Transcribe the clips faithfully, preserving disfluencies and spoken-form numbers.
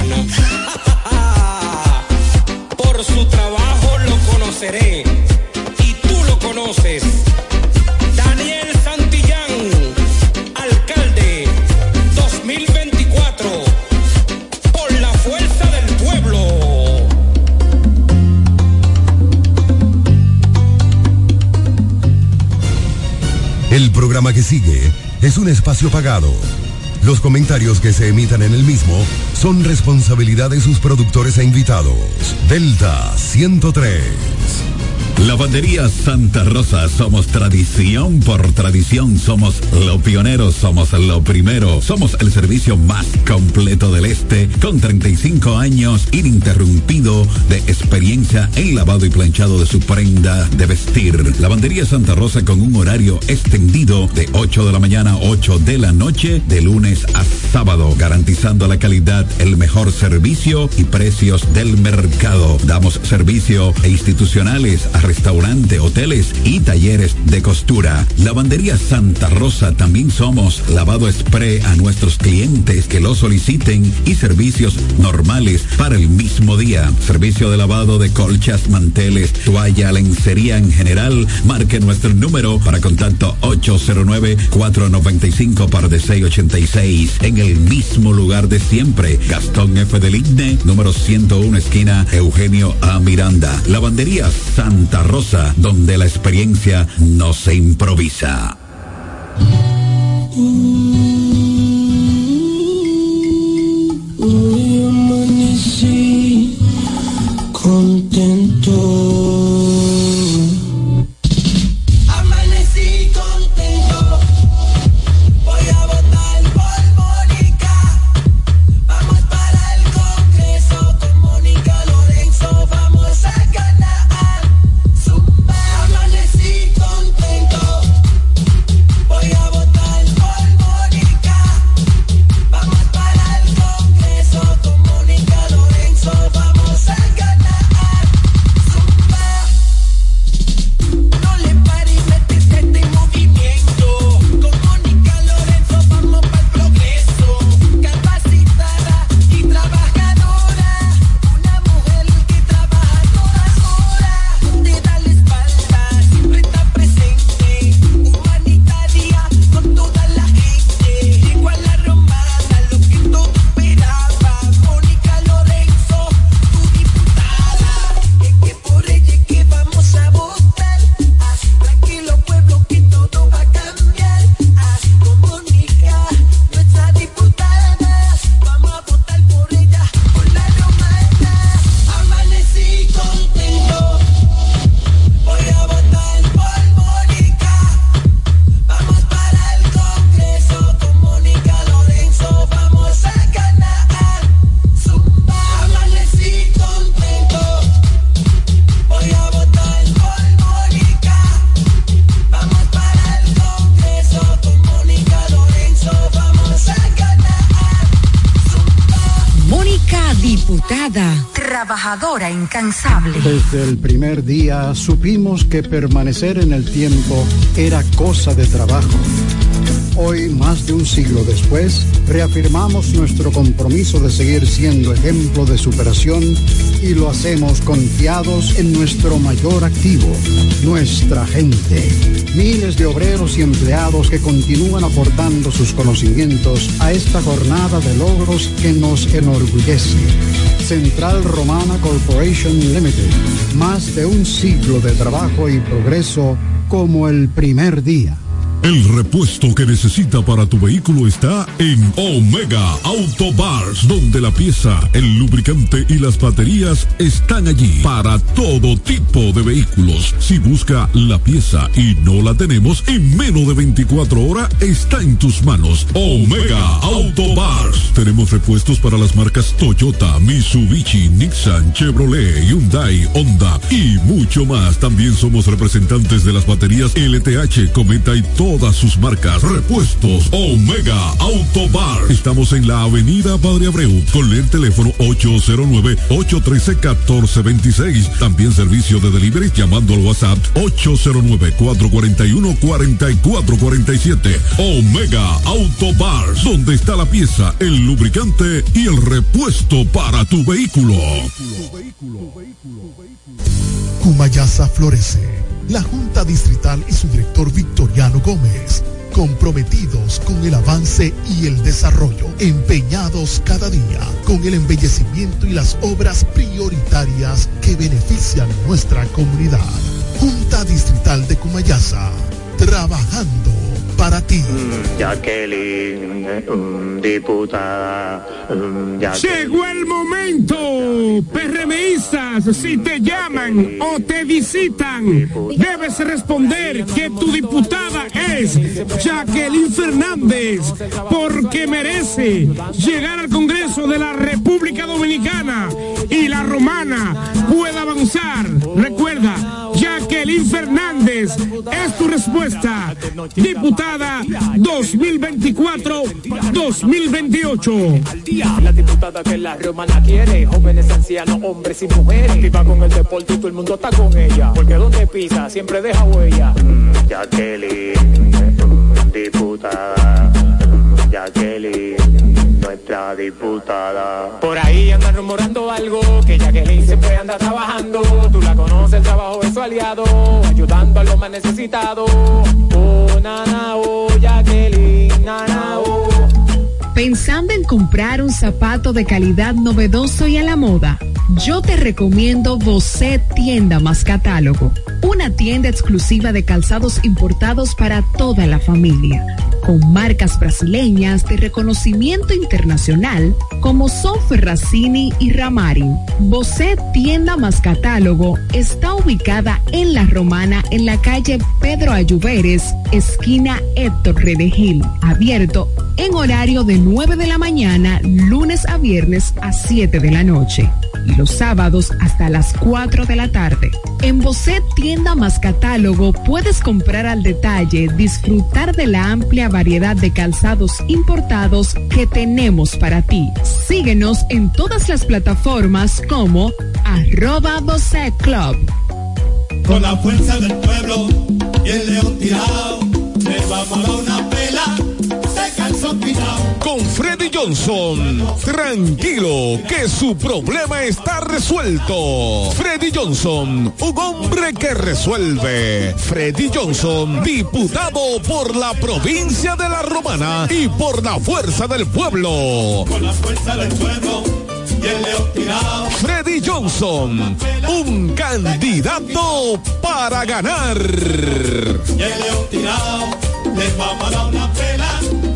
Romana. Por su trabajo lo conoceré y tú lo conoces. Daniel Santillán, alcalde dos mil veinticuatro, por la fuerza del pueblo. El programa que sigue es un espacio pagado. Los comentarios que se emitan en el mismo son responsabilidad de sus productores e invitados. Delta ciento tres. Lavandería Santa Rosa, somos tradición por tradición, somos los pioneros, somos lo primero, somos el servicio más completo del este, con treinta y cinco años ininterrumpido de experiencia en lavado y planchado de su prenda de vestir. Lavandería Santa Rosa con un horario extendido de ocho de la mañana a ocho de la noche, de lunes a sábado, garantizando la calidad, el mejor servicio y precios del mercado. Damos servicio a institucionales, a restaurante, hoteles y talleres de costura. Lavandería Santa Rosa, también somos lavado spray a nuestros clientes que lo soliciten y servicios normales para el mismo día. Servicio de lavado de colchas, manteles, toalla, lencería en general. Marque nuestro número para contacto ocho cero nueve, cuatro nueve cinco, seis ocho seis, en el mismo lugar de siempre. Gastón F. del Igne, número ciento uno, esquina Eugenio A. Miranda. Lavandería Santa Rosa, donde la experiencia no se improvisa. Hoy amanecí contento. Amanecí contento. Voy a votar por Mónica. Vamos para el Congreso con Mónica Lorenzo. Vamos a ganar. Amanecí contento. Voy a votar por Mónica. Vamos para el Congreso con Mónica Lorenzo. Vamos a ganar. Zumba. No le pares, métete este movimiento. Con Mónica Lorenzo vamos para el progreso. Capacitada y trabajadora. Una mujer que trabaja todas horas. Te da la espalda, siempre está presente. Humanitaria con toda la gente. Llegó a la Romana, lo que todo esperaba. Mónica Lorenzo, tu diputada. Es que por ella es que vamos a votar. Así tranquilo pueblo que todo va a cambiar. Así con Mónica, nuestra diputada. Vamos a votar por ella, por la Romana. Amanecí contento. Voy a votar por Mónica. Vamos para el Congreso con Mónica Lorenzo. Vamos a ganar. Zumba. Amanecí contento. Voy a votar por Mónica. Vamos para el Congreso con Mónica Lorenzo. Vamos a ganar. Zumba. Mónica, diputada, trabajadora incansable. Desde el primer día supimos que permanecer en el tiempo era cosa de trabajo. Hoy, más de un siglo después, reafirmamos nuestro compromiso de seguir siendo ejemplo de superación y lo hacemos confiados en nuestro mayor activo, nuestra gente. Miles de obreros y empleados que continúan aportando sus conocimientos a esta jornada de logros que nos enorgullece. Central Romana Corporation Limited, más de un siglo de trabajo y progreso como el primer día. El repuesto que necesita para tu vehículo está en Omega Auto Parts, donde la pieza, el lubricante y las baterías están allí para todo tipo de vehículos. Si busca la pieza y no la tenemos, en menos de veinticuatro horas está en tus manos. Omega Auto Parts. Tenemos repuestos para las marcas Toyota, Mitsubishi, Nissan, Chevrolet, Hyundai, Honda y mucho más. También somos representantes de las baterías L T H, Cometa y todo todas sus marcas. Repuestos Omega Auto Bar. Estamos en la avenida Padre Abreu con el teléfono ocho cero nueve, ocho uno tres, uno cuatro dos seis. También servicio de delivery llamando al WhatsApp ocho cero nueve, cuatro cuatro uno, cuatro cuatro cuatro siete. Omega Auto Bar, donde está la pieza, el lubricante y el repuesto para tu vehículo. Cumayasa florece. La Junta Distrital y su director Victoriano Gómez, comprometidos con el avance y el desarrollo, empeñados cada día con el embellecimiento y las obras prioritarias que benefician nuestra comunidad. Junta Distrital de Cumayasa, trabajando para ti. Mm, Jacqueline, mm, diputada. Mm, Llegó el momento, PRMistas, si te llaman o te visitan, debes responder que tu diputada es Jacqueline Fernández, porque merece llegar al Congreso de la República Dominicana y la Romana pueda avanzar. Recuerda, Jacqueline Fernández es tu respuesta, diputada dos mil veinticuatro dos mil veintiocho. La diputada que la romana quiere, jóvenes, ancianos, hombres y mujeres. Activa con el deporte y todo el mundo está con ella, porque donde pisa siempre deja huella. Mm, Jacqueline, mm, diputada. Mm, Jacqueline, nuestra diputada. Por ahí andan rumorando algo, que Jacqueline siempre anda trabajando. Tú la conoces, el trabajo de su aliado, ayudando a los más necesitados. Oh, nana, oh, Jacqueline, nana, oh. ¿Pensando en comprar un zapato de calidad novedoso y a la moda? Yo te recomiendo Bosé Tienda Más Catálogo, una tienda exclusiva de calzados importados para toda la familia, con marcas brasileñas de reconocimiento internacional como son Ferracini y Ramarin. Bosé Tienda Más Catálogo está ubicada en La Romana, en la calle Pedro Ayuberes, esquina Héctor Redegil, abierto en horario de nueve de la mañana, lunes a viernes a siete de la noche, y los sábados hasta las cuatro de la tarde. En Bosé Tienda Más Catálogo puedes comprar al detalle, disfrutar de la amplia variedad de calzados importados que tenemos para ti. Síguenos en todas las plataformas como arroba Bosé Club. Con la fuerza del pueblo y el león tirado, le vamos a dar una pela. Con Freddy Johnson, tranquilo que su problema está resuelto. Freddy Johnson, un hombre que resuelve. Freddy Johnson, diputado por la provincia de La Romana y por la fuerza del pueblo. Con la fuerza del pueblo y el león tirado. Freddy Johnson, un candidato para ganar. Y el león tirado, les vamos a dar una pela.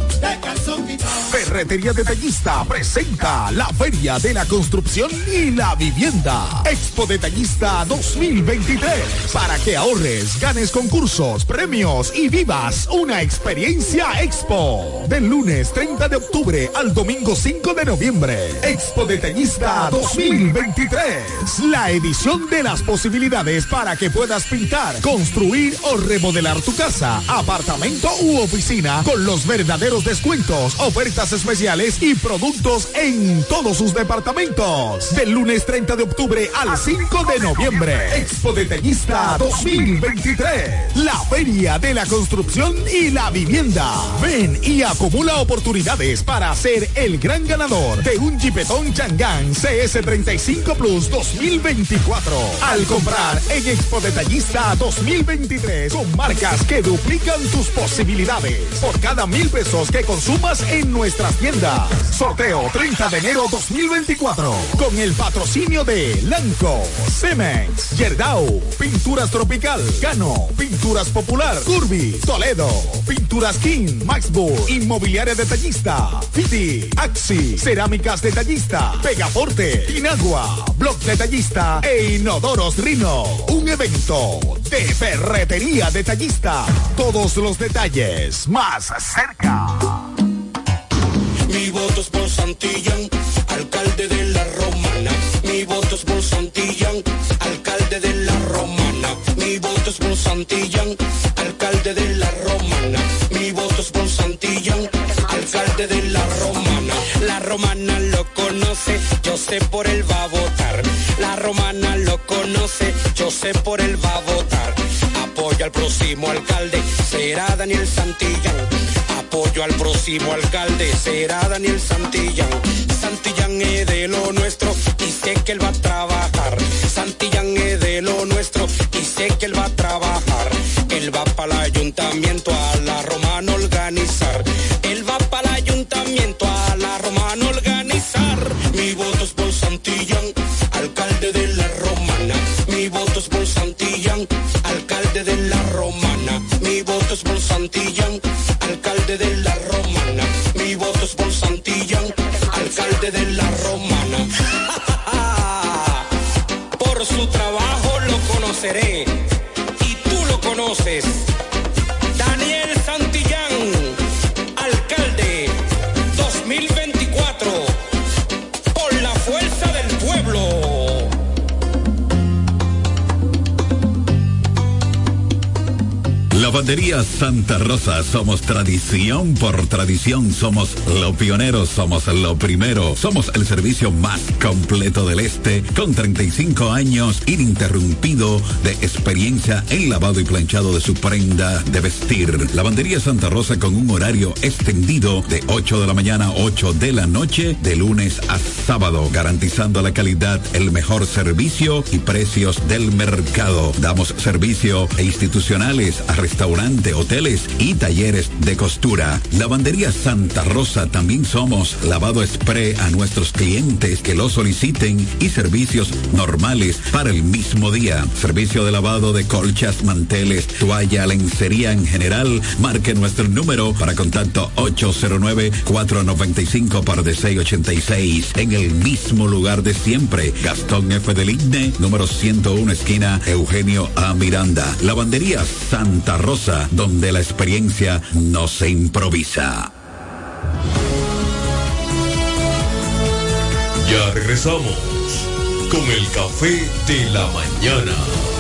Ferretería Detallista presenta la Feria de la Construcción y la Vivienda. Expo Detallista dos mil veintitrés. Para que ahorres, ganes concursos, premios y vivas una experiencia Expo. Del lunes treinta de octubre al domingo cinco de noviembre. Expo Detallista dos mil veintitrés. La edición de las posibilidades para que puedas pintar, construir o remodelar tu casa, apartamento u oficina con los verdaderos descuentos, ofertas especiales y productos en todos sus departamentos. Del lunes treinta de octubre al cinco de noviembre. Expo Detallista dos mil veintitrés. La Feria de la Construcción y la Vivienda. Ven y acumula oportunidades para ser el gran ganador de un Jeepetón Changán C S treinta y cinco Plus dos mil veinticuatro. Al comprar en Expo Detallista dos mil veintitrés con marcas que duplican tus posibilidades. Por cada mil pesos que consumas en nuestras tiendas. Sorteo treinta de enero dos mil veinticuatro. Con el patrocinio de Lanco, Cemex, Yerdau, Pinturas Tropical, Cano, Pinturas Popular, Curvi, Toledo, Pinturas King, Maxburg, Inmobiliaria Detallista, Fiti, Axi, Cerámicas Detallista, Pegaforte, Inagua, Block Detallista e Inodoros Rino. Un evento de Ferretería Detallista. Todos los detalles más cerca. Mi voto es por Santillán, alcalde de La Romana. Mi voto es por Santillán, alcalde de La Romana. Mi voto es por Santillán, alcalde de La Romana. romana lo conoce, yo sé por él va a votar. La romana lo conoce, yo sé por él va a votar. Apoyo al próximo alcalde, será Daniel Santillán. Apoyo al próximo alcalde, será Daniel Santillán. Santillán es de lo nuestro y sé que él va a trabajar. Santillán es de lo nuestro y sé que él va a trabajar. Él va para el ayuntamiento a la romana organizar. Él va para el ayuntamiento a la romana organizar. Mi voto es por Santillán, alcalde de la romana. Mi voto es por Santillán, alcalde de la romana. Mi voto es por Santillán, alcalde de la romana. Mi voto es por Santillán, alcalde de la romana. Por su trabajo lo conoceré y tú lo conoces. Daniel Santillán, alcalde dos mil veinticuatro, por la fuerza del pueblo. Lavandería Santa Rosa, somos tradición por tradición, somos los pioneros, somos lo primero, somos el servicio más completo del este, con treinta y cinco años ininterrumpido de experiencia en lavado y planchado de su prenda de vestir. Lavandería Santa Rosa con un horario extendido de ocho de la mañana a ocho de la noche, de lunes a sábado, garantizando la calidad, el mejor servicio y precios del mercado. Damos servicio a institucionales, a restaurante, hoteles y talleres de costura. Lavandería Santa Rosa, también somos lavado express a nuestros clientes que lo soliciten y servicios normales para el mismo día. Servicio de lavado de colchas, manteles, toalla, lencería en general. Marque nuestro número para contacto ocho cero nueve, cuatro nueve cinco, seis ocho seis, en el mismo lugar de siempre. Gastón F. del Igne, número ciento uno, esquina Eugenio A. Miranda. Lavandería Santa Rosa, donde la experiencia no se improvisa. Ya regresamos con el café de la mañana.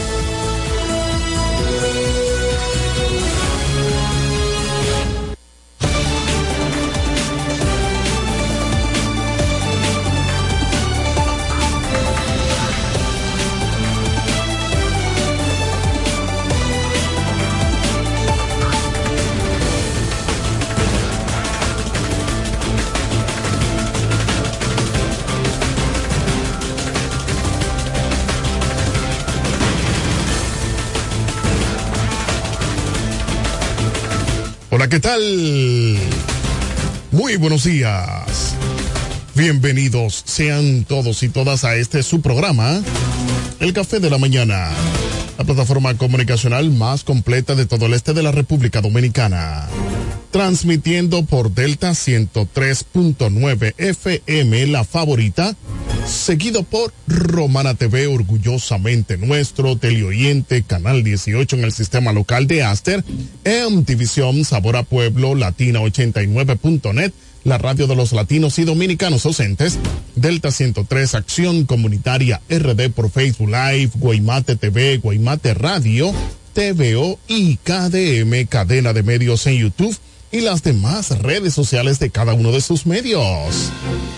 Hola, ¿qué tal? Muy buenos días. Bienvenidos sean todos y todas a este su programa, El Café de la Mañana, la plataforma comunicacional más completa de todo el este de la República Dominicana. Transmitiendo por Delta ciento tres punto nueve F M, la favorita, seguido por Romana T V, orgullosamente nuestro, teleoyente, canal dieciocho en el sistema local de Aster, en División, Sabor a Pueblo, Latina ochenta y nueve punto net, la radio de los latinos y dominicanos ausentes, Delta ciento tres, Acción Comunitaria R D por Facebook Live, Guaymate T V, Guaymate Radio, T V O y K D M, cadena de medios en YouTube, y las demás redes sociales de cada uno de sus medios.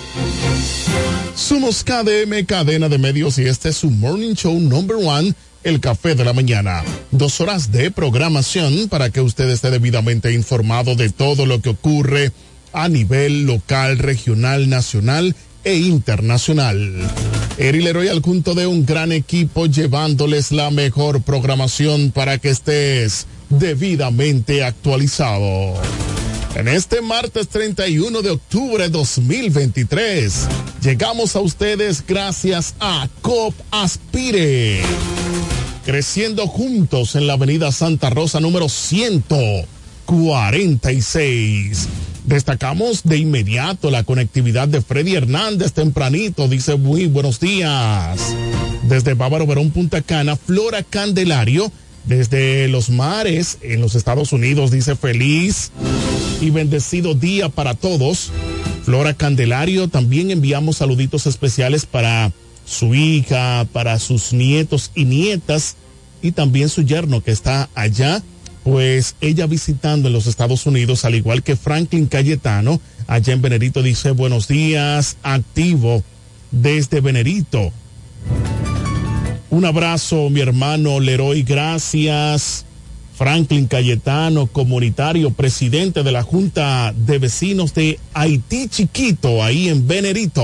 Somos K D M, cadena de medios, y este es su Morning Show number one, El Café de la Mañana. Dos horas de programación para que usted esté debidamente informado de todo lo que ocurre a nivel local, regional, nacional e internacional. Eri Leroy al junto de un gran equipo llevándoles la mejor programación para que estés debidamente actualizado. En este martes treinta y uno de octubre de dos mil veintitrés, llegamos a ustedes gracias a Coop Aspire. Creciendo juntos en la avenida Santa Rosa número ciento cuarenta y seis. Destacamos de inmediato la conectividad de Freddy Hernández tempranito, dice muy buenos días. Desde Bávaro Verón, Punta Cana, Flora Candelario, desde Los Mares, en los Estados Unidos, dice feliz y bendecido día para todos. Flora Candelario, también enviamos saluditos especiales para su hija, para sus nietos y nietas, y también su yerno que está allá, pues ella visitando en los Estados Unidos, al igual que Franklin Cayetano, allá en Venerito, dice buenos días, activo desde Venerito. Un abrazo, mi hermano Leroy, gracias. Franklin Cayetano, comunitario, presidente de la Junta de Vecinos de Haití Chiquito, ahí en Venerito.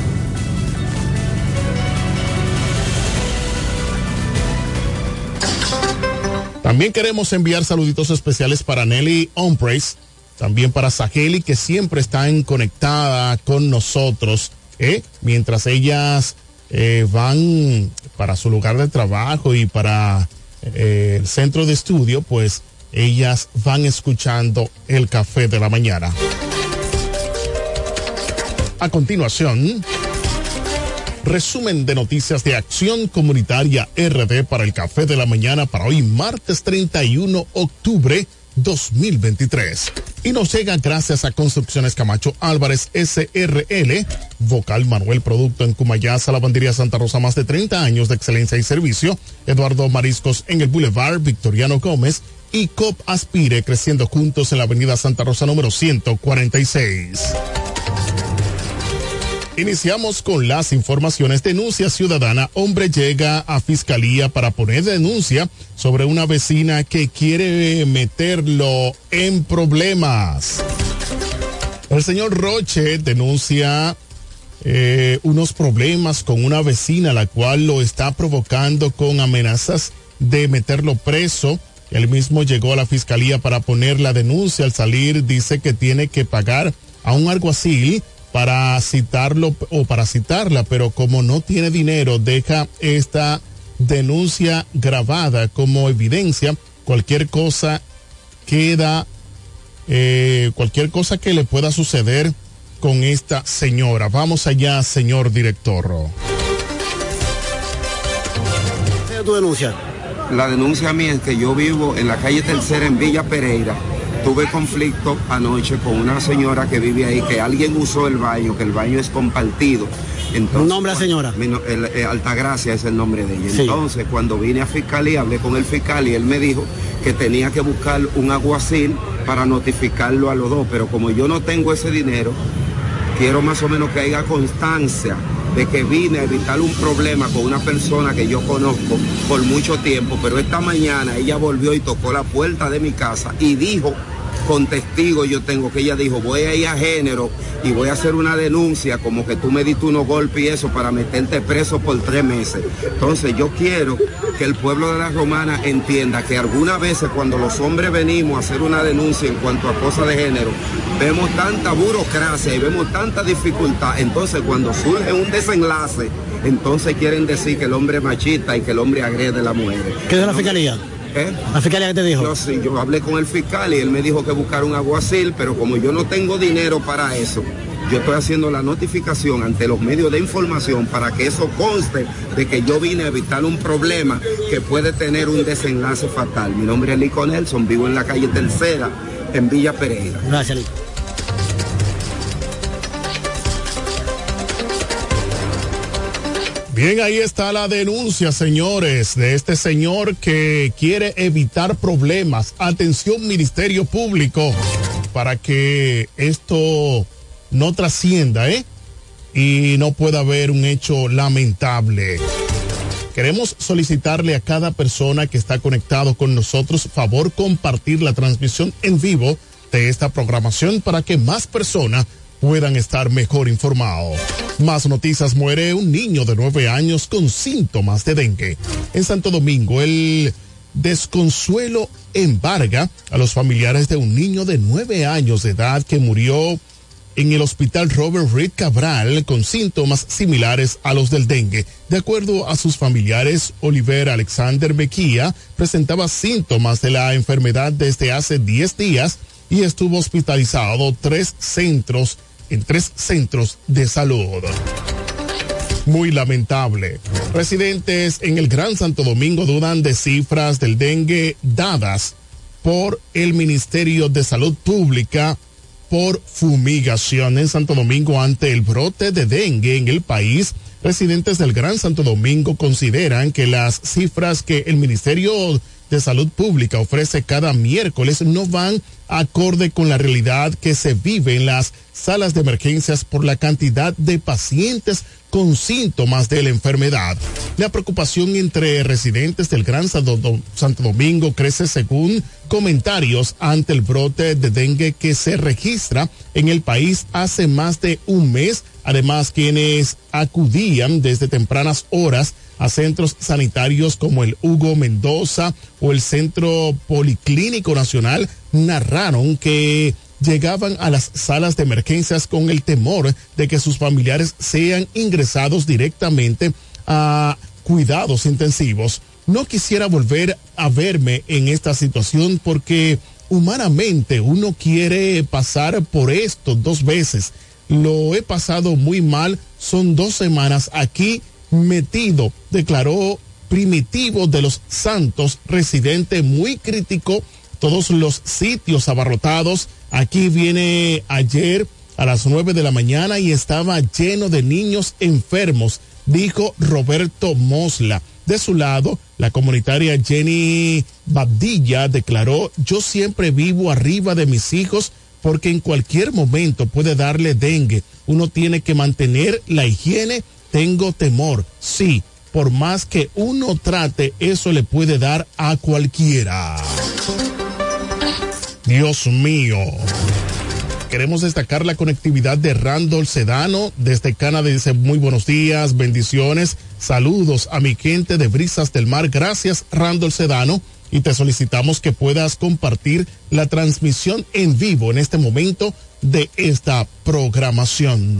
También queremos enviar saluditos especiales para Nelly Hombres, también para Saheli, que siempre están conectada con nosotros, ¿eh? mientras ellas eh, van para su lugar de trabajo y para eh, el centro de estudio, pues ellas van escuchando el Café de la Mañana. A continuación, resumen de noticias de Acción Comunitaria R D para el Café de la Mañana para hoy, martes treinta y uno de octubre dos mil veintitrés. Y nos llega gracias a Construcciones Camacho Álvarez S R L, Vocal Manuel Producto en Cumayasa, Lavandería Santa Rosa, más de treinta años de excelencia y servicio, Eduardo Mariscos en el Boulevard Victoriano Gómez y C O P Aspire, creciendo juntos en la Avenida Santa Rosa número ciento cuarenta y seis. Iniciamos con las informaciones. Denuncia ciudadana. Hombre llega a fiscalía para poner denuncia sobre una vecina que quiere meterlo en problemas. El señor Roche denuncia eh, unos problemas con una vecina, la cual lo está provocando con amenazas de meterlo preso. Él mismo llegó a la fiscalía para poner la denuncia. Al salir dice que tiene que pagar a un alguacil para citarlo o para citarla, pero como no tiene dinero, deja esta denuncia grabada como evidencia. Cualquier cosa queda, eh, cualquier cosa que le pueda suceder con esta señora. Vamos allá, señor director. ¿Qué es tu denuncia? La denuncia mía es que yo vivo en la calle Tercera en Villa Pereira. Tuve conflicto anoche con una señora que vive ahí, que alguien usó el baño, que el baño es compartido. Entonces, ¿nombre de la señora? Mi, el, el, Altagracia es el nombre de ella. Sí. Entonces, cuando vine a fiscalía, hablé con el fiscal y él me dijo que tenía que buscar un alguacil para notificarlo a los dos. Pero como yo no tengo ese dinero, quiero más o menos que haya constancia de que vine a evitar un problema con una persona que yo conozco por mucho tiempo, pero esta mañana ella volvió y tocó la puerta de mi casa y dijo, con testigo yo tengo, que ella dijo, voy a ir a género y voy a hacer una denuncia como que tú me diste unos golpes y eso para meterte preso por tres meses. Entonces yo quiero que el pueblo de la Romana entienda que algunas veces cuando los hombres venimos a hacer una denuncia en cuanto a cosas de género, vemos tanta burocracia y vemos tanta dificultad. Entonces cuando surge un desenlace, entonces quieren decir que el hombre es machista y que el hombre agrede a la mujer. ¿Qué es la fiscalía? ¿Eh? ¿La fiscalía qué te dijo? No, sí, yo hablé con el fiscal y él me dijo que buscar un alguacil, pero como yo no tengo dinero para eso, yo estoy haciendo la notificación ante los medios de información para que eso conste de que yo vine a evitar un problema que puede tener un desenlace fatal. Mi nombre es Lico Nelson, vivo en la calle Tercera, en Villa Pereira. Gracias, Lico. Bien, ahí está la denuncia, señores, de este señor que quiere evitar problemas. Atención, Ministerio Público, para que esto no trascienda, ¿eh? Y no pueda haber un hecho lamentable. Queremos solicitarle a cada persona que está conectado con nosotros, favor compartir la transmisión en vivo de esta programación para que más personas puedan estar mejor informados. Más noticias. Muere un niño de nueve años con síntomas de dengue. En Santo Domingo, el desconsuelo embarga a los familiares de un niño de nueve años de edad que murió en el hospital Robert Reed Cabral con síntomas similares a los del dengue. De acuerdo a sus familiares, Oliver Alexander Bequía presentaba síntomas de la enfermedad desde hace diez días y estuvo hospitalizado tres centros en tres centros de salud. Muy lamentable. Residentes en el Gran Santo Domingo dudan de cifras del dengue dadas por el Ministerio de Salud Pública por fumigación. En Santo Domingo, ante el brote de dengue en el país, residentes del Gran Santo Domingo consideran que las cifras que el Ministerio de Salud Pública ofrece cada miércoles no van acorde con la realidad que se vive en las salas de emergencias por la cantidad de pacientes con síntomas de la enfermedad. La preocupación entre residentes del Gran Santo Domingo crece según comentarios ante el brote de dengue que se registra en el país hace más de un mes. Además, quienes acudían desde tempranas horas a centros sanitarios como el Hugo Mendoza o el Centro Policlínico Nacional narraron que llegaban a las salas de emergencias con el temor de que sus familiares sean ingresados directamente a cuidados intensivos. No quisiera volver a verme en esta situación porque humanamente uno quiere pasar por esto dos veces. Lo he pasado muy mal, son dos semanas aquí metido, declaró Primitivo de los Santos, residente muy crítico, todos los sitios abarrotados. Aquí viene ayer a las nueve de la mañana y estaba lleno de niños enfermos, dijo Roberto Mosla. De su lado, la comunitaria Jenny Badilla declaró: yo siempre vivo arriba de mis hijos porque en cualquier momento puede darle dengue. Uno tiene que mantener la higiene. Tengo temor, sí, por más que uno trate, eso le puede dar a cualquiera. Dios mío. Queremos destacar la conectividad de Randall Sedano desde Canadá. Dice: muy buenos días, bendiciones, saludos a mi gente de Brisas del Mar. Gracias, Randall Sedano, y te solicitamos que puedas compartir la transmisión en vivo en este momento de esta programación.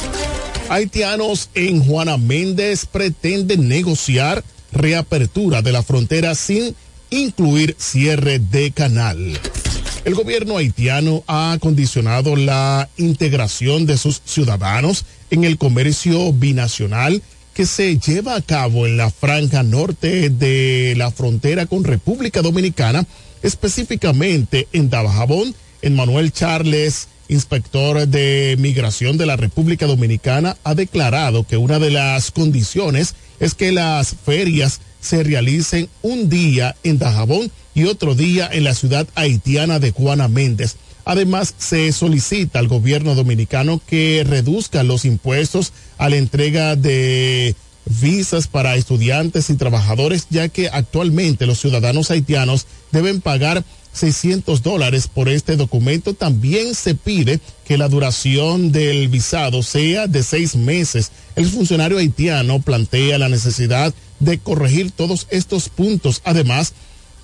Haitianos en Juana Méndez pretenden negociar reapertura de la frontera sin incluir cierre de canal. El gobierno haitiano ha condicionado la integración de sus ciudadanos en el comercio binacional que se lleva a cabo en la franja norte de la frontera con República Dominicana, específicamente en Dajabón. Emmanuel Charles, inspector de migración de la República Dominicana, ha declarado que una de las condiciones es que las ferias se realicen un día en Dajabón y otro día en la ciudad haitiana de Juana Méndez. Además, se solicita al gobierno dominicano que reduzca los impuestos a la entrega de visas para estudiantes y trabajadores, ya que actualmente los ciudadanos haitianos deben pagar seiscientos dólares por este documento. También se pide que la duración del visado sea de seis meses. El funcionario haitiano plantea la necesidad de corregir todos estos puntos. Además,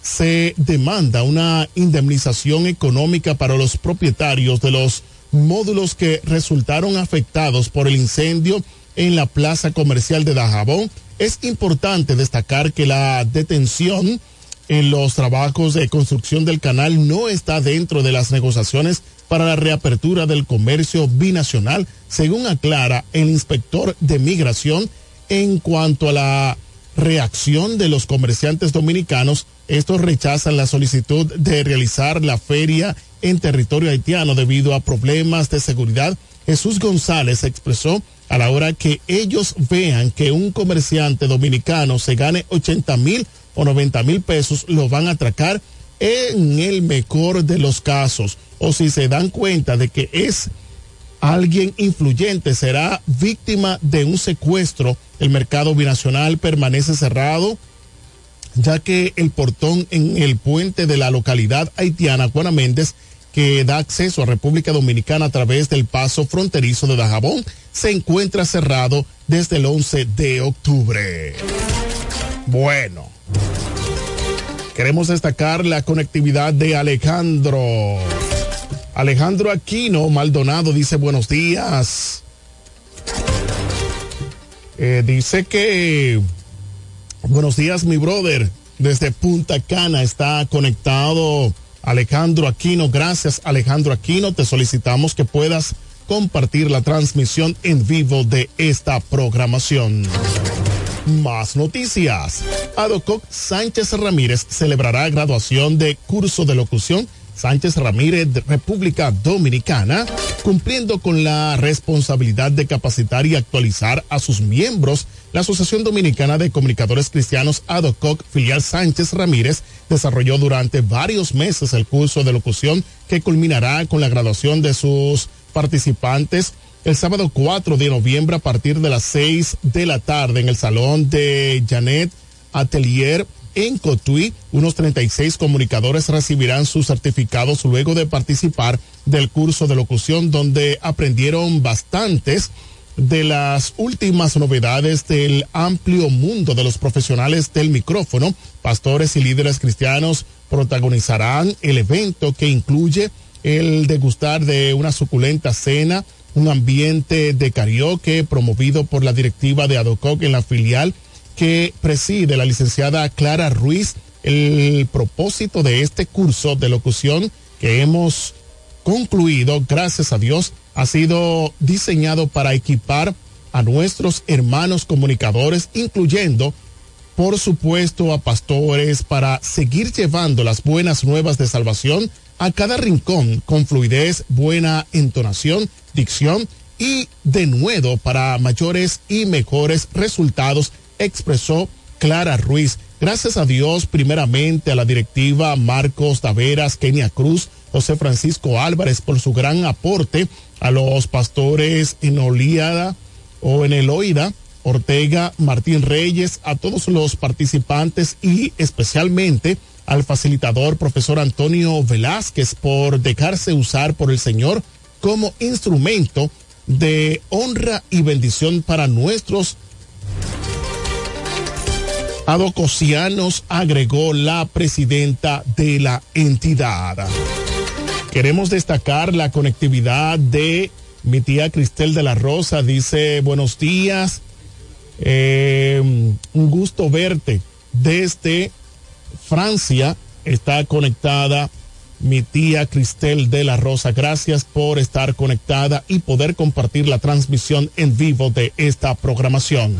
se demanda una indemnización económica para los propietarios de los módulos que resultaron afectados por el incendio en la plaza comercial de Dajabón. Es importante destacar que la detención en los trabajos de construcción del canal no está dentro de las negociaciones para la reapertura del comercio binacional, según aclara el inspector de migración. En cuanto a la reacción de los comerciantes dominicanos, estos rechazan la solicitud de realizar la feria en territorio haitiano debido a problemas de seguridad. Jesús González expresó: a la hora que ellos vean que un comerciante dominicano se gane ochenta mil o noventa mil pesos, lo van a atracar en el mejor de los casos. O si se dan cuenta de que es alguien influyente, será víctima de un secuestro. El mercado binacional permanece cerrado, ya que el portón en el puente de la localidad haitiana Juana Méndez, que da acceso a República Dominicana a través del paso fronterizo de Dajabón, se encuentra cerrado desde el once de octubre. Bueno, queremos destacar la conectividad de Alejandro. Alejandro Aquino Maldonado dice: buenos días. Eh, dice que buenos días, mi brother. Desde Punta Cana está conectado Alejandro Aquino. Gracias, Alejandro Aquino. Te solicitamos que puedas compartir la transmisión en vivo de esta programación. Más noticias. Adococ Sánchez Ramírez celebrará graduación de curso de locución Sánchez Ramírez de República Dominicana, cumpliendo con la responsabilidad de capacitar y actualizar a sus miembros. La Asociación Dominicana de Comunicadores Cristianos ADOCOC, filial Sánchez Ramírez, desarrolló durante varios meses el curso de locución que culminará con la graduación de sus participantes el sábado cuatro de noviembre a partir de las seis de la tarde en el salón de Janet Atelier en Cotuí. Unos treinta y seis comunicadores recibirán sus certificados luego de participar del curso de locución, donde aprendieron bastantes de las últimas novedades del amplio mundo de los profesionales del micrófono. Pastores y líderes cristianos protagonizarán el evento, que incluye el degustar de una suculenta cena, un ambiente de karaoke promovido por la directiva de ADOCOC en la filial que preside la licenciada Clara Ruiz. El propósito de este curso de locución que hemos concluido, gracias a Dios, ha sido diseñado para equipar a nuestros hermanos comunicadores, incluyendo, por supuesto, a pastores, para seguir llevando las buenas nuevas de salvación a cada rincón con fluidez, buena entonación, dicción y denuedo para mayores y mejores resultados, expresó Clara Ruiz. Gracias a Dios, primeramente a la directiva Marcos Taveras, Kenia Cruz, José Francisco Álvarez por su gran aporte, a los pastores en Oliada o en Eloida, Ortega, Martín Reyes, a todos los participantes y especialmente al facilitador profesor Antonio Velázquez por dejarse usar por el Señor como instrumento de honra y bendición para nuestros adocosianos, agregó la presidenta de la entidad. Queremos destacar la conectividad de mi tía Cristel de la Rosa. Dice, buenos días, eh, un gusto verte desde Francia. Está conectada mi tía Cristel de la Rosa. Gracias por estar conectada y poder compartir la transmisión en vivo de esta programación.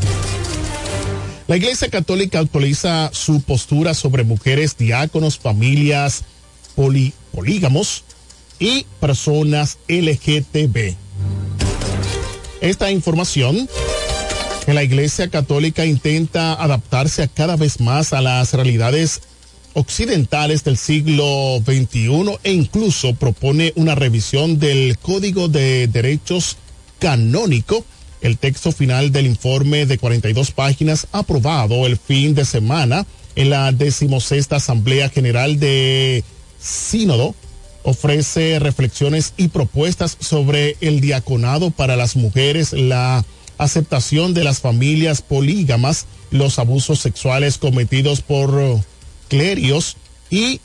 La Iglesia Católica actualiza su postura sobre mujeres, diáconos, familias, poli, polígamos y personas L G T B. Esta información, que la Iglesia Católica intenta adaptarse a cada vez más a las realidades occidentales del siglo veintiuno e incluso propone una revisión del Código de Derechos Canónico. El texto final del informe de cuarenta y dos páginas aprobado el fin de semana en la decimosexta Asamblea General de Sínodo ofrece reflexiones y propuestas sobre el diaconado para las mujeres, la aceptación de las familias polígamas, los abusos sexuales cometidos por clérigos y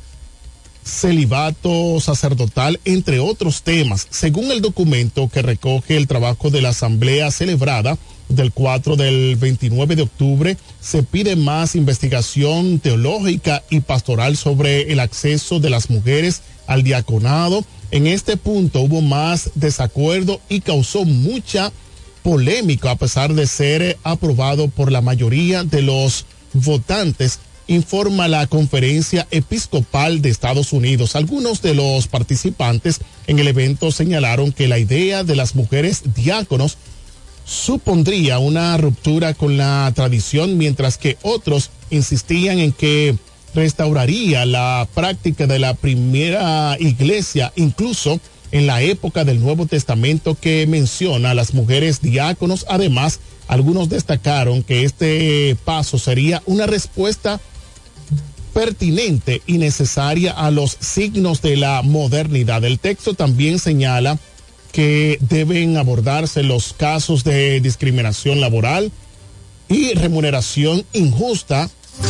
celibato sacerdotal, entre otros temas. Según el documento que recoge el trabajo de la asamblea celebrada del cuatro del veintinueve de octubre, se pide más investigación teológica y pastoral sobre el acceso de las mujeres al diaconado. En este punto hubo más desacuerdo y causó mucha polémica, a pesar de ser aprobado por la mayoría de los votantes, informa la Conferencia Episcopal de Estados Unidos. Algunos de los participantes en el evento señalaron que la idea de las mujeres diáconos supondría una ruptura con la tradición, mientras que otros insistían en que restauraría la práctica de la primera iglesia, incluso en la época del Nuevo Testamento, que menciona a las mujeres diáconos. Además, algunos destacaron que este paso sería una respuesta pertinente y necesaria a los signos de la modernidad. El texto también señala que deben abordarse los casos de discriminación laboral y remuneración injusta,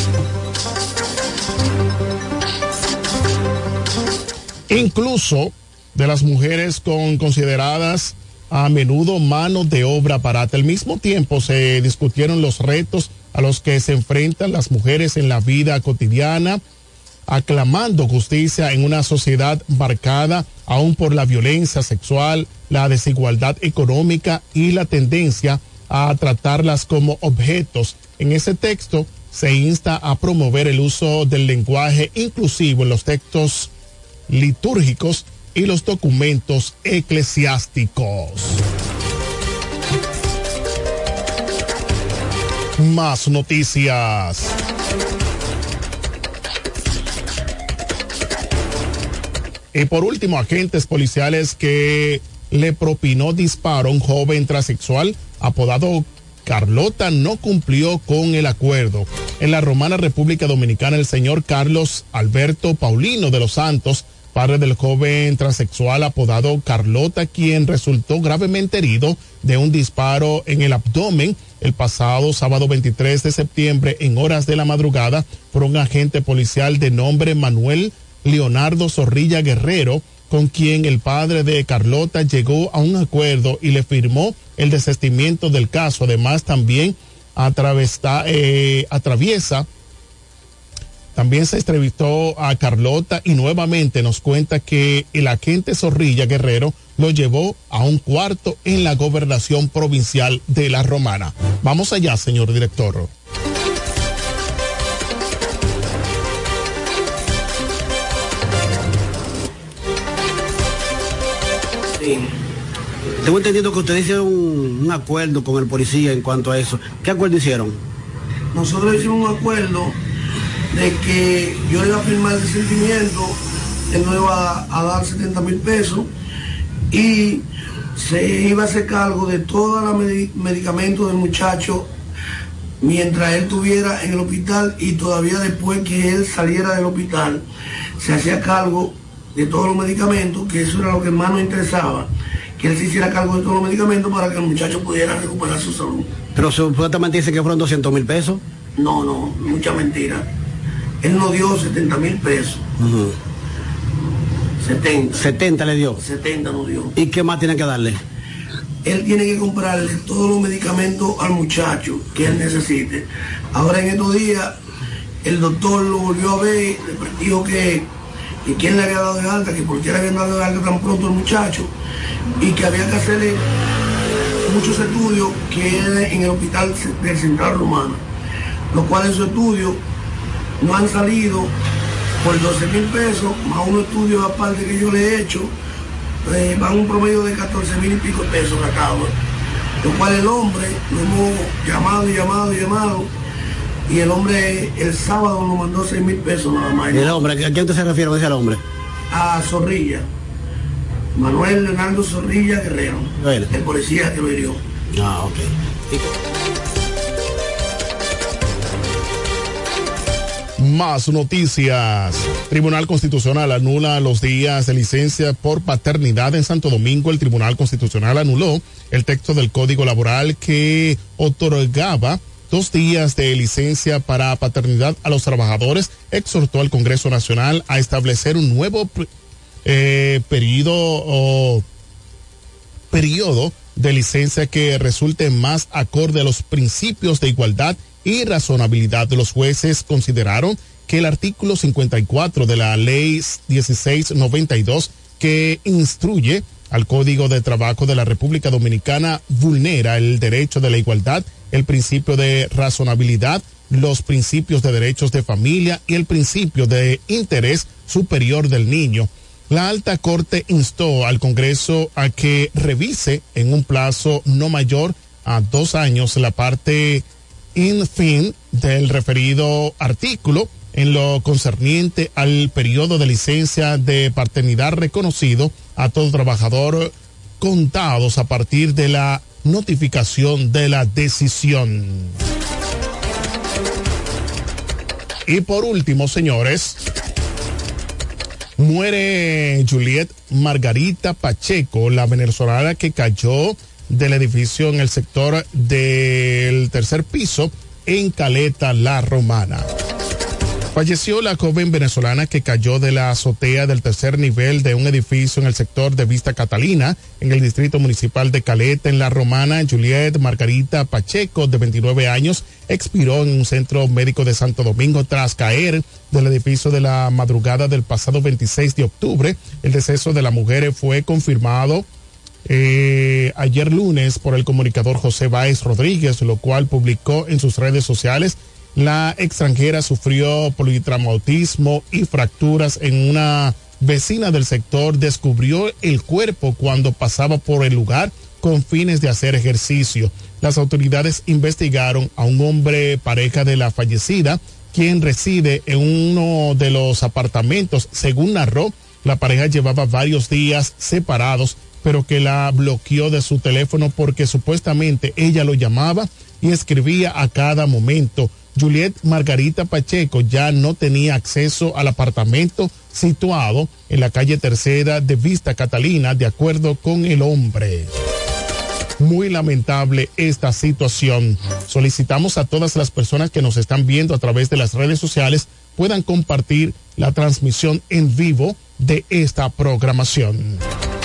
incluso de las mujeres con consideradas a menudo mano de obra barata. Al mismo tiempo se discutieron los retos a los que se enfrentan las mujeres en la vida cotidiana, aclamando justicia en una sociedad marcada aún por la violencia sexual, la desigualdad económica y la tendencia a tratarlas como objetos. En ese texto se insta a promover el uso del lenguaje inclusivo en los textos litúrgicos y los documentos eclesiásticos. Más noticias. Y por último, agentes policiales que le propinó disparo a un joven transexual apodado Carlota no cumplió con el acuerdo. En la Romana, República Dominicana, el señor Carlos Alberto Paulino de los Santos, padre del joven transexual apodado Carlota, quien resultó gravemente herido de un disparo en el abdomen el pasado sábado veintitrés de septiembre en horas de la madrugada por un agente policial de nombre Manuel Leonardo Zorrilla Guerrero, con quien el padre de Carlota llegó a un acuerdo y le firmó el desistimiento del caso. Además, también atravesta, eh, atraviesa, también se entrevistó a Carlota y nuevamente nos cuenta que el agente Zorrilla Guerrero lo llevó a un cuarto en la gobernación provincial de La Romana. Vamos allá, señor director. Sí. Tengo entendido que ustedes hicieron un, un acuerdo con el policía en cuanto a eso. ¿Qué acuerdo hicieron? Nosotros hicimos un acuerdo de que yo le iba a firmar el desistimiento, él me iba a, a dar setenta mil pesos y se iba a hacer cargo de todos los med- medicamentos del muchacho mientras él estuviera en el hospital, y todavía después que él saliera del hospital se hacía cargo de todos los medicamentos, que eso era lo que más nos interesaba, que él se hiciera cargo de todos los medicamentos para que el muchacho pudiera recuperar su salud. Pero supuestamente dice que fueron doscientos mil pesos. No, no, mucha mentira. Él nos dio setenta mil pesos. Uh-huh. setenta. setenta le dio. setenta nos dio. ¿Y qué más tiene que darle? Él tiene que comprarle todos los medicamentos al muchacho que él necesite. Ahora en estos días el doctor lo volvió a ver, le dijo que, que quién le había dado de alta, que por qué le habían dado de alta tan pronto al muchacho, y que había que hacerle muchos estudios que era en el hospital del Central Romana, los cuales esos estudios no han salido por doce mil pesos, más unos estudios aparte que yo le he hecho, eh, van un promedio de catorce mil y pico pesos gastados, lo cual el hombre lo hemos llamado y llamado y llamado, y el hombre el sábado nos mandó seis mil pesos nada más. ¿El hombre? ¿A quién usted se refiere? ¿Dice al hombre? A Zorrilla, Manuel Leonardo Zorrilla Guerrero, ¿El? el policía que lo hirió. Ah, ok. Más noticias. Tribunal Constitucional anula los días de licencia por paternidad en Santo Domingo. El Tribunal Constitucional anuló el texto del Código Laboral que otorgaba dos días de licencia para paternidad a los trabajadores. Exhortó al Congreso Nacional a establecer un nuevo eh, periodo, oh, periodo de licencia que resulte más acorde a los principios de igualdad y razonabilidad. Los jueces consideraron que el artículo cincuenta y cuatro de la ley dieciséis noventa y dos, que instruye al Código de Trabajo de la República Dominicana, vulnera el derecho de la igualdad, el principio de razonabilidad, los principios de derechos de familia y el principio de interés superior del niño. La Alta Corte instó al Congreso a que revise en un plazo no mayor a dos años la parte en fin del referido artículo en lo concerniente al periodo de licencia de paternidad reconocido a todo trabajador, contados a partir de la notificación de la decisión. Y por último, señores, muere Juliet Margarita Pacheco, la venezolana que cayó del edificio en el sector del tercer piso en Caleta, La Romana. Falleció la joven venezolana que cayó de la azotea del tercer nivel de un edificio en el sector de Vista Catalina, en el distrito municipal de Caleta, en La Romana. Juliet Margarita Pacheco, de veintinueve años, expiró en un centro médico de Santo Domingo tras caer del edificio de la madrugada del pasado veintiséis de octubre. El deceso de la mujer fue confirmado Eh, ayer lunes por el comunicador José Báez Rodríguez, lo cual publicó en sus redes sociales. La extranjera sufrió politraumatismo y fracturas en una vecina del sector, descubrió el cuerpo cuando pasaba por el lugar con fines de hacer ejercicio. Las autoridades investigaron a un hombre pareja de la fallecida, quien reside en uno de los apartamentos. Según narró, la pareja llevaba varios días separados, pero que la bloqueó de su teléfono porque supuestamente ella lo llamaba y escribía a cada momento. Juliet Margarita Pacheco ya no tenía acceso al apartamento situado en la calle Tercera de Vista Catalina, de acuerdo con el hombre. Muy lamentable esta situación. Solicitamos a todas las personas que nos están viendo a través de las redes sociales puedan compartir la transmisión en vivo de esta programación.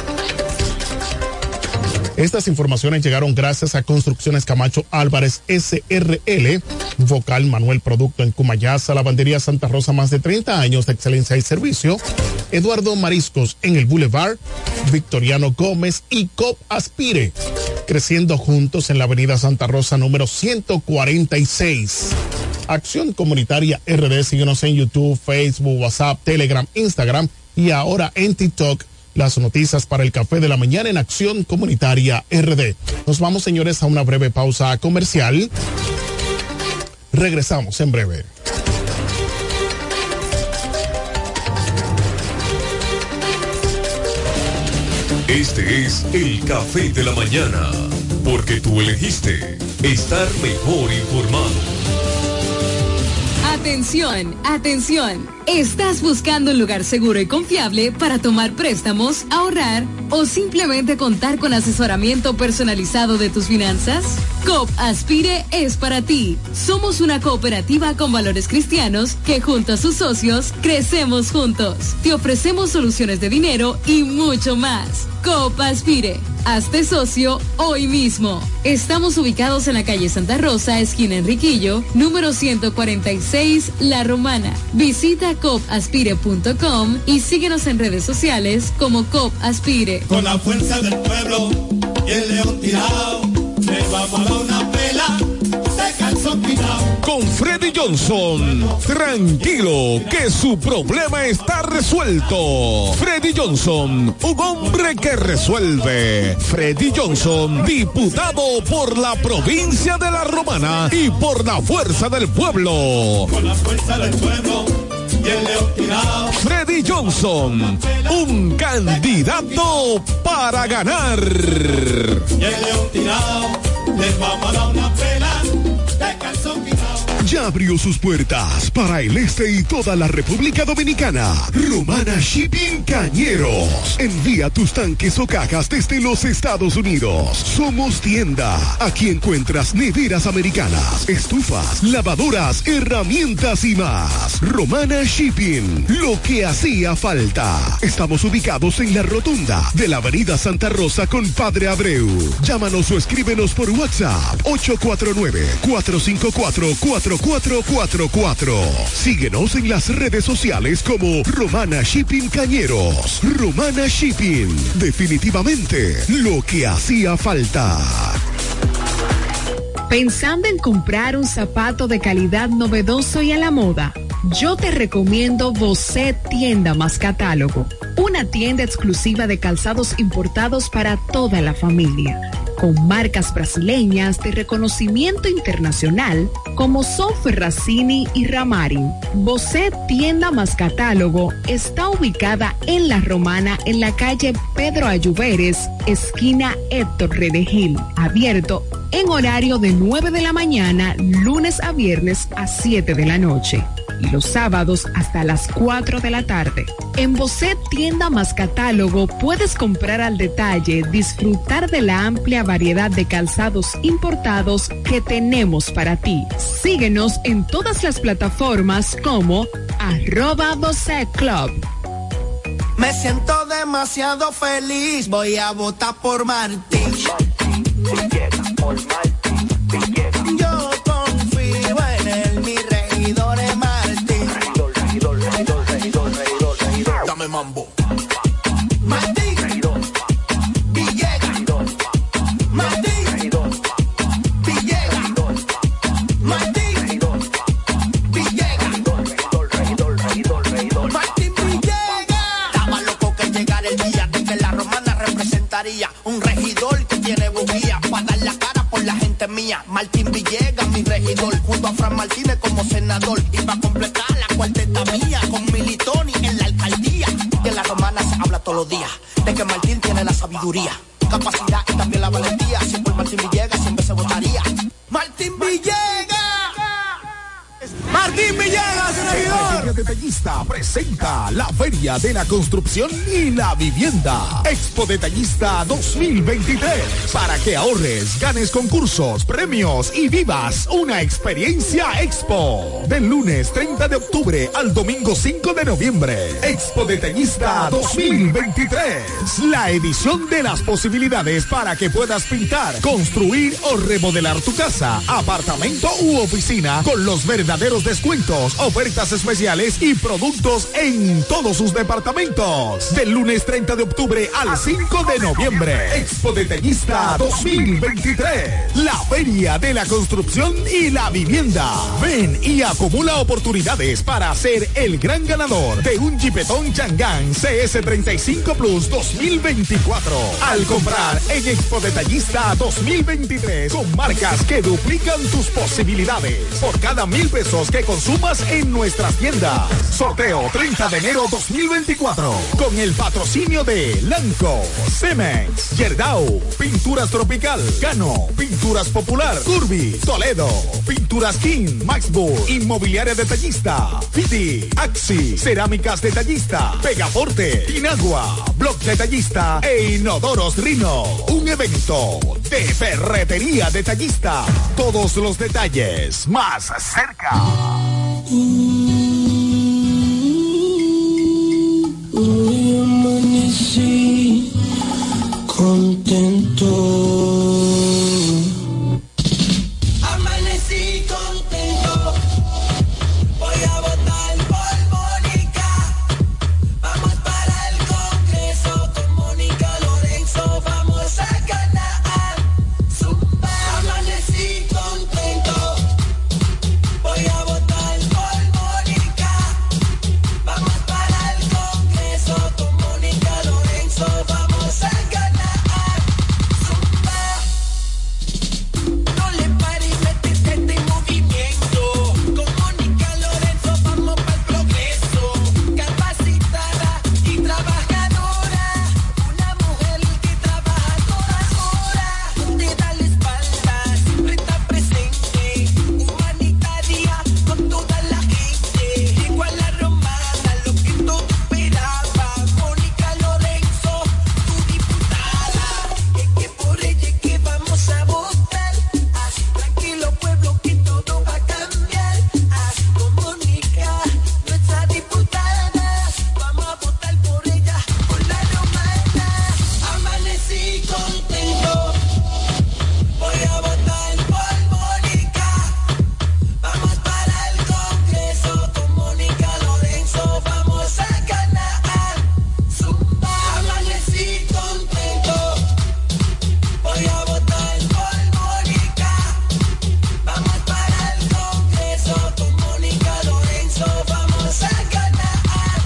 Estas informaciones llegaron gracias a Construcciones Camacho Álvarez S R L, Vocal Manuel Producto en Cumayasa, Lavandería Santa Rosa, más de treinta años de excelencia y servicio, Eduardo Mariscos en el Boulevard, Victoriano Gómez y Cop Aspire, creciendo juntos en la Avenida Santa Rosa número ciento cuarenta y seis. Acción Comunitaria R D, síguenos en YouTube, Facebook, WhatsApp, Telegram, Instagram y ahora en TikTok. Las noticias para el café de la mañana en Acción Comunitaria R D. Nos vamos, señores, a una breve pausa comercial. Regresamos en breve. Este es el café de la mañana, porque tú elegiste estar mejor informado. Atención, atención. ¿Estás buscando un lugar seguro y confiable para tomar préstamos, ahorrar o simplemente contar con asesoramiento personalizado de tus finanzas? Cop Aspire es para ti. Somos una cooperativa con valores cristianos que junto a sus socios crecemos juntos. Te ofrecemos soluciones de dinero y mucho más. Cop Aspire. Hazte socio hoy mismo. Estamos ubicados en la calle Santa Rosa, esquina Enriquillo, número ciento cuarenta y seis, La Romana. Visita cop aspire punto com y síguenos en redes sociales como Cop Aspire. Con la fuerza del pueblo y el león tirado, le vamos a dar una pela de calzón quitado. Con Freddy Johnson, tranquilo que su problema está resuelto. Freddy Johnson, un hombre que resuelve. Freddy Johnson, diputado por la provincia de La Romana y por la fuerza del pueblo. Con la fuerza del pueblo y el león tirado. Freddy Johnson, un candidato para ganar. Y el león tirado, les vamos a dar una pela de calzón quitado. Ya abrió sus puertas para el este y toda la República Dominicana. Romana Shipping Cañeros. Envía tus tanques o cajas desde los Estados Unidos. Somos tienda. Aquí encuentras neveras americanas, estufas, lavadoras, herramientas y más. Romana Shipping. Lo que hacía falta. Estamos ubicados en la rotunda de la Avenida Santa Rosa con Padre Abreu. Llámanos o escríbenos por WhatsApp ocho cuatro nueve, cuatro cinco cuatro, cuatro cuatro cuatro cuatro. Síguenos en las redes sociales como Romana Shipping Cañeros. Romana Shipping, definitivamente lo que hacía falta. ¿Pensando en comprar un zapato de calidad novedoso y a la moda? Yo te recomiendo Bosé Tienda Más Catálogo, una tienda exclusiva de calzados importados para toda la familia, con marcas brasileñas de reconocimiento internacional como Sol Ferracini y Ramarin. Bosé Tienda Más Catálogo está ubicada en La Romana, en la calle Pedro Ayuberes, esquina Héctor Redegil, abierto en horario de nueve de la mañana, lunes a viernes a siete de la noche. Y los sábados hasta las cuatro de la tarde. En Bosé Tienda Más Catálogo puedes comprar al detalle, disfrutar de la amplia variedad de calzados importados que tenemos para ti. Síguenos en todas las plataformas como arroba Bosé Club. Me siento demasiado feliz, voy a votar por Martín. Por Martín, yo confío en él, mi regidor es Martín. Regidor, regidor, regidor, regidor, regidor, regidor. Dame mambo. Martín. Regidor. Villegas. Regidor. Martín. Regidor. Villegas. Regidor. Martín. Regidor. Villegas. Regidor, regidor, regidor, regidor. Martín Villegas. mía. Martín Villegas, mi regidor, junto a Fran Martínez como senador. Y para completar la cuarteta mía, con Militoni en la alcaldía. De la romana se habla todos los días, de que Martín tiene la sabiduría, capacidad y también la valentía. Si por Martín Villegas siempre se votaría. ¡Martín Villegas! Martín Villegas, regidor. Detallista presenta la Feria de la Construcción y la Vivienda. Expo Detallista dos mil veintitrés. Para que ahorres, ganes concursos, premios y vivas una experiencia Expo. Del lunes treinta de octubre al domingo cinco de noviembre. Expo Detallista dos mil veintitrés. La edición de las posibilidades para que puedas pintar, construir o remodelar tu casa, apartamento u oficina con los verdaderos descuentos, ofertas especiales y productos en todos sus departamentos. Del lunes treinta de octubre al cinco de noviembre. Expo Detallista dos mil veintitrés. La Feria de la Construcción y la Vivienda. Ven y acumula oportunidades para ser el gran ganador de un Jeepetón Changán C S treinta y cinco Plus dos mil veinticuatro. Al comprar en Expo Detallista dos mil veintitrés con marcas que duplican tus posibilidades. Por cada mil pesos que consumas en nuestras tiendas. Sorteo treinta de enero dos mil veinticuatro. Con el patrocinio de Lanco, Cemex, Yerdau, Pinturas Tropical, Cano, Pinturas Popular, Curvi, Toledo, Pinturas King, Maxburg, Inmobiliaria Detallista, Fiti, Axi, Cerámicas Detallista, Pegaforte, Inagua, Block Detallista e Inodoros Rino. Un evento de ferretería detallista. Todos los detalles más cerca. Hoy amanecí contento. Amanecí contento. Voy a votar por Mónica. Vamos para el Congreso con Mónica Lorenzo. Vamos a ganar. Zumba. Amanecí contento. Voy a votar por Mónica. Vamos para el Congreso con Mónica Lorenzo. Vamos a ganar. Zumba. No le pares, métete en movimiento. Con Mónica Lorenzo vamos para el progreso. Capacitada y trabajadora. Una mujer que trabaja todas horas. Te da la espalda, siempre está presente. Humanitaria con toda la gente. Llegó a la romana, lo que todo esperaba. Mónica Lorenzo, tu diputada. Es que por ella es que vamos a votar. Así tranquilo pueblo que todo va a cambiar. Así con Mónica, nuestra diputada. Vamos a votar por ella, por la romana. Amanecí contento. Voy a votar por Mónica. Vamos para el Congreso con Mónica Lorenzo. Vamos a ganar. Zumba. Amanecí contento. Voy a votar por Mónica. Vamos para el Congreso con Mónica Lorenzo. Vamos a ganar.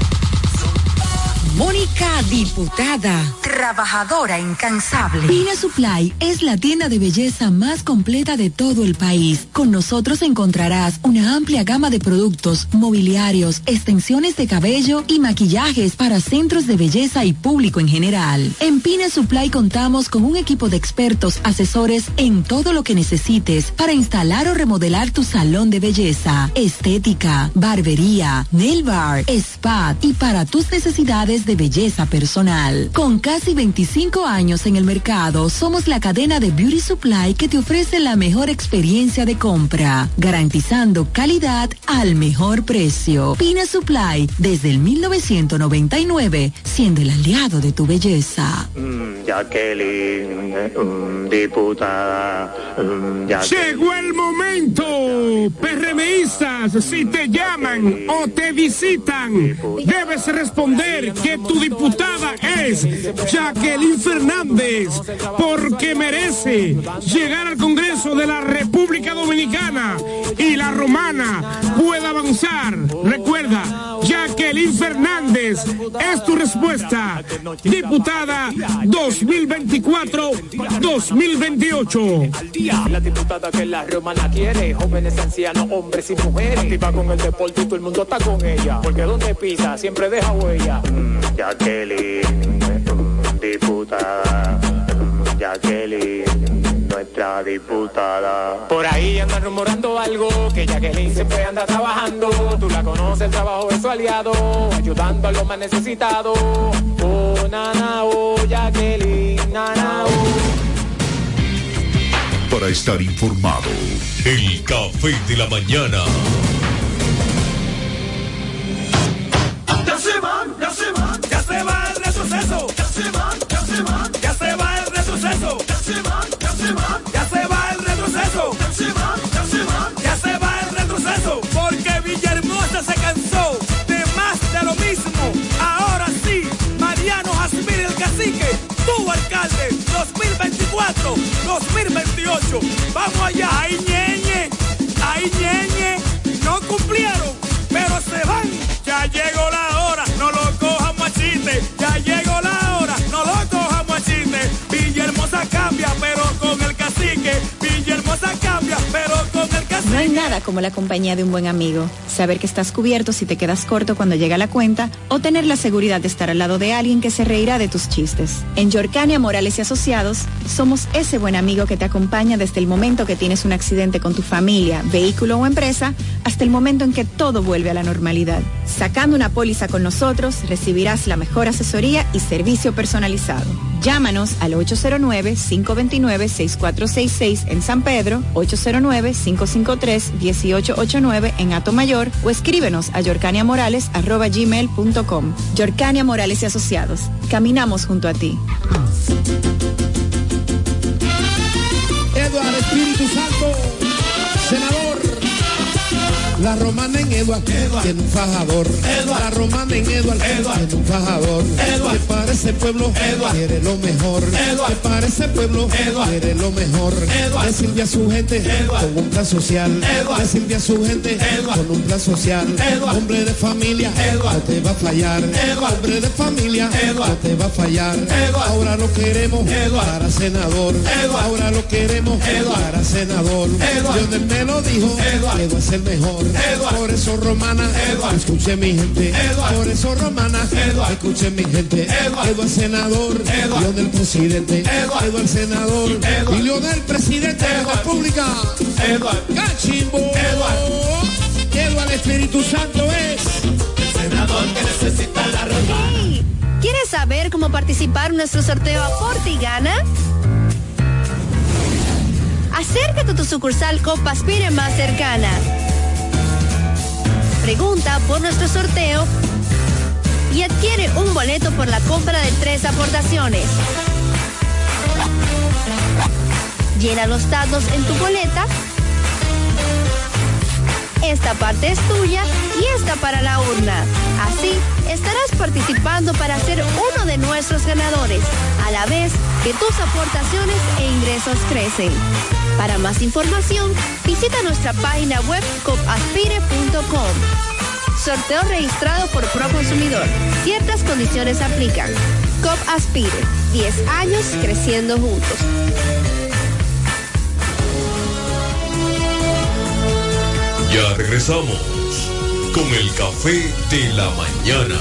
Mónica Diputada, trabajadora incansable. Pina Supply es la tienda de belleza más completa de todo el país. Con nosotros encontrarás una amplia gama de productos, mobiliarios, extensiones de cabello y maquillajes para centros de belleza y público en general. En Pina Supply contamos con un equipo de expertos asesores en todo lo que necesites para instalar o remodelar tu salón de belleza, estética, barbería, nail bar, spa y para tus necesidades de belleza personal. Con casi veinticinco años en el mercado, somos la cadena de Beauty Supply que te ofrece la mejor experiencia de compra, garantizando calidad al mejor precio. Pina Supply, desde el mil novecientos noventa y nueve, siendo el aliado de tu belleza. Mm, Jacqueline, mm, diputada. Mm, Jacqueline. Llegó el momento PRMistas, si te llaman o te visitan, debes responder que tu diputada es Jacqueline Fernández, porque merece llegar al Congreso de la República Dominicana y la Romana pueda avanzar. Recuerda, Jacqueline Fernández es tu respuesta. Diputada dos mil veinticuatro dos mil veintiocho. La diputada que la romana quiere, jóvenes, ancianos, hombres y mujeres. Activa con el deporte y todo el mundo está con ella, porque donde pisa siempre deja huella. Mm, Jacqueline, mm, diputada, mm, Jacqueline, nuestra diputada. Por ahí andan rumorando algo, que Jacqueline siempre anda trabajando. Tú la conoces, el trabajo de su aliado, ayudando a los más necesitados. Oh, nana, oh, Jacqueline, nana, oh. Para estar informado, el café de la mañana. Ya se van, ya se van, ya se va el retroceso. Ya se van, ya se van, ya se va el retroceso. Ya se van, ya se van, ya se va el retroceso. Ya se van, ya se van, ya se va el retroceso. Porque Villahermosa se cansó de más de lo mismo. Ahora sí, Mariano Jasmine el cacique, tu alcalde, dos mil veinticuatro dos mil veintiocho. Vamos allá, ahí ñeñe, ahí ñeñe. No cumplieron, pero se van. Ya llegó la hora, no lo cojamos a chiste. Ya llegó la hora, no lo cojamos a chiste. Villahermosa cambia, pero con el cacique. Villahermosa cambia, pero con el cacique. No hay nada como la compañía de un buen amigo. Saber que estás cubierto si te quedas corto cuando llega la cuenta, o tener la seguridad de estar al lado de alguien que se reirá de tus chistes. En Yorcania Morales y Asociados, somos ese buen amigo que te acompaña desde el momento que tienes un accidente con tu familia, vehículo o empresa, hasta el momento en que todo vuelve a la normalidad. Sacando una póliza con nosotros, recibirás la mejor asesoría y servicio personalizado. Llámanos al ocho cero nueve, cinco dos nueve, seis cuatro seis seis en San Pedro, ocho cero nueve, cinco cinco tres, uno ocho ocho nueve en Atomayor, o escríbenos a yorcaniamorales arroba gmail punto com. Yorcania Morales y Asociados. Caminamos junto a ti. Eduardo Espíritu Santo, senador. La romana en Eduard, Eduard tiene un fajador. Eduard. La romana en Eduard, Eduard tiene un fajador. Eduard. Que para ese pueblo Eduard quiere lo mejor. Eduard. Que para ese pueblo Eduard quiere lo mejor. Eduard. Que sirve a su gente Eduard con un plan social. Eduard. Que sirve a su gente Eduard con un plan social. Eduard. Hombre de familia Eduard no te va a fallar. Eduard. Hombre de familia Eduard no te va a fallar. Eduard. Ahora lo queremos Eduard para senador. Eduard. Ahora lo queremos Eduard para senador. Eduard. Lionel me lo dijo Eduard que va a ser mejor. Eduard. Por eso romana, Eduard, escuche mi gente. Eduard. Por eso romana, Eduard, escuche mi gente. Eduard, Eduard senador, Eduard, Lionel presidente. Eduard, Eduard senador, Eduard, y Lionel presidente Eduard de la República. Eduard, Cachimbo. Eduard, Eduard Espíritu Santo es el senador que necesita la romana. Hey, ¿quieres saber cómo participar en nuestro sorteo Aporte y Gana? Acércate a tu sucursal Copa Aspire más cercana. Pregunta por nuestro sorteo y adquiere un boleto por la compra de tres aportaciones. Llena los datos en tu boleta. Esta parte es tuya y esta para la urna. Así estarás participando para ser uno de nuestros ganadores, a la vez que tus aportaciones e ingresos crecen. Para más información, visita nuestra página web copaspire punto com. Sorteo registrado por Proconsumidor. Ciertas condiciones aplican. Copaspire, diez años creciendo juntos. Ya regresamos con el café de la mañana.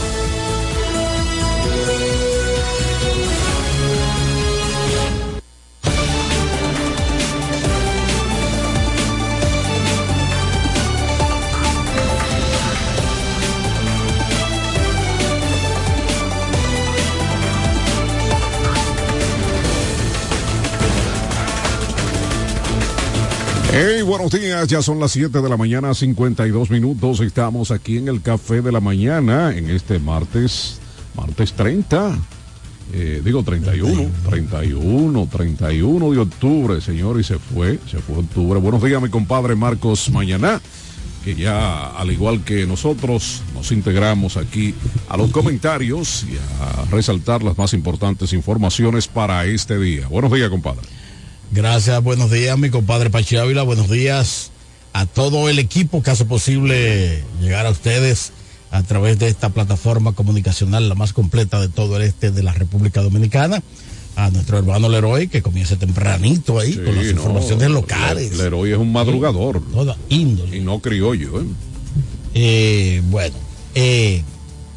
Hey, buenos días, ya son las siete de la mañana, cincuenta y dos minutos, estamos aquí en el Café de la Mañana, en este martes, martes treinta Eh, digo treinta y uno, treinta y uno, treinta y uno de octubre, señor, y se fue, se fue octubre. Buenos días, mi compadre Marcos Mañaná, que ya, al igual que nosotros, nos integramos aquí a los comentarios y a resaltar las más importantes informaciones para este día. Buenos días, compadre. Gracias, buenos días, mi compadre Pachi Ávila, buenos días a todo el equipo que hace posible llegar a ustedes a través de esta plataforma comunicacional, la más completa de todo el este de la República Dominicana, a nuestro hermano Leroy, que comienza tempranito ahí, sí, con las no, informaciones locales. Leroy es un madrugador. Sí, toda índole. Y no criollo, ¿eh? Eh, bueno, eh,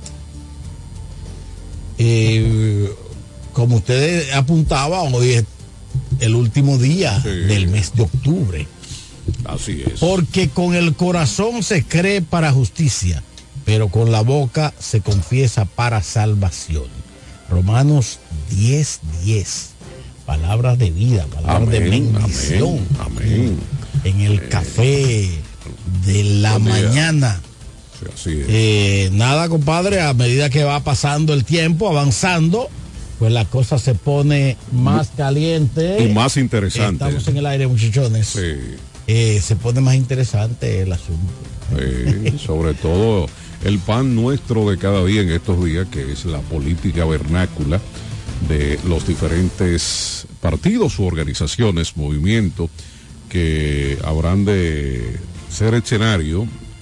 eh, como usted apuntaba, hoy es el último día sí. del mes de octubre. Así es. Porque con el corazón se cree para justicia, pero con la boca se confiesa para salvación. Romanos diez, diez. Palabras de vida, palabras amén, de bendición. Amén, amén. En el eh, café de la mañana. Sí, así es. Eh, nada, compadre, a medida que va pasando el tiempo, avanzando, pues la cosa se pone más caliente. Y más interesante. Estamos en el aire, muchachones. Sí. Eh, se pone más interesante el asunto. Sí, sobre todo el pan nuestro de cada día en estos días, que es la política vernácula de los diferentes partidos u organizaciones, movimientos, que habrán de ser escenario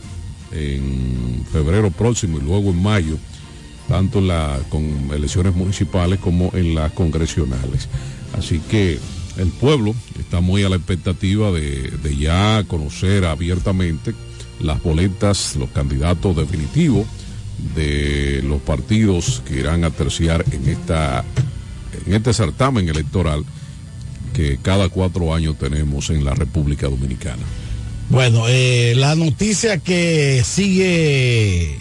en febrero próximo y luego en mayo, tanto en la, con elecciones municipales como en las congresionales. Así que el pueblo está muy a la expectativa de, de ya conocer abiertamente las boletas, los candidatos definitivos de los partidos que irán a terciar en esta en este certamen electoral que cada cuatro años tenemos en la República Dominicana. Bueno, eh, la noticia que sigue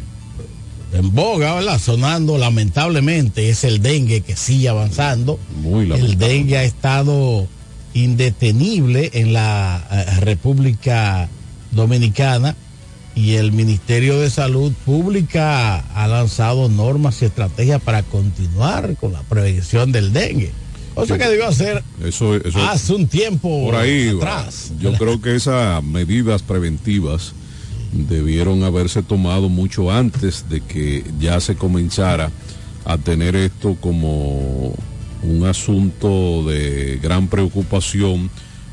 en boga, ¿verdad?, sonando lamentablemente, es el dengue, que sigue avanzando. Muy lamentable. El dengue ha estado indetenible en la uh, República Dominicana, y el Ministerio de Salud Pública ha lanzado normas y estrategias para continuar con la prevención del dengue, cosa sí, que debió hacer eso, eso, hace un tiempo por ahí atrás. Yo creo que esas medidas preventivas debieron haberse tomado mucho antes de que ya se comenzara a tener esto como un asunto de gran preocupación,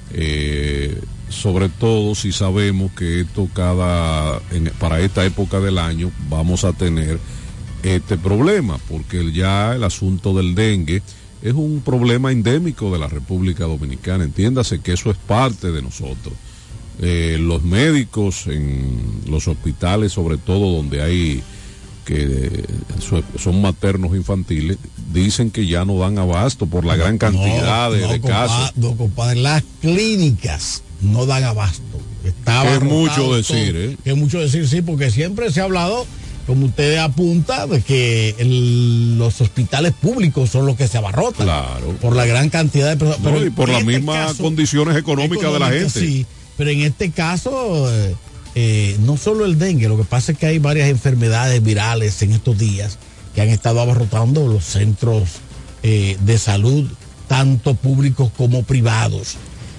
eh, sobre todo si sabemos que esto cada en, para esta época del año vamos a tener este problema, porque ya el asunto del dengue es un problema endémico de la República Dominicana. Entiéndase que eso es parte de nosotros. Eh, los médicos en los hospitales, sobre todo donde hay que son maternos infantiles, dicen que ya no dan abasto por la gran cantidad no, de, no, de compadre, casos. No, compadre, las clínicas no dan abasto. Estaba es mucho decir, todo, ¿eh? Que es mucho decir, sí, porque siempre se ha hablado, como usted apunta, de que el, los hospitales públicos son los que se abarrotan. Claro. Por la gran cantidad de personas. No, pero y por las este mismas caso, condiciones económicas de la gente. Sí, pero en este caso, eh, eh, no solo el dengue, lo que pasa es que hay varias enfermedades virales en estos días que han estado abarrotando los centros eh, de salud, tanto públicos como privados.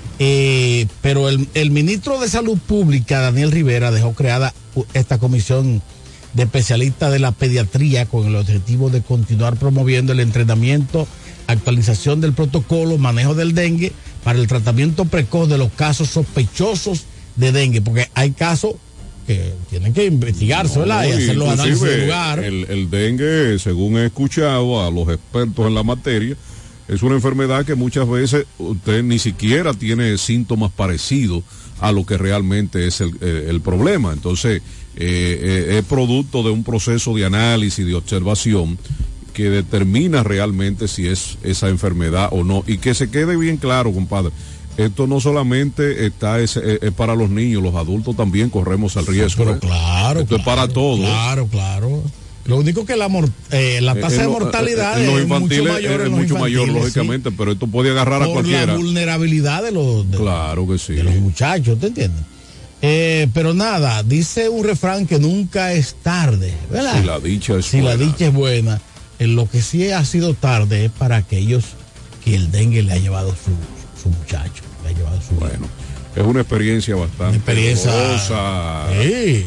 Eh, pero el, el ministro de Salud Pública, Daniel Rivera, dejó creada esta comisión de especialistas de la pediatría con el objetivo de continuar promoviendo el entrenamiento, actualización del protocolo, manejo del dengue para el tratamiento precoz de los casos sospechosos de dengue, porque hay casos que tienen que investigarse, ¿verdad? No, y hacer los análisis de lugar. El, el dengue, según he escuchado a los expertos en la materia, es una enfermedad que muchas veces usted ni siquiera tiene síntomas parecidos a lo que realmente es el, el, el problema. Entonces, eh, eh, es producto de un proceso de análisis, de observación, que determina realmente si es esa enfermedad o no. Y que se quede bien claro, compadre, esto no solamente está es, es, es para los niños, los adultos también corremos el riesgo. Pero claro, esto claro, es para todos. Claro, claro. Lo único que la, eh, la tasa en de lo, mortalidad en los es infantiles mucho mayor, es, en es mucho mayor, lógicamente, sí, pero esto puede agarrar por a cualquiera. La vulnerabilidad de los, de, claro que sí, de los muchachos, ¿te entiendes? Eh, pero nada, dice un refrán que nunca es tarde, ¿verdad? Si la dicha es si buena. la dicha es buena. En lo que sí ha sido tarde es para aquellos que el dengue le ha llevado su, su muchacho, le ha llevado su bueno, es una experiencia bastante una experiencia dolorosa, sí.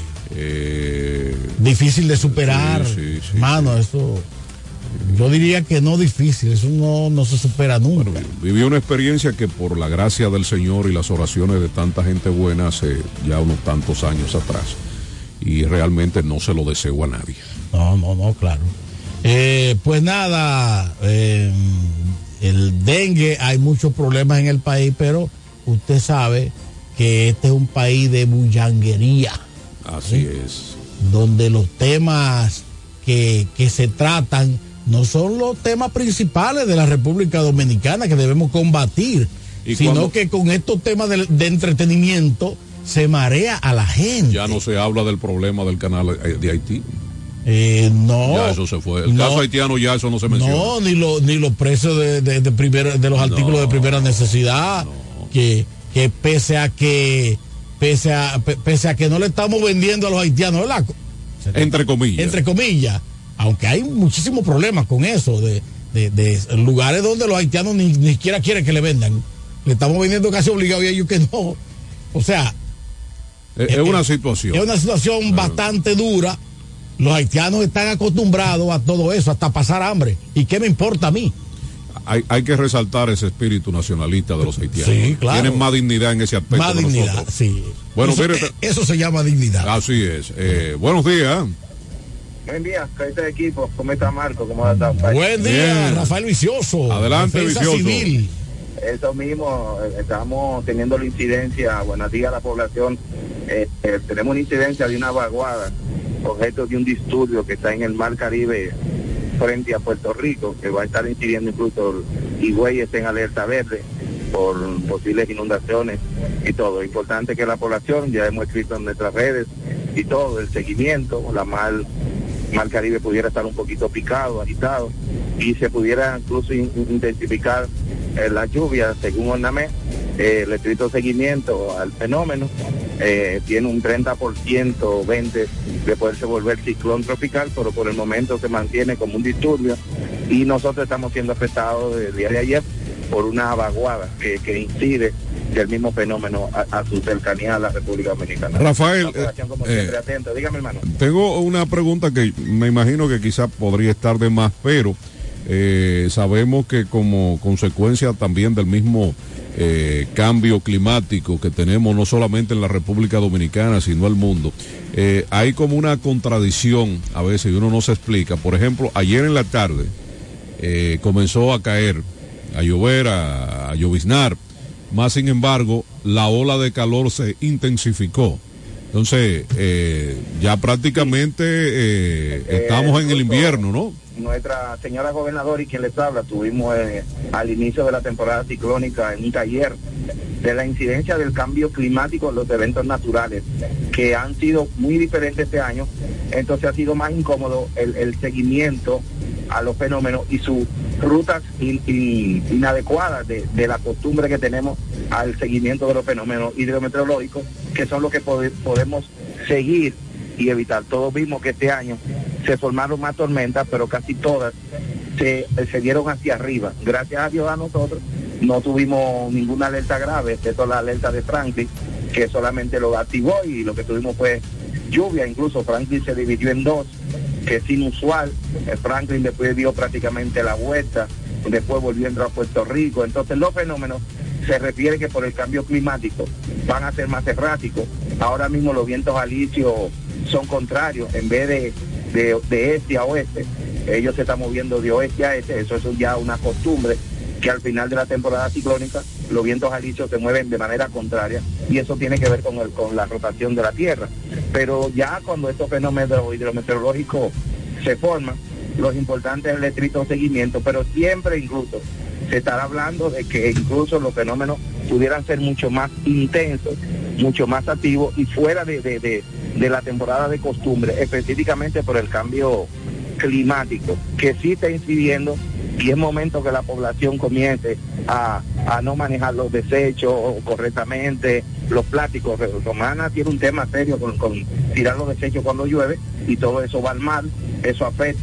eh, difícil de superar, sí, sí, sí, hermano, sí. eso yo diría que no difícil, eso no, no se supera nunca. Bueno, viví una experiencia que por la gracia del Señor y las oraciones de tanta gente buena hace ya unos tantos años atrás, y realmente no se lo deseo a nadie. No, no, no, claro. Eh, pues nada, eh, el dengue, hay muchos problemas en el país, pero usted sabe que este es un país de bullanguería. Así ¿eh? es. Donde los temas que, que se tratan no son los temas principales de la República Dominicana que debemos combatir, sino cuando, que con estos temas de, de entretenimiento se marea a la gente. Ya no se habla del problema del canal de Haití. Eh, no. Ya eso se fue. El no, caso haitiano ya eso no se menciona. No, ni, lo, ni los precios de, de, de, primera, de los artículos no, de primera necesidad, no. que, que pese a que pese a, pese a que no le estamos vendiendo a los haitianos, ¿verdad? Entre comillas. Entre comillas. Aunque hay muchísimos problemas con eso, de, de, de lugares donde los haitianos ni, ni siquiera quieren que le vendan. Le estamos vendiendo casi obligado y ellos que no. O sea... Es, es una situación. Es una situación uh-huh. bastante dura. Los haitianos están acostumbrados a todo eso, hasta pasar hambre. ¿Y qué me importa a mí? Hay, hay que resaltar ese espíritu nacionalista de los haitianos. Sí, claro. Tienen más dignidad en ese aspecto. Más que dignidad, nosotros. sí. Bueno, eso, mire, eso se llama dignidad. Así es. Eh, buenos días. Buen día, este equipo, ¿cómo está Marco? ¿Cómo está? Buen día, bien. Rafael Vicioso. Adelante, Defensa Vicioso. Civil. Eso mismo, estamos teniendo la incidencia, buenos días a la población, eh, eh, tenemos una incidencia de una vaguada, objeto de un disturbio que está en el Mar Caribe frente a Puerto Rico, que va a estar incidiendo incluso Higüey está en alerta verde por posibles inundaciones y todo. Importante que la población, ya hemos escrito en nuestras redes y todo, el seguimiento, la mal Mar Caribe pudiera estar un poquito picado, agitado, y se pudiera incluso in, intensificar eh, la lluvia, según ONAME, eh, el estricto seguimiento al fenómeno, eh, tiene un treinta por ciento, veinte por ciento de poderse volver ciclón tropical, pero por el momento se mantiene como un disturbio, y nosotros estamos siendo afectados desde el día de ayer por una vaguada que, que incide del mismo fenómeno a, a su cercanía a la República Dominicana. Rafael, como eh, siempre, atento. Dígame, hermano. Tengo una pregunta que me imagino que quizás podría estar de más, pero eh, sabemos que como consecuencia también del mismo eh, cambio climático que tenemos no solamente en la República Dominicana, sino el mundo, eh, hay como una contradicción a veces y uno no se explica. Por ejemplo, ayer en la tarde eh, comenzó a caer, a llover, a, a lloviznar. Más sin embargo, la ola de calor se intensificó. Entonces, eh, ya prácticamente eh, estamos eh, en el invierno, ¿no? Nuestra señora gobernadora y quien les habla, tuvimos eh, al inicio de la temporada ciclónica en un taller de la incidencia del cambio climático en los eventos naturales, que han sido muy diferentes este año. Entonces ha sido más incómodo el, el seguimiento a los fenómenos y sus rutas in, in, inadecuadas de, de la costumbre que tenemos al seguimiento de los fenómenos hidrometeorológicos, que son los que pode, podemos seguir y evitar. Todos vimos que este año se formaron más tormentas, pero casi todas se, se dieron hacia arriba. Gracias a Dios a nosotros no tuvimos ninguna alerta grave, excepto la alerta de Franklin, que solamente lo activó, y lo que tuvimos fue lluvia. Incluso Franklin se dividió en dos, que es inusual. Franklin después dio prácticamente la vuelta, después volvió a entrar a Puerto Rico. Entonces los fenómenos se refiere que por el cambio climático van a ser más erráticos. Ahora mismo los vientos alisios son contrarios, en vez de, de, de este a oeste, ellos se están moviendo de oeste a este. Eso es ya una costumbre, que al final de la temporada ciclónica los vientos alisios se mueven de manera contraria, y eso tiene que ver con, el, con la rotación de la Tierra. Pero ya cuando estos fenómenos hidrometeorológicos se forman, lo importante es el estricto seguimiento, pero siempre incluso se estará hablando de que incluso los fenómenos pudieran ser mucho más intensos, mucho más activos y fuera de, de, de, de la temporada de costumbre, específicamente por el cambio climático, que sí está incidiendo, y es momento que la población comience a, a no manejar los desechos correctamente, los plásticos. Romana tiene un tema serio con, con tirar los desechos cuando llueve, y todo eso va al mar, eso afecta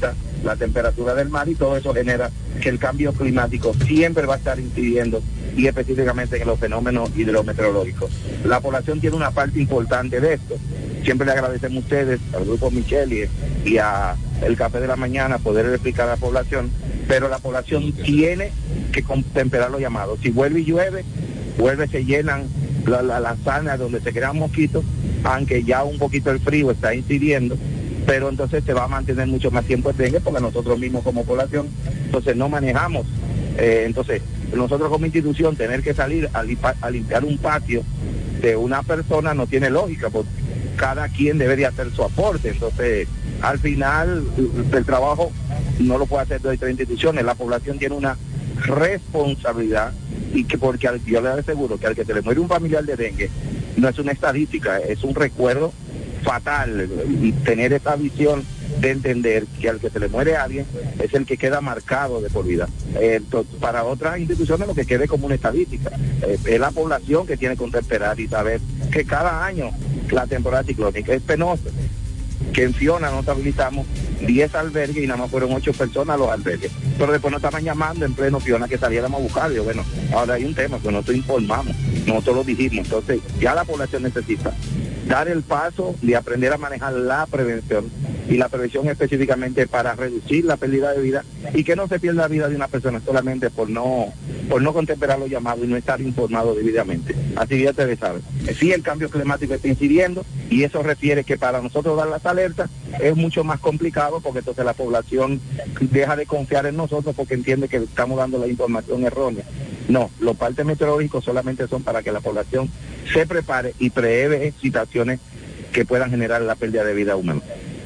la temperatura del mar, y todo eso genera que el cambio climático siempre va a estar incidiendo, y específicamente en los fenómenos hidrometeorológicos. La población tiene una parte importante de esto. Siempre le agradecemos a ustedes, al Grupo Micheli y a El Café de la Mañana, poder explicar a la población, pero la población tiene que contemperar los llamados. Si vuelve y llueve, vuelve, se llenan las la, la zonas donde se crean mosquitos, aunque ya un poquito el frío está incidiendo, pero entonces se va a mantener mucho más tiempo el dengue, porque nosotros mismos como población, entonces no manejamos, eh, entonces nosotros como institución tener que salir a, lipa, a limpiar un patio de una persona no tiene lógica, porque cada quien debería hacer su aporte. Entonces al final el trabajo no lo puede hacer de otras instituciones, la población tiene una responsabilidad, y que porque al, yo le aseguro que al que se le muere un familiar de dengue no es una estadística, es un recuerdo fatal, y tener esa visión de entender que al que se le muere a alguien es el que queda marcado de por vida. Eh, entonces, para otras instituciones lo que quede como una estadística, eh, es la población que tiene que contemperar y saber que cada año la temporada ciclónica es penosa, que en Fiona nos habilitamos diez albergues y nada más fueron ocho personas a los albergues, pero después nos estaban llamando en pleno Fiona que saliéramos a buscar. Yo, bueno, ahora hay un tema que nosotros informamos, nosotros lo dijimos, entonces ya la población necesita dar el paso de aprender a manejar la prevención, y la prevención específicamente para reducir la pérdida de vida, y que no se pierda la vida de una persona solamente por no por no contemperar los llamados y no estar informado debidamente. Así que ya ustedes saben, sí, el cambio climático está incidiendo, y eso refiere que para nosotros dar las alertas es mucho más complicado, porque entonces la población deja de confiar en nosotros porque entiende que estamos dando la información errónea. No, los partes meteorológicos solamente son para que la población se prepare y prevé situaciones que puedan generar la pérdida de vida humana.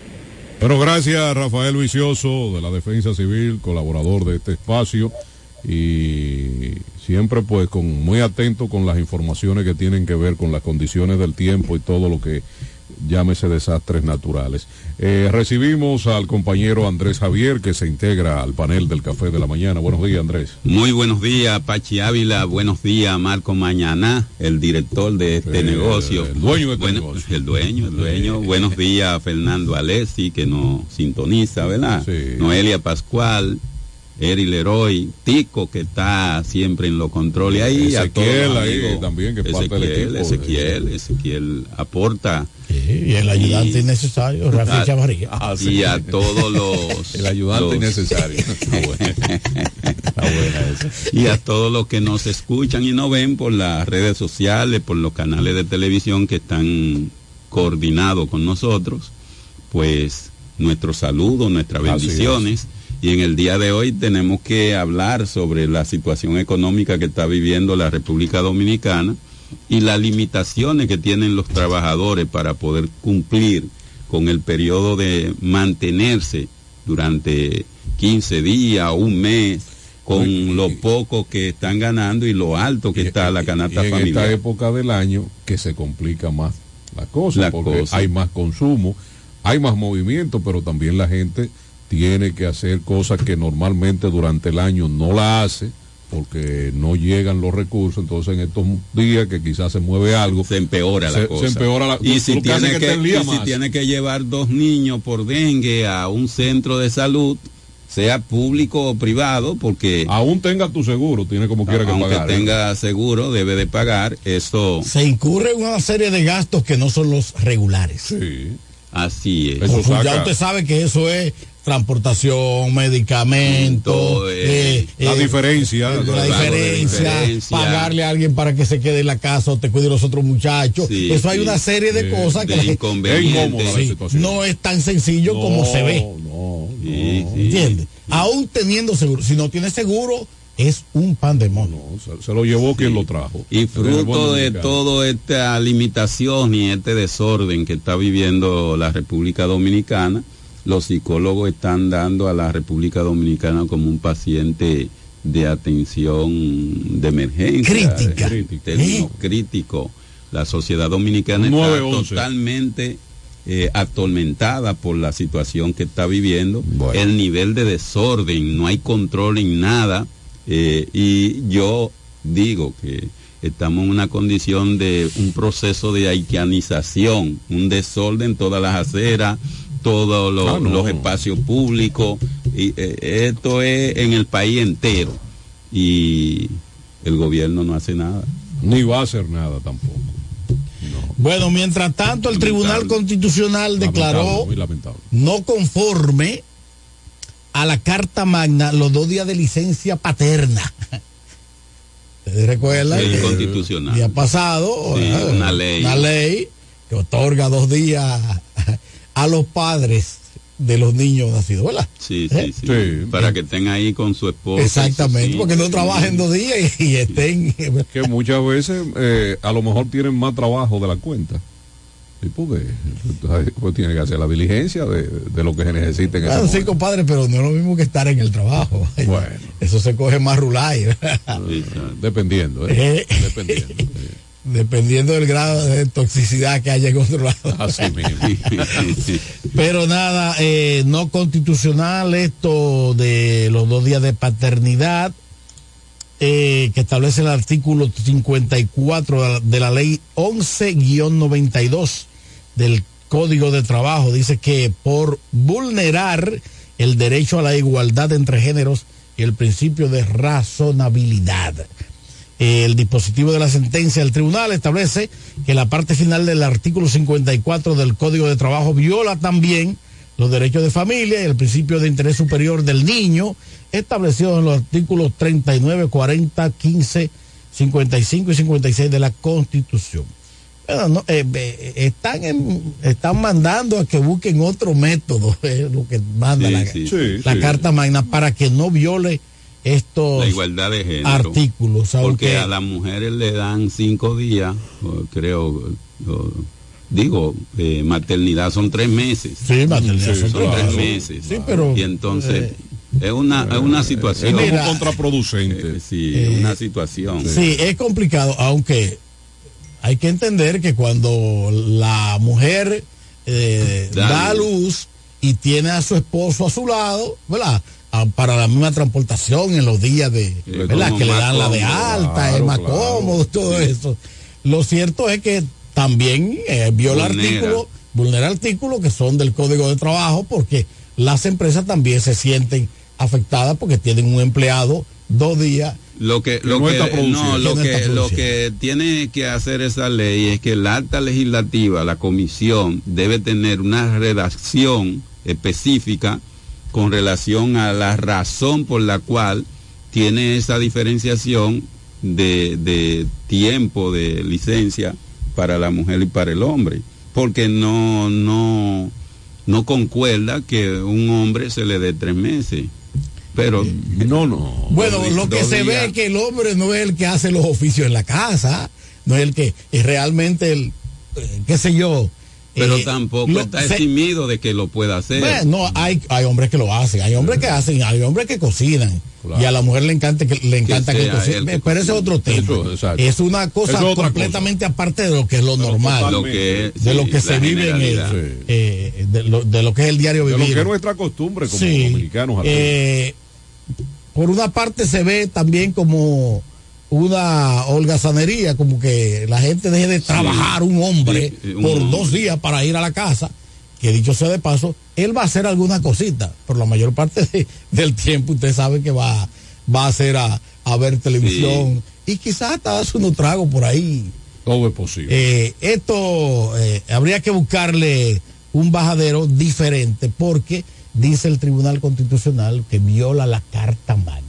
Pero gracias, Rafael Vicioso, de la Defensa Civil, colaborador de este espacio, y siempre pues con muy atento con las informaciones que tienen que ver con las condiciones del tiempo y todo lo que llámese desastres naturales. Eh, recibimos al compañero Andrés Javier, que se integra al panel del Café de la Mañana. Buenos días, Andrés. Muy buenos días, Pachi Ávila. Buenos días, Marco Mañaná, el director de este eh, negocio. El dueño de este bueno, negocio. El dueño, el dueño. Eh, buenos días, Fernando Alessi, que nos sintoniza, ¿verdad? Sí. Noelia Pascual, Eri Leroy, Tico, que está siempre en los controles ahí. Ezequiel a ahí también, que parte del equipo. Ezequiel, Ezequiel aporta. Sí, y el ayudante y, innecesario, Rafael Chavarría. Ah, sí. Y a todos los... el ayudante los, innecesario. Está buena. Está buena esa. Y a todos los que nos escuchan y nos ven por las redes sociales, por los canales de televisión que están coordinados con nosotros, pues nuestros saludos, nuestras bendiciones. Y en el día de hoy tenemos que hablar sobre la situación económica que está viviendo la República Dominicana y las limitaciones que tienen los trabajadores para poder cumplir con el periodo de mantenerse durante quince días, un mes, con y, lo poco que están ganando y lo alto que y, está la canasta y en familiar. En esta época del año que se complica más la cosa, la porque cosa. hay más consumo, hay más movimiento, pero también la gente tiene que hacer cosas que normalmente durante el año no la hace porque no llegan los recursos. Entonces en estos días que quizás se mueve algo, se empeora se, la cosa. Se empeora la, y si, tiene que, que y si más. tiene que llevar dos niños por dengue a un centro de salud, sea público o privado, porque aún tenga tu seguro, tiene como quiera que pagar. Aunque tenga seguro, debe de pagar. Eso se incurre en una serie de gastos que no son los regulares. Sí. Así es. Eso saca. Ya usted sabe que eso es transportación, medicamentos, eh, eh, la, eh, diferencia, la, la diferencia, diferencia, pagarle a alguien para que se quede en la casa o te cuide los otros muchachos. Sí, eso hay sí, una serie de, de cosas de que inconvenientes. Sí, no es tan sencillo no, como se ve. No, sí, no, sí. ¿Entiendes? Sí. Aún teniendo seguro, si no tiene seguro, es un pandemonio. No, se, se lo llevó quien sí. lo trajo. Y fruto de toda esta limitación y este desorden que está viviendo la República Dominicana, los psicólogos están dando a la República Dominicana como un paciente de atención de emergencia. Crítica. De, ¿Eh? Crítico. La sociedad dominicana está totalmente eh, atormentada por la situación que está viviendo. Bueno. El nivel de desorden, no hay control en nada. Eh, y yo digo que estamos en una condición de un proceso de haitianización, un desorden en todas las aceras, todos los, ah, no. los espacios públicos, Y, eh, esto es en el país entero y el gobierno no hace nada. Ni va a hacer nada tampoco. Bueno, mientras tanto, el Tribunal Constitucional declaró no conforme a la Carta Magna los dos días de licencia paterna. ¿Ustedes recuerdan? Sí, constitucional. Día pasado, sí, ¿verdad? una ley. Una ley que otorga dos días a los padres de los niños nacidos, ¿verdad? Sí, sí, ¿Eh? sí, sí. Para que estén ahí con su esposa. Exactamente, porque no trabajen dos días y, y estén... Que muchas veces eh, a lo mejor tienen más trabajo de la cuenta. Sí, porque pues, tiene que hacer la diligencia de, de lo que se necesita en Claro, ese sí, compadre, pero no es lo mismo que estar en el trabajo. Bueno. Eso se coge más rulay. Sí, dependiendo, ¿eh? Eh, Dependiendo. Sí. Dependiendo del grado de toxicidad que haya en otro lado. Así mismo. Pero nada, eh, no constitucional esto de los dos días de paternidad, eh, que establece el artículo cincuenta y cuatro de la ley once guión noventa y dos del Código de Trabajo. Dice que por vulnerar el derecho a la igualdad entre géneros y el principio de razonabilidad. El dispositivo de la sentencia del tribunal establece que la parte final del artículo cincuenta y cuatro del Código de Trabajo viola también los derechos de familia y el principio de interés superior del niño, establecido en los artículos treinta y nueve, cuarenta, quince, cincuenta y cinco y cincuenta y seis de la Constitución. Bueno, no, eh, eh, están, en, están mandando a que busquen otro método, eh, lo que manda Sí, la, sí, la sí. Carta Magna, para que no viole estos La igualdad de género. artículos. Porque aunque- a las mujeres le dan cinco días, o creo, o- digo, eh, maternidad son tres meses. Sí, maternidad son, son tres tres meses. Sí, pero, y entonces eh, es una es una situación Es Mira, como contraproducente. eh, sí, eh, una situación. Sí, es complicado, aunque hay que entender que cuando la mujer eh, Da da a luz y tiene a su esposo a su lado, ¿verdad? Ah, para la misma transportación en los días de, Es ¿verdad? como Que le más dan la de cómodo, alta, es claro, más claro. cómodo, todo Sí. eso. Lo cierto es que también eh, viola Vulnera. artículos, vulnera artículos que son del Código de Trabajo, porque las empresas también se sienten afectadas porque tienen un empleado dos días. Lo que, Que lo no que, está produciendo. no, lo Que no que, está lo produciendo. que tiene que hacer esa ley es que el acta legislativa, la comisión, debe tener una redacción específica con relación a la razón por la cual tiene esa diferenciación de, de tiempo de licencia para la mujer y para el hombre, porque no, no, no concuerda que un hombre se le dé tres meses. Pero no, no. Bueno, Dos lo que días. se ve es que el hombre no es el que hace los oficios en la casa, no es el que es realmente el, eh, qué sé yo. Pero eh, tampoco lo- está se- eximido de que lo pueda hacer. Bueno, no, hay, hay hombres que lo hacen, hay hombres que hacen, hay hombres que cocinan. Claro. Y a la mujer le encanta que le encanta que, sea cocine. él que Pero ese es otro tema. Eso, exacto. es una cosa Eso es otra completamente aparte de lo que es lo Pero normal. lo totalmente. que es, de lo sí, que se la vive en el, generalidad. Sí. eh, de, lo, de lo que es el diario De lo vivir. que es nuestra costumbre como Sí. dominicanos. aquí. Eh, por una parte se ve también como una holgazanería, como que la gente deje de trabajar un hombre Sí, un por hombre. dos días para ir a la casa, que dicho sea de paso, él va a hacer alguna cosita, pero la mayor parte de- del tiempo usted sabe que va, va a hacer a, a ver televisión y quizás hasta darse unos tragos por ahí. Todo es posible. Eh, esto eh, habría que buscarle un bajadero diferente porque dice el Tribunal Constitucional que viola la Carta Magna.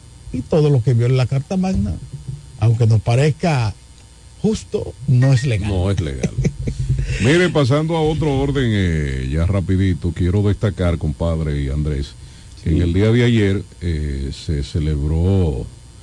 Y todo lo que viola la Carta Magna, aunque nos parezca justo, no es legal. No es legal. Mire, pasando a otro orden, eh, ya rapidito, quiero destacar, compadre y Andrés, que en el día de ayer eh, se celebró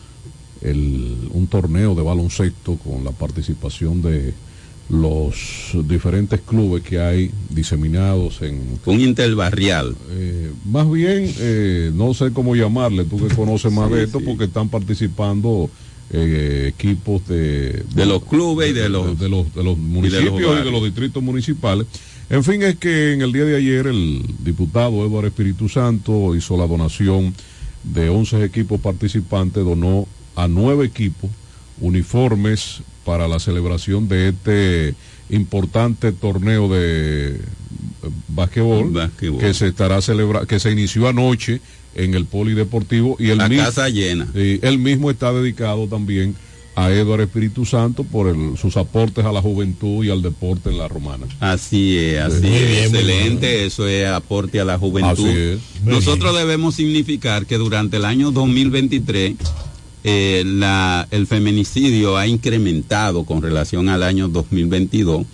el, un torneo de baloncesto con la participación de los diferentes clubes que hay diseminados en... Un interbarrial. Eh, más bien, eh, no sé cómo llamarle, tú que conoces más Sí, de esto, sí. porque están participando eh, equipos de... De los clubes y de los- de los, de los municipios y de, barrios. los distritos municipales. En fin, es que en el día de ayer el diputado Eduardo Espíritu Santo hizo la donación de once equipos participantes, donó a nueve equipos uniformes para la celebración de este importante torneo de basquetbol, Basquetbol. que se estará celebrando, que se inició anoche en el polideportivo y el La mismo, casa llena. y él mismo está dedicado también a Eduardo Espíritu Santo por el, sus aportes a la juventud y al deporte en la Romana. Así es, así Muy es, bien, excelente, muy eso es aporte a la juventud. Así es. Nosotros debemos significar que durante el año dos mil veintitrés eh, la, el feminicidio ha incrementado con relación al año dos mil veintidós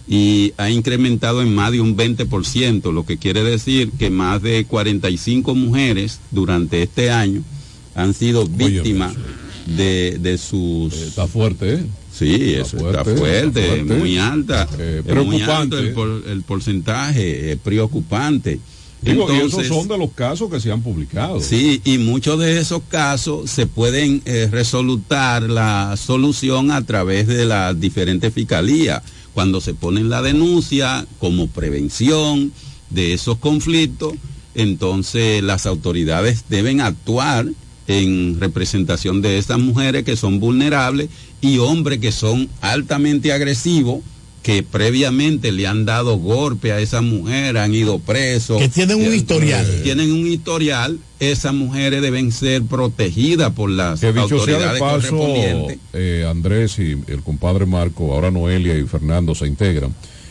y ha incrementado en más de un veinte por ciento, lo que quiere decir que más de cuarenta y cinco mujeres durante este año han sido víctimas de, de sus... Está fuerte, ¿eh? Sí, eso está fuerte, está fuerte, está fuerte. Muy alta. Eh, es muy preocupante. alto el, por, el porcentaje, es preocupante. Digo, Entonces, y esos son de los casos que se han publicado. Sí, y muchos de esos casos se pueden eh, resolutar la solución a través de las diferentes fiscalías. Cuando se pone la denuncia como prevención de esos conflictos, entonces las autoridades deben actuar en representación de estas mujeres que son vulnerables y hombres que son altamente agresivos, que previamente le han dado golpe a esa mujer, han ido presos. Que tienen un historial. Tienen un historial, esas mujeres deben ser protegidas por las Que dicho sea autoridades de paso, correspondientes. eh, Andrés y el compadre Marco, ahora Noelia y Fernando se integran.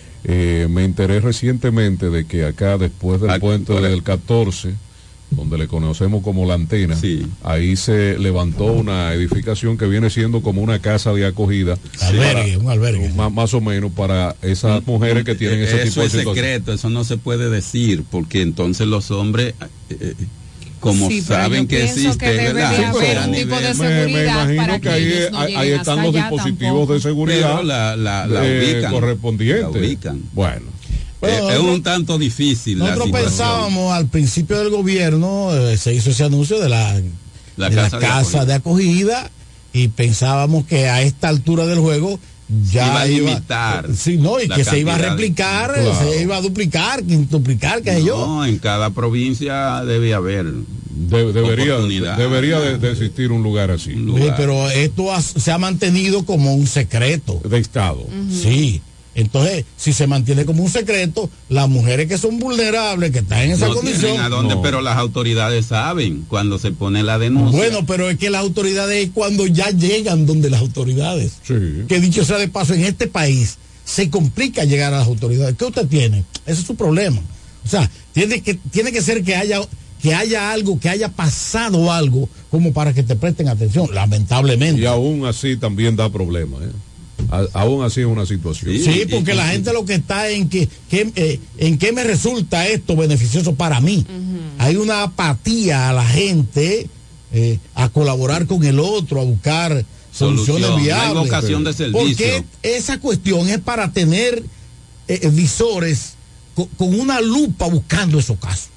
Eh, me enteré recientemente de que acá, después del Aquí, puente correcto. del catorce, donde le conocemos como La Antena, Sí. ahí se levantó una edificación que viene siendo como una casa de acogida. Albergue, para- un albergue. Más, más o menos para esas mujeres que tienen ese Eso tipo de es situación. secreto, eso no se puede decir, porque entonces los hombres, eh, como Sí, pero saben yo que pienso existe, que debe ¿verdad? de Sí, haber pero a un tipo nivel- de Me, me seguridad imagino para que que ahí, ellos no ahí- lleguen ahí hasta están los allá dispositivos tampoco. de seguridad Pero la, la, la eh, ubican. correspondientes. La ubican. Bueno. Bueno, Eh, es nosotros- un tanto difícil la Nosotros situación. pensábamos al principio del gobierno, eh, se hizo ese anuncio de la, La de la casa de casa de acogida y pensábamos que a esta altura del juego ya Iba a iba, limitar sí, no, y la que se iba a cantidad de- replicar, Claro. se iba a duplicar, quintuplicar, qué sé yo. No, en cada provincia debe haber De- debería oportunidad. debería de, de existir un lugar así. Un lugar. Sí, pero esto ha- se ha mantenido como un secreto. De Estado. Sí. Entonces, si se mantiene como un secreto, las mujeres que son vulnerables, que están en esa No condición. tienen a dónde, No. pero las autoridades saben cuando se pone la denuncia. Bueno, pero es que las autoridades es cuando ya llegan donde las autoridades. Sí. Que dicho sea de paso, en este país se complica llegar a las autoridades. ¿Qué usted tiene? Ese es su problema. O sea, tiene que, tiene que ser que haya, que haya algo, que haya pasado algo, como para que te presten atención, lamentablemente. Y aún así también da problemas. ¿eh? A- aún así es una situación. Sí, porque la gente lo que está en que, que, eh, en qué me resulta esto beneficioso para mí. Hay una apatía a la gente eh, a colaborar con el otro, a buscar soluciones Solución, no hay viables. vocación de servicio. Porque esa cuestión es para tener eh, visores co- con, una lupa buscando esos casos.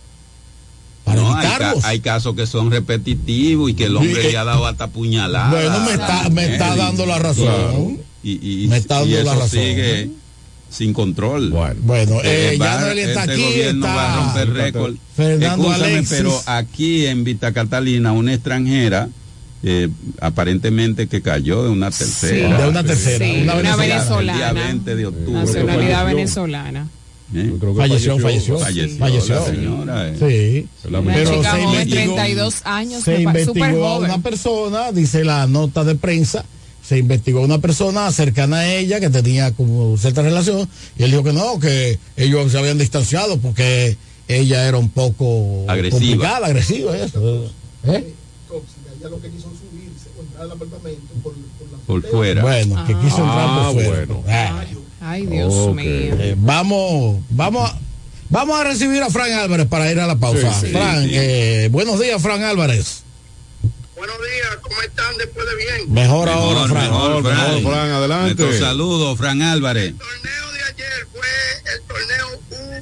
Para No, hay, ca- evitarlos. hay casos que son repetitivos y que el hombre Sí, le ha dado hasta puñalada. Bueno, me está, me está dando la razón. Claro. Y, y, Me está y dando la eso razón. sigue sin control. Bueno, Eh, eh, ya va- Noel está este aquí, gobierno está va a romper récord. Fernando Escúchame, Alexis. pero aquí en Vita Catalina, una extranjera, eh, aparentemente que cayó de una tercera. Sí, de una tercera, Sí, una una venezolana. El día venezolana. veinte de octubre. Nacionalidad venezolana. ¿Eh? Creo que Falleció, falleció. Falleció, Falleció. la señora. eh. Sí. Una Pero chica se joven, investigó, treinta y dos años, se me pa- súper investigó a joven. una persona, dice la nota de prensa, se investigó a una persona cercana a ella que tenía como cierta relación y él dijo que no, que ellos se habían distanciado porque ella era un poco Agresiva. complicada, agresiva. Eso. ¿Eh? Ella lo que quiso subirse o entrar al apartamento por, por la Por fuera. Bueno, que quiso entrar Ah, por fuera. bueno. Ah. Ay, Dios Ok. mío. Eh, vamos, vamos a, vamos a recibir a Fran Álvarez para ir a la pausa. Sí, sí, Fran, sí. eh, buenos días, Fran Álvarez. Buenos días, ¿cómo están después de bien? Mejor, ahora, Mejor, Fran. mejor, Fran, Fran. Fran, adelante. Nuestro saludo, Fran Álvarez. El torneo de ayer fue el torneo U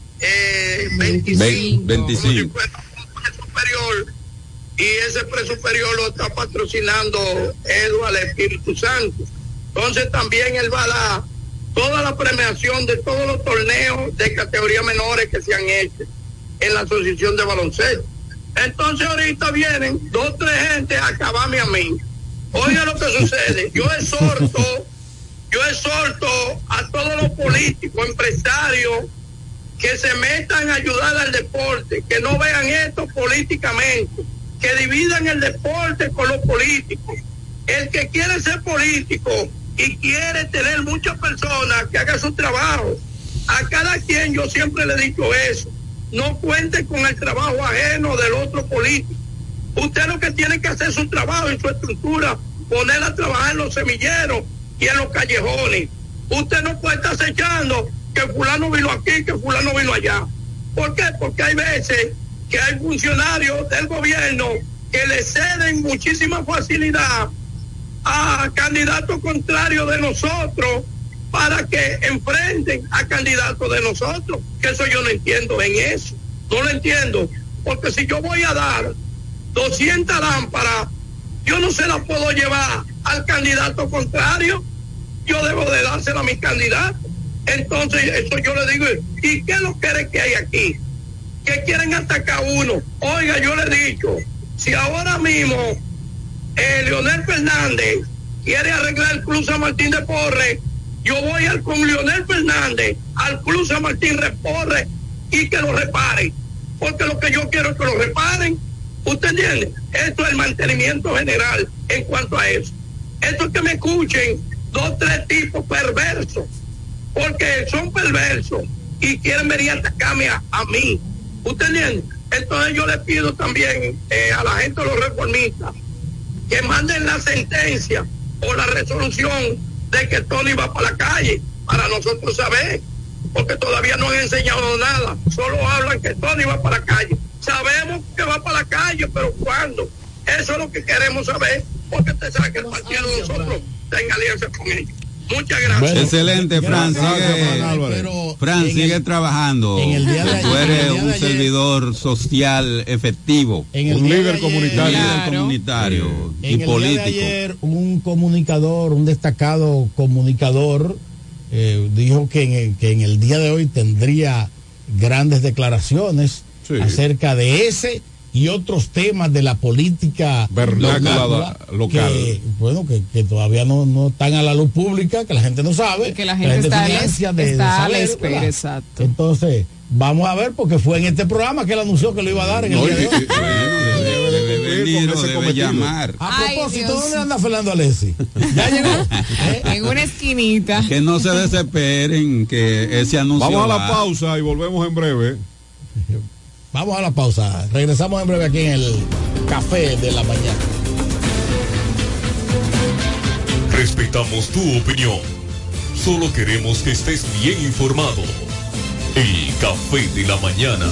eh, veinticinco, Ve- veinticinco. como si fuera un pre-superior, y ese pre-superior lo está patrocinando Eduardo Espíritu Santo. Entonces también él va a dar toda la premiación de todos los torneos de categoría menores que se han hecho en la asociación de baloncesto. Entonces ahorita vienen dos, tres gente a acabarme a mí. Oiga lo que sucede, yo exhorto, yo exhorto a todos los políticos, empresarios, que se metan a ayudar al deporte, que no vean esto políticamente, que dividan el deporte con los políticos. El que quiere ser político y quiere tener muchas personas que hagan su trabajo, a cada quien yo siempre le he dicho eso, no cuente con el trabajo ajeno del otro político. Usted lo que tiene que hacer su trabajo y su estructura, ponerla a trabajar en los semilleros y en los callejones. Usted no puede estar acechando que fulano vino aquí, que fulano vino allá. ¿Por qué? Porque hay veces que hay funcionarios del gobierno que le ceden muchísima facilidad a candidatos contrarios de nosotros para que enfrenten a candidatos de nosotros, que eso yo no entiendo en eso, no lo entiendo, porque si yo voy a dar doscientas lámparas, yo no se las puedo llevar al candidato contrario, yo debo de dársela a mi candidato. Entonces eso yo le digo, ¿y qué es lo que es que hay aquí? Que quieren atacar a uno. Oiga, yo le he dicho, si ahora mismo eh, Leonel Fernández quiere arreglar el Club San Martín de Porres, yo voy al, con Leonel Fernández al Club San Martín de Porres y que lo reparen, porque lo que yo quiero es que lo reparen. ¿Usted entiende? Esto es el mantenimiento general en cuanto a eso. Esto es que me escuchen dos, tres tipos perversos, porque son perversos y quieren venir a atacarme a, a mí. ¿Usted entiende? Entonces yo le pido también eh, a la gente de los reformistas que manden la sentencia o la resolución de que Tony va para la calle, para nosotros saber, porque todavía no han enseñado nada, solo hablan que Tony va para la calle. Sabemos que va para la calle, pero ¿cuándo? Eso es lo que queremos saber, porque usted sabe que el partido de nosotros tenga alianza con ellos. Muchas gracias. Bueno, excelente, Fran. Sigue, Fran, sigue el, trabajando. En el día de ayer, Tú eres un ayer, servidor social efectivo. En un líder ayer, comunitario, claro. comunitario en y el político. Día de ayer, un comunicador, un destacado comunicador, eh, dijo que en, el, que en el día de hoy tendría grandes declaraciones sí. acerca de ese y otros temas de la política vernácula local. Que, bueno, que, que todavía no, no están a la luz pública, que la gente no sabe. Y que la gente, la gente está, les, de, está de saber, a la espera, exacto. Entonces, vamos a ver, porque fue en este programa que él anunció que lo iba a dar en no, el día de hoy. Bueno, debe, debe llamar. A propósito, ¿dónde anda Fernando Alessi? ¿Ya llegó? ¿Eh? En una esquinita. Que no se desesperen, que ese anuncio Vamos a la va. pausa y volvemos en breve. Vamos a la pausa. Regresamos en breve aquí en el Café de la Mañana. Respetamos tu opinión. Solo queremos que estés bien informado. El Café de la Mañana.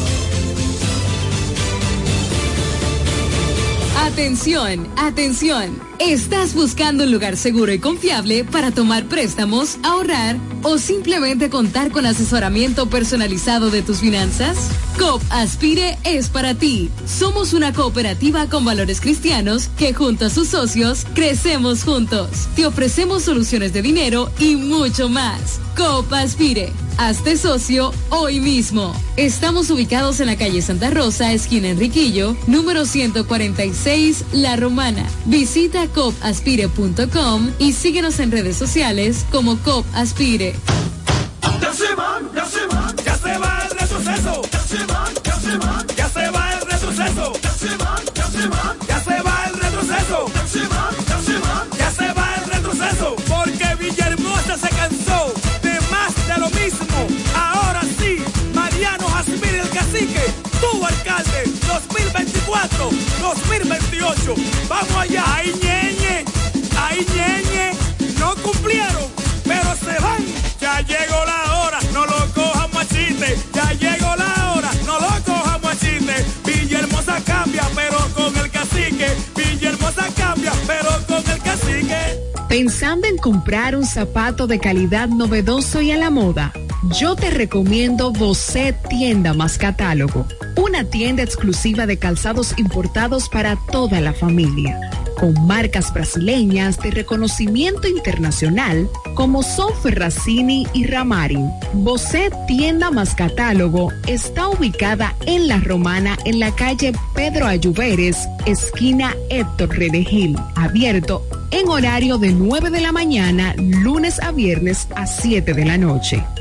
Atención, atención. ¿Estás buscando un lugar seguro y confiable para tomar préstamos, ahorrar o simplemente contar con asesoramiento personalizado de tus finanzas? Coop Aspire es para ti. Somos una cooperativa con valores cristianos que junto a sus socios crecemos juntos. Te ofrecemos soluciones de dinero y mucho más. Coop Aspire. Hazte socio hoy mismo. Estamos ubicados en la calle Santa Rosa, esquina Enriquillo, número ciento cuarenta y seis, La Romana. Visita coop aspire punto com y síguenos en redes sociales como Coop Aspire. Ya se van, ya se van, ya se va el retroceso. Ya se van, ya se van, ya se va el retroceso. Ya se van, ya se van, ya se va el retroceso. Ya se van, ya se van, ya se va el retroceso. Porque Villahermosa se cansó de más de lo mismo. Ahora sí, Mariano Jazmín el cacique, tu alcalde, dos mil veinticuatro, dos mil veintiocho. Vamos allá, ay ñeñe, ay ñeñe, no cumplieron, pero se van. Ya llegó la hora, no lo cojan machiste. Ya llegó la hora, no lo cojan machiste. Villahermosa cambia, pero con el cacique. Villahermosa cambia, pero con el cacique. Pensando en comprar un zapato de calidad novedoso y a la moda, yo te recomiendo Bosé Tienda Más Catálogo, una tienda exclusiva de calzados importados para toda la familia, con marcas brasileñas de reconocimiento internacional como son Ferracini y Ramarin. Bosé Tienda Más Catálogo está ubicada en La Romana, en la calle Pedro Ayuberes, esquina Héctor Redegil, abierto en horario de nueve de la mañana, lunes a viernes a siete de la noche.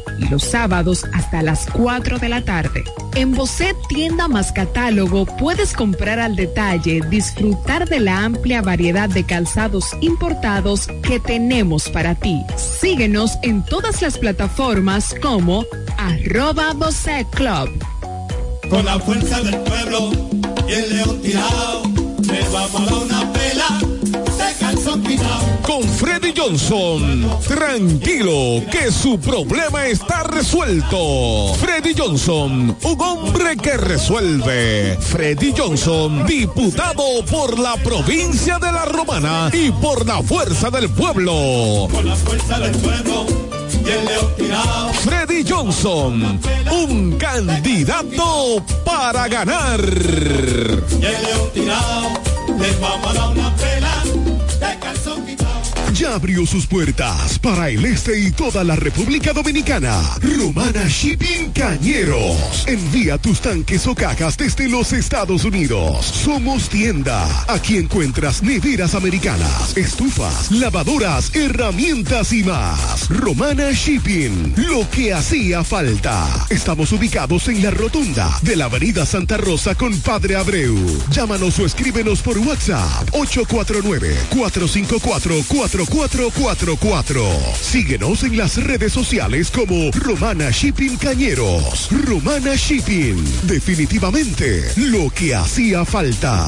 y los sábados hasta las cuatro de la tarde. En Bosé Tienda más Catálogo puedes comprar al detalle, disfrutar de la amplia variedad de calzados importados que tenemos para ti. Síguenos en todas las plataformas como arroba Bosé Club. Con la fuerza del pueblo y el león tirado, le vamos a dar una pela de calzón quitado. Con Freddy Johnson, tranquilo que su problema está resuelto. Freddy Johnson, un hombre que resuelve. Freddy Johnson, diputado por la provincia de La Romana y por la fuerza del pueblo. Con la fuerza del pueblo y el león tirado. Freddy Johnson, un candidato para ganar. Y el león tirado, les vamos a dar una pela de calzón quitado. Ya abrió sus puertas para el este y toda la República Dominicana. Romana Shipping Cañeros. Envía tus tanques o cajas desde los Estados Unidos. Somos tienda. Aquí encuentras neveras americanas, estufas, lavadoras, herramientas y más. Romana Shipping. Lo que hacía falta. Estamos ubicados en la rotunda de la avenida Santa Rosa con Padre Abreu. Llámanos o escríbenos por WhatsApp ocho cuatro nueve, cuatro cinco cuatro, cuatro cuatro cuatro cuatro. Síguenos en las redes sociales como Romana Shipping Cañeros. Romana Shipping, definitivamente lo que hacía falta.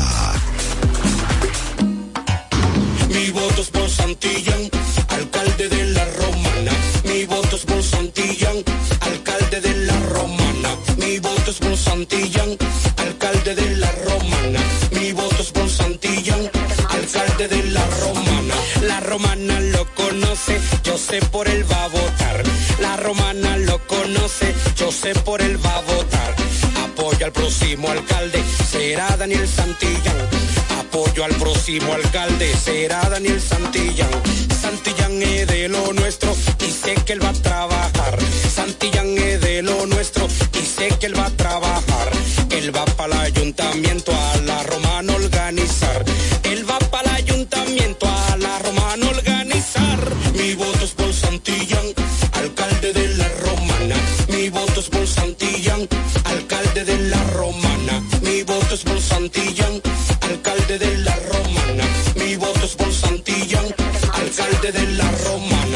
Mi voto es por Santillán, alcalde de La Romana. Mi voto es por Santillán, alcalde de La Romana. Mi voto es por Santillán, alcalde de La Romana. Mi voto es por Santillán, alcalde de La Romana. La Romana lo conoce, yo sé por él va a votar. La Romana lo conoce, yo sé por él va a votar. Apoyo al próximo alcalde, será Daniel Santillán. Apoyo al próximo alcalde, será Daniel Santillán. Santillán es de lo nuestro y sé que él va a trabajar. Santillán es de lo nuestro y sé que él va a trabajar. Él va para el ayuntamiento a La Romana organizar. Él va para el ayuntamiento a La Romana organizar. Mi voto es por Santillán, alcalde de La Romana. Mi voto es por Santillán, alcalde de La Romana. Mi voto es por Santillán, alcalde de La Romana. Mi voto es por Santillán, alcalde de La Romana.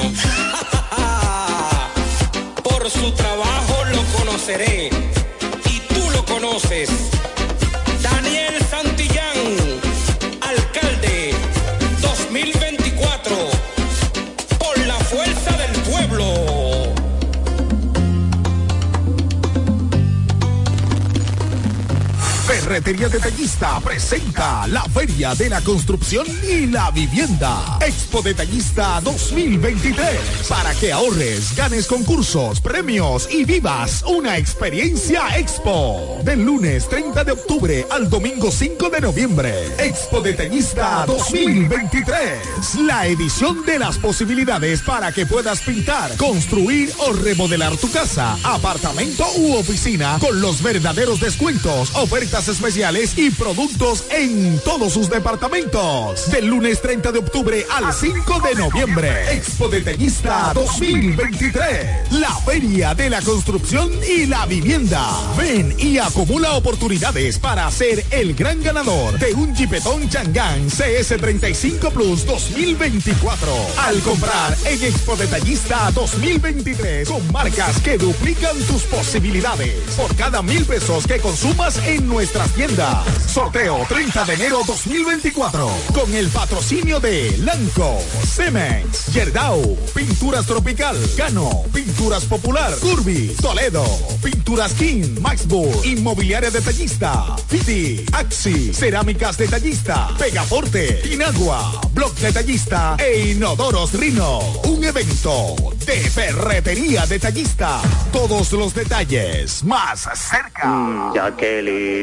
Por su trabajo lo conoceré y tú lo conoces. Daniel Santillán, alcalde dos mil veinticuatro, por la fuerza del pueblo. Ferretería Detallista presenta la Feria de la Construcción y la Vivienda. Expo Detallista dos mil veintitrés. Para que ahorres, ganes concursos, premios y vivas una experiencia Expo. Del lunes treinta de octubre al domingo cinco de noviembre. Expo Detallista dos mil veintitrés. La edición de las posibilidades para que puedas pintar, construir o remodelar tu casa, apartamento u oficina con los verdaderos descuentos, ofertas especiales y productos en todos sus departamentos. Del lunes treinta de octubre al cinco de noviembre. Expo Detallista dos mil veintitrés. La Feria de la Construcción y la Vivienda. Ven y acumula oportunidades para ser el gran ganador de un Jeepetón Changán C S treinta y cinco Plus dos mil veinticuatro. Al comprar en Expo Detallista dos mil veintitrés con marcas que duplican tus posibilidades. Por cada mil pesos que consumas en nuestras tiendas. Sorteo treinta de enero dos mil veinticuatro. Con el patrocinio de Lanco, Cemex, Yerdau, Pinturas Tropical, Cano, Pinturas Popular, Curvi, Toledo, Pinturas King, Maxburg, Inmobiliaria Detallista, Fiti, Axi, Cerámicas Detallista, Pegaforte, Inagua, Block Detallista e Inodoros Rino. Un evento de Ferretería Detallista. Todos los detalles más cerca. Jacqueline,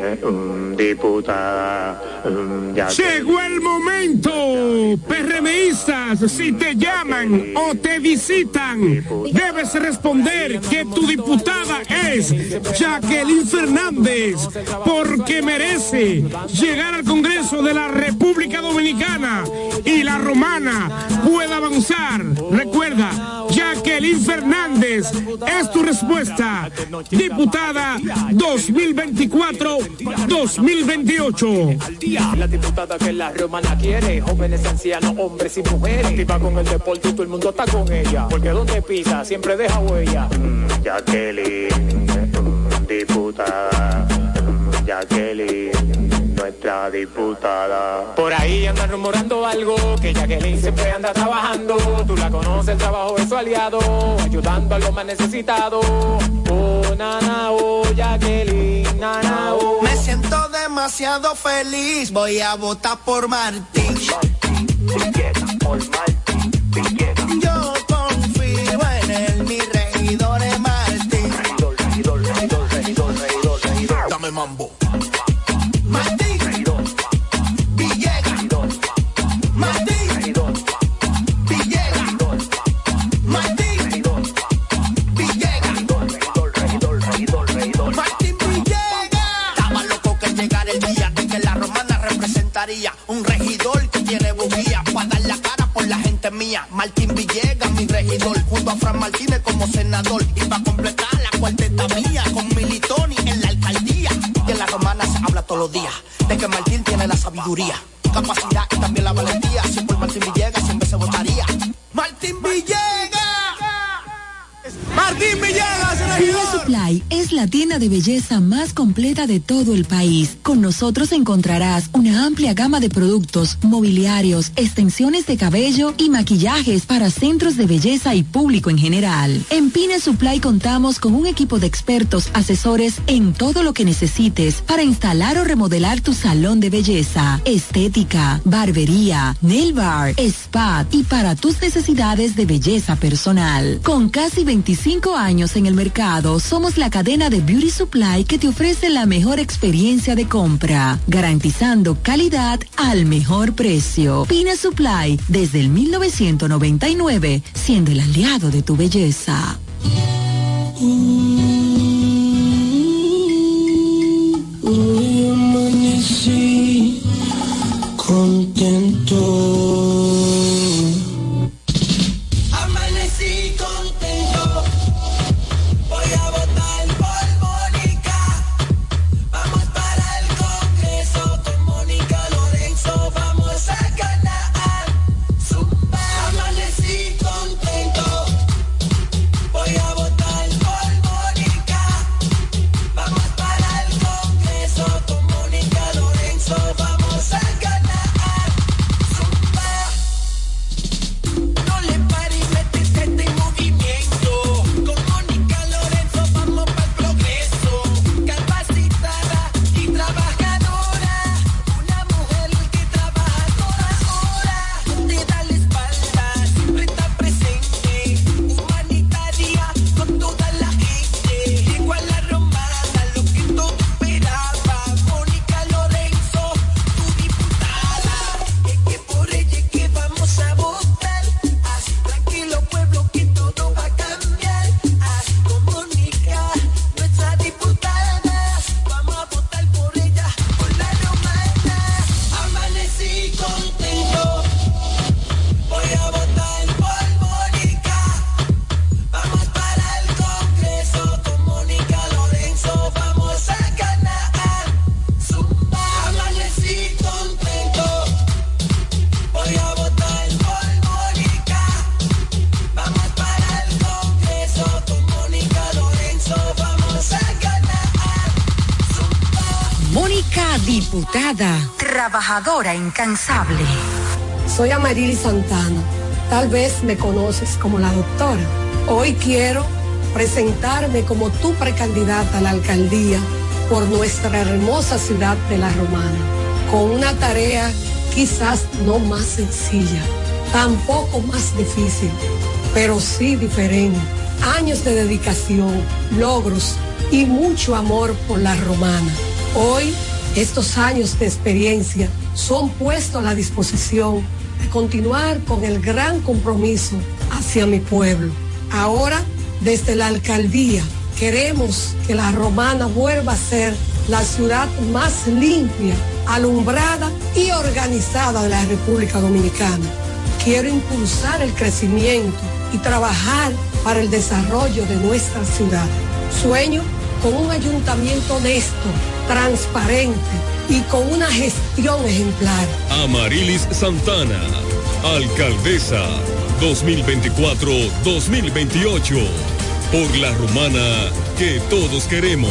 mm, diputada. Mm, Llegó el momento, PRMistas, si te llaman o te visitan, debes responder que tu diputada es Jacqueline Fernández, porque merece llegar al Congreso de la República Dominicana y la Romana pueda avanzar. Recuerda, Jacqueline Fernández es tu respuesta, diputada dos mil veinticuatro dos mil veintiocho. La diputada que la romana quiere, jóvenes, ancianos, hombres y mujeres. Activa con el deporte y todo el mundo está con ella, porque donde pisa siempre deja huella. Mm, Jacqueline, mm, diputada. Mm, Jacqueline, nuestra diputada. Por ahí andan rumorando algo, que Jacqueline siempre anda trabajando. Tú la conoces, el trabajo es su aliado, ayudando a los más necesitados. Oh, nana, oh, Jacqueline, nana, oh. Me siento demasiado feliz, voy a votar por Martín. Por Martín, yo confío en él, mi regidor es Martín. Regidor, regidor, regidor, regidor, regidor, regidor. Dame mambo. Martín. Regidor. Villegas. Regidor. Martín. Regidor. Villegas. Regidor. Martín. Regidor. Villegas. Regidor, regidor, regidor, regidor. Martín Villegas. Estaba loco que llegara el día de que la romana representaría un regidor que tiene bujía para dar la cara por la gente mía. Martín Villegas, mi regidor, junto a Fran Martínez como senador, y para completar la cuarteta mía con Militoni en la alcaldía. Y en la romana se habla todos los días de que Martín tiene la sabiduría, capacidad y también la valentía. Si por Martín Villegas siempre se votaría. Martín Villegas. Martín Villegas, Pina Supply es la tienda de belleza más completa de todo el país. Con nosotros encontrarás una amplia gama de productos, mobiliarios, extensiones de cabello y maquillajes para centros de belleza y público en general. En Pina Supply contamos con un equipo de expertos asesores en todo lo que necesites para instalar o remodelar tu salón de belleza, estética, barbería, nail bar, spa y para tus necesidades de belleza personal. Con casi veinticinco años en el mercado, somos la cadena de Beauty Supply que te ofrece la mejor experiencia de compra, garantizando calidad al mejor precio. Pina Supply, desde el mil novecientos noventa y nueve, siendo el aliado de tu belleza. Hoy amanecí contento. Amanecí contento. Voy a votar por Mónica. Vamos para el Congreso con Mónica Lorenzo. Vamos a ganar. Zumba. Amanecí contento. Voy a votar por Mónica. Vamos para el Congreso con Mónica Lorenzo. Vamos a ganar. Zumba. No le pares, métete en movimiento. Con Mónica Lorenzo vamos para el progreso. Capacitada y trabajadora. Una mujer que trabaja todas horas. Te da la espalda, siempre está presente. Humanitaria con toda la gente. Llegó a la romana, lo que todo esperaba. Mónica Lorenzo, tu diputada. Es que por ella es que vamos a votar. Así tranquilo pueblo que todo va a cambiar. Así con Mónica, nuestra diputada. Vamos a votar por ella, por la romana. Amanecí contento. Voy a votar por Mónica. Vamos para el Congreso con Mónica Lorenzo. Vamos a ganar. Zumba. Amanecí contento. Voy a votar por Mónica. Vamos para el Congreso con Mónica Lorenzo. Vamos a ganar. Zumba. Mónica, diputada, trabajadora incansable. Soy Amarili Santana. Tal vez me conoces como la doctora. Hoy quiero presentarme como tu precandidata a la alcaldía por nuestra hermosa ciudad de La Romana, con una tarea quizás no más sencilla, tampoco más difícil, pero sí diferente. Años de dedicación, logros y mucho amor por La Romana. Hoy, estos años de experiencia son puestos a la disposición de continuar con el gran compromiso hacia mi pueblo. Ahora, desde la alcaldía, queremos que La Romana vuelva a ser la ciudad más limpia, alumbrada y organizada de la República Dominicana. Quiero impulsar el crecimiento y trabajar para el desarrollo de nuestra ciudad. Sueño con un ayuntamiento honesto, transparente y con una gestión ejemplar. Amarilis Santana, alcaldesa dos mil veinticuatro a dos mil veintiocho. Por La Romana que todos queremos.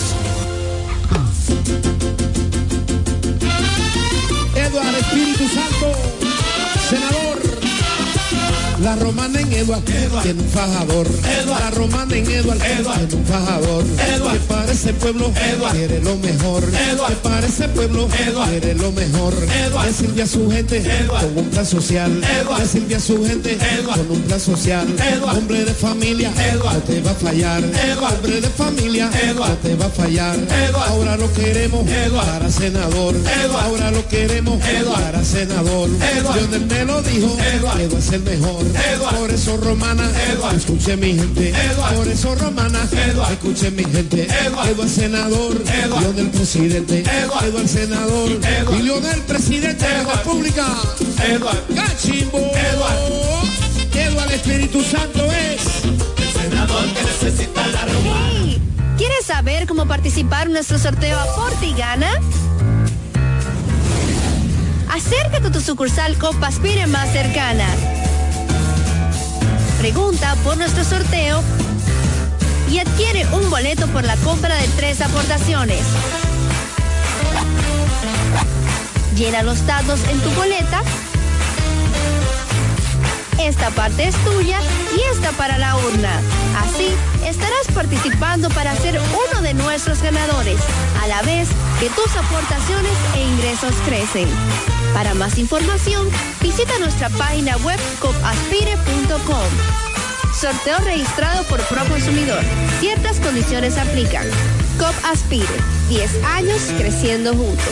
Eduardo Espíritu Santo, senador. La Romana en Eduard, tiene un fajador. Eduard. La Romana en Eduard, tiene un fajador. Eduard. Que para ese pueblo Eduard. quiere lo mejor. Eduard. Que para ese pueblo Eduard. quiere lo mejor. Eduard. Que sirve a su gente Eduard. con un plan social. Eduard. Que sirve a su gente Eduard. con un plan social. Eduard. Hombre de familia, Eduard. no te va a fallar. Eduard. Hombre de familia, Eduard. no te va a fallar. Eduard. Ahora lo queremos Eduard. para senador. Eduard. Ahora lo queremos Eduard. para senador. Eduard. Lionel me lo dijo, Eduard. que va a ser mejor. Eduard. Por eso Romana, Eduard. escuche mi gente. Eduard. Por eso Romana, Eduard. escuche mi gente. Eduard, Eduard senador, Eduard. Lionel presidente. Eduard, Eduard senador, Eduard. y Lionel presidente Eduard. de la República. Eduard Cachimbo. Eduard. Eduard Espíritu Santo es el senador que necesita la Romana. Hey, ¿quieres saber cómo participar en nuestro sorteo Aporte y Gana? Acércate a tu sucursal Copa Aspire más cercana. Pregunta por nuestro sorteo y adquiere un boleto por la compra de tres aportaciones. Llena los datos en tu boleta. Esta parte es tuya y esta para la urna. Así estarás participando para ser uno de nuestros ganadores, a la vez que tus aportaciones e ingresos crecen. Para más información, visita nuestra página web copaspire punto com. Sorteo registrado por Proconsumidor. Ciertas condiciones aplican. Copaspire, diez años creciendo juntos.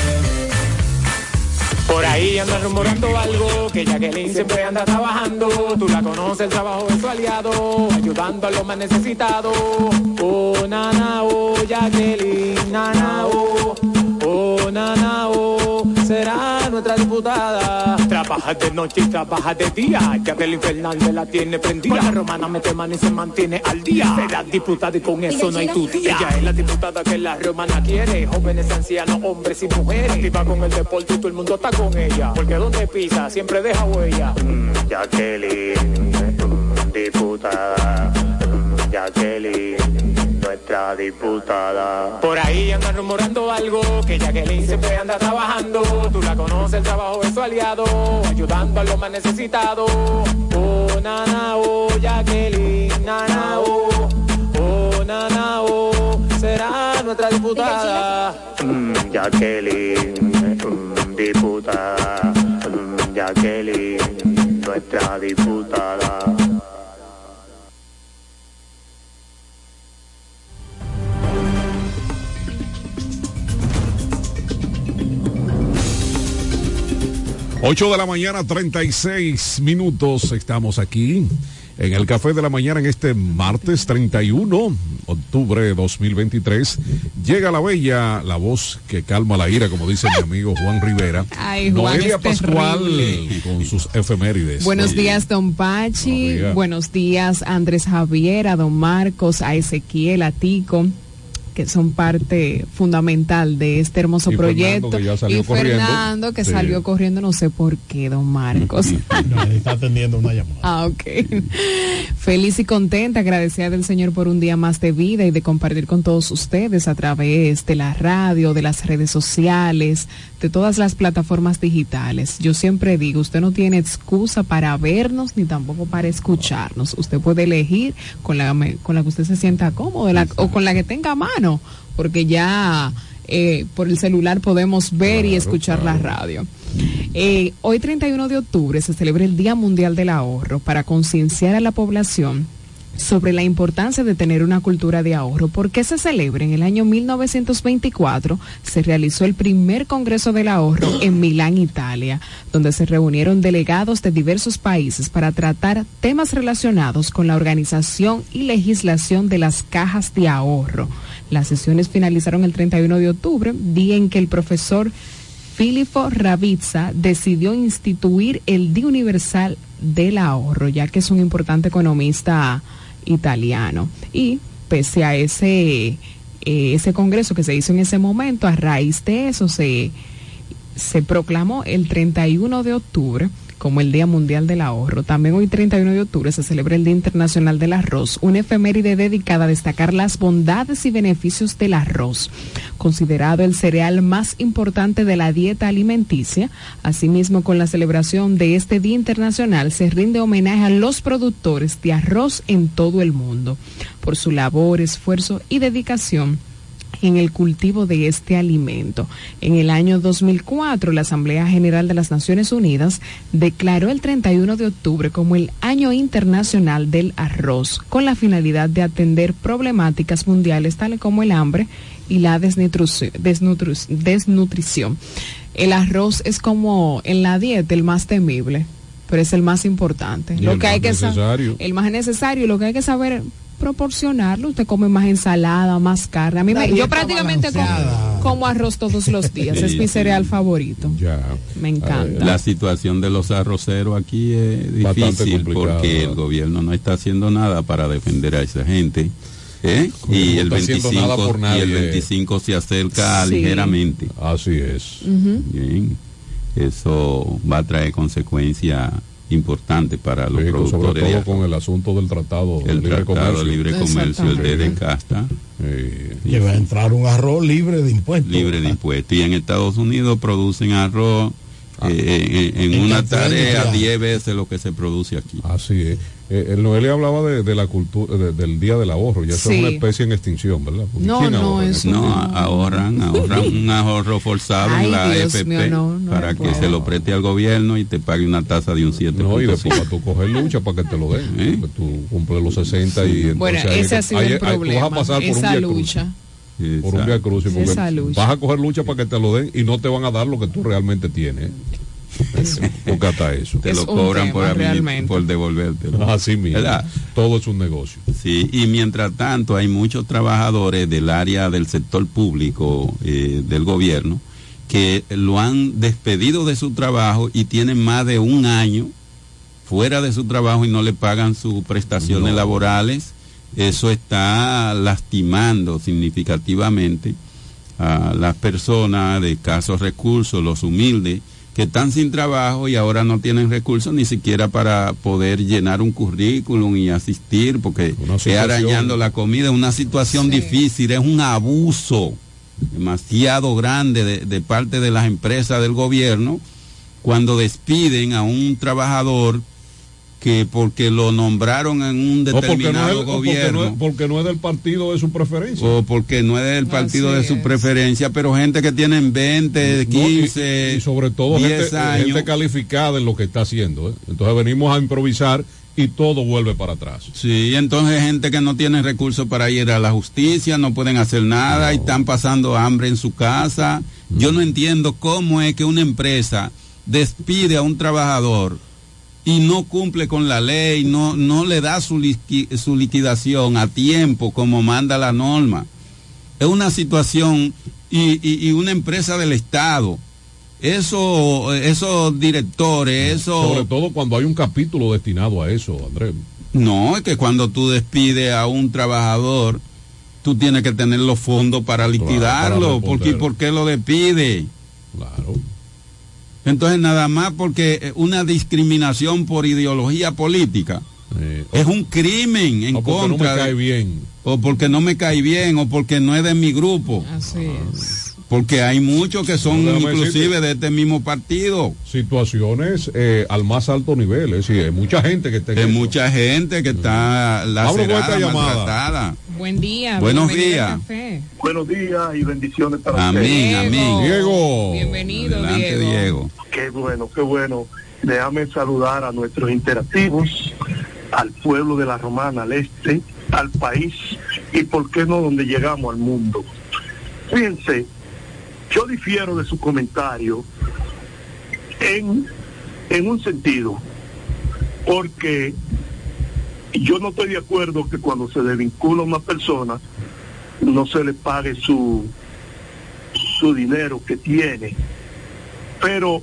Por ahí anda rumorando algo, que Jacqueline siempre anda trabajando. Tú la conoces, el trabajo de su aliado, ayudando a los más necesitados. Oh, nana, oh, Jacqueline, nana, oh, oh, nana, oh, será nuestra diputada. Trabaja de noche y trabaja de día, Jacqueline Fernández la tiene prendida. La Romana mete mano y se mantiene al día. Será diputada y con eso no hay tu día. Ella es la diputada que la Romana quiere, jóvenes, ancianos, hombres y mujeres. Activa con el deporte y todo el mundo está con ella, porque donde pisa siempre deja huella. Mm, Jacqueline, mm, diputada, mm, Jacqueline, nuestra diputada. Por ahí andan rumorando algo, que Jacqueline siempre anda trabajando. Tú la conoces, el trabajo de su aliado, ayudando a los más necesitados. Oh, nana, oh, Jacqueline, nana, oh, oh, nana, oh, será nuestra diputada. Mm, Jacqueline, mm, diputada, mm, Jacqueline, nuestra diputada. ocho de la mañana, treinta y seis minutos. Estamos aquí en el Café de la Mañana en este martes treinta y uno de octubre de dos mil veintitrés. Llega la bella, la voz que calma la ira, como dice mi amigo Juan Rivera. Ay, Juan, Noelia es Pascual terrible. con sus efemérides. Buenos Oye. días, don Pachi. Buenos días. Buenos días, Andrés Javier, a don Marcos, a Ezequiel, a Tico, que son parte fundamental de este hermoso Y proyecto. Fernando, que ya salió y corriendo. Fernando, que Sí. salió corriendo, no sé por qué, don Marcos. No, él está atendiendo una llamada. Ah, ok. Feliz y contenta, agradecida del Señor por un día más de vida y de compartir con todos ustedes a través de la radio, de las redes sociales, de todas las plataformas digitales. Yo siempre digo, usted no tiene excusa para vernos ni tampoco para escucharnos. Usted puede elegir con la, con la que usted se sienta cómodo la, o con la que tenga a mano, porque ya eh, por el celular podemos ver claro, y escuchar claro. la radio. Eh, hoy treinta y uno de octubre se celebra el Día Mundial del Ahorro para concienciar a la población sobre la importancia de tener una cultura de ahorro. ¿Por qué se celebra? En el año mil novecientos veinticuatro se realizó el primer Congreso del Ahorro en Milán, Italia, donde se reunieron delegados de diversos países para tratar temas relacionados con la organización y legislación de las cajas de ahorro. Las sesiones finalizaron el treinta y uno de octubre, día en que el profesor Filippo Ravizza decidió instituir el Día Universal del Ahorro, ya que es un importante economista italiano. Y pese a ese, eh, ese congreso que se hizo en ese momento, a raíz de eso se, se proclamó el treinta y uno de octubre como el Día Mundial del Ahorro. También hoy treinta y uno de octubre se celebra el Día Internacional del Arroz, una efeméride dedicada a destacar las bondades y beneficios del arroz, considerado el cereal más importante de la dieta alimenticia. Asimismo, con la celebración de este Día Internacional se rinde homenaje a los productores de arroz en todo el mundo por su labor, esfuerzo y dedicación en el cultivo de este alimento. En el año dos mil cuatro, la Asamblea General de las Naciones Unidas declaró el treinta y uno de octubre como el Año Internacional del Arroz, con la finalidad de atender problemáticas mundiales tales como el hambre y la desnutrición. desnutri- desnutrición. El arroz es como en la dieta el más temible, pero es el más importante. Y Lo el que hay más que sa- necesario. el más necesario, lo que hay que saber proporcionarlo. Usted come más ensalada, más carne. A mí La me, yo dieta prácticamente como, balanceada. como arroz todos los días. Sí, Es mi sí. cereal favorito. Ya. Me encanta. La situación de los arroceros aquí es Bastante difícil complicada. porque el gobierno no está haciendo nada para defender a esa gente. ¿eh? Y, no el está haciendo nada por veinticinco, y el nadie. veinticinco se acerca Sí. ligeramente. Así es. Ujú. Bien, eso va a traer consecuencias importantes para los Sí, sobre productores de todo arroz. con el asunto del Tratado de El Libre Tratado Comercio. de Libre Comercio, el de Exactamente. Casta, Eh, Que va a entrar un arroz libre de impuestos. libre de impuestos. Y en Estados Unidos producen arroz eh, en, en En una cantidad tarea industrial. diez veces lo que se produce aquí. Así es. Eh, el Noelia hablaba de, de la cultura, de- del Día del Ahorro. Ya eso Sí. es una especie en extinción, ¿verdad? Porque No, ¿quién no, ahorra en eso eso? No, a- ahorran, ahorran un ahorro forzado Ay, en la Dios A F P mío, no, no para puedo. que se lo preste al gobierno y te pague una tasa de un siete No, y punto después cinco. para tú coger lucha para que te lo den. ¿Eh? Porque tú cumples los sesenta y entonces Bueno, ahí- ese ha sido ahí- el ahí tú vas a problema. pasar por un Esa Vía Crucis. lucha. Por un Vía Crucis, porque Esa lucha. vas a coger lucha para que te lo den y no te van a dar lo que tú realmente tienes. Porque hasta eso. Te Es lo un cobran tema, por, admini- realmente. por devolvértelo. Así mismo. ¿Verdad? Todo es un negocio. Sí, y mientras tanto hay muchos trabajadores del área del sector público eh, del gobierno que lo han despedido de su trabajo y tienen más de un año fuera de su trabajo y no le pagan sus prestaciones No. laborales. Eso está lastimando significativamente a las personas de escasos recursos, los humildes, que están sin trabajo y ahora no tienen recursos ni siquiera para poder llenar un currículum y asistir, porque Una es situación- arañando la comida, es una situación Sí. difícil, es un abuso demasiado grande de, de parte de las empresas del gobierno cuando despiden a un trabajador que porque lo nombraron en un O porque no, determinado es, o porque, gobierno no es, porque no es del partido de su preferencia. o porque no es del partido Así de su es. preferencia, pero gente que tienen veinte, No, y- quince, y, sobre todo diez gente, años. gente calificada en lo que está haciendo. ¿eh? Entonces venimos a improvisar y todo vuelve para atrás. Sí, entonces gente que no tiene recursos para ir a la justicia, no pueden hacer nada y están pasando hambre en su casa. Yo no entiendo cómo es que una empresa despide a un trabajador y no cumple con la ley, no, no le da su, liqui- su liquidación a tiempo como manda la norma. Es una situación y, y, y una empresa del Estado. Eso, esos directores, eso... Sobre todo cuando hay un capítulo destinado a eso, Andrés. No, es que cuando tú despides a un trabajador, tú tienes que tener los fondos para liquidarlo. para porque, responder. ¿Por qué lo despide? Claro. Entonces, nada más porque una discriminación por ideología política Eh, es un crimen en o porque no me contra. de- cae bien. o porque no me cae bien, o porque no es de mi grupo. Así es. Porque hay muchos que son No, déjame inclusive decirte. de este mismo partido. Situaciones eh, al más alto nivel. Es decir, hay mucha gente que está en Hay eso. mucha gente que está Hablo con esta lacerada, llamada. maltratada. Buen día. Buenos bienvenido días. al café. Buenos días y bendiciones para Amén, ustedes. amén. Diego. Bienvenido, Adelante, Diego. Qué bueno, qué bueno. Déjame saludar a nuestros interactivos, al pueblo de la Romana, al este, al país y por qué no donde llegamos al mundo. Fíjense, yo difiero de su comentario en, en un sentido, porque yo no estoy de acuerdo que cuando se desvincula a una persona no se le pague su, su dinero que tiene, pero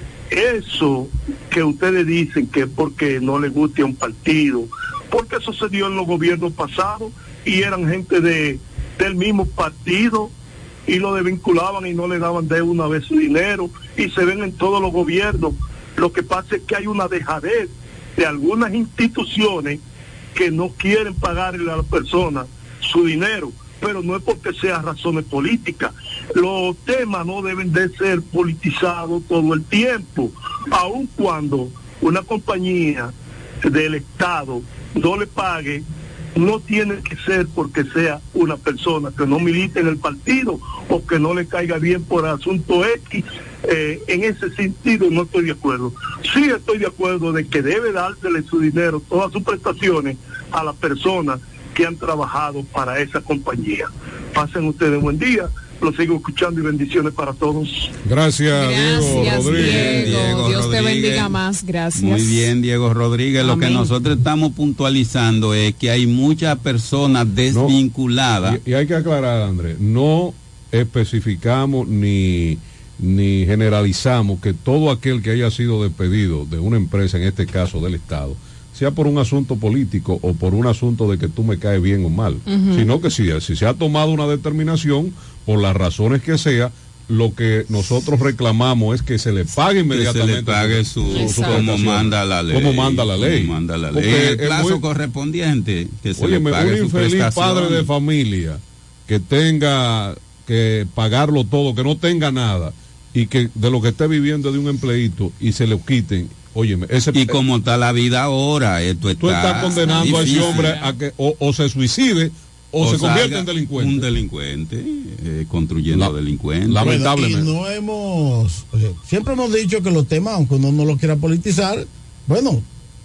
eso que ustedes dicen que es porque no le guste a un partido, porque eso se dio en los gobiernos pasados y eran gente de del mismo partido y lo desvinculaban y no le daban de una vez su dinero, y se ven en todos los gobiernos. Lo que pasa es que hay una dejadez de algunas instituciones que no quieren pagarle a la persona su dinero, pero no es porque sea razones políticas. Los temas no deben de ser politizados todo el tiempo, aun cuando una compañía del Estado no le pague, no tiene que ser porque sea una persona que no milite en el partido o que no le caiga bien por asunto X. Eh, en ese sentido no estoy de acuerdo. Sí estoy de acuerdo de que debe dársele su dinero, todas sus prestaciones a las personas que han trabajado para esa compañía. Pasen ustedes buen día. Lo sigo escuchando y bendiciones para todos. Gracias, Gracias Diego Rodríguez. Diego. Diego Dios te Rodríguez. bendiga más. Gracias. Muy bien, Diego Rodríguez. Amén. Lo que nosotros estamos puntualizando es que hay muchas personas desvinculadas. Y, y hay que aclarar, Andrés, no especificamos ni, ni generalizamos que todo aquel que haya sido despedido de una empresa, en este caso del Estado, sea por un asunto político o por un asunto de que tú me caes bien o mal, Ujú. sino que si, si se ha tomado una determinación, por las razones que sea, lo que nosotros reclamamos es que se le pague inmediatamente. Que se le pague su, su como prestación. manda la ley. Como manda la ley. Como manda la ley. Porque En el es plazo muy- correspondiente, que se Óyeme, le pague un su infeliz prestación. padre de familia que tenga que pagarlo todo, que no tenga nada, y que de lo que esté viviendo de un empleito y se lo quiten. Óyeme, ese, Y como está la vida ahora, esto está tú estás condenando difícil. a ese hombre a que o, o se suicide o, se convierte salga en delincuente. Un delincuente, eh, construyendo La- delincuentes. lamentablemente. Bueno, y no hemos, eh, siempre hemos dicho que los temas, aunque uno no los quiera politizar, bueno,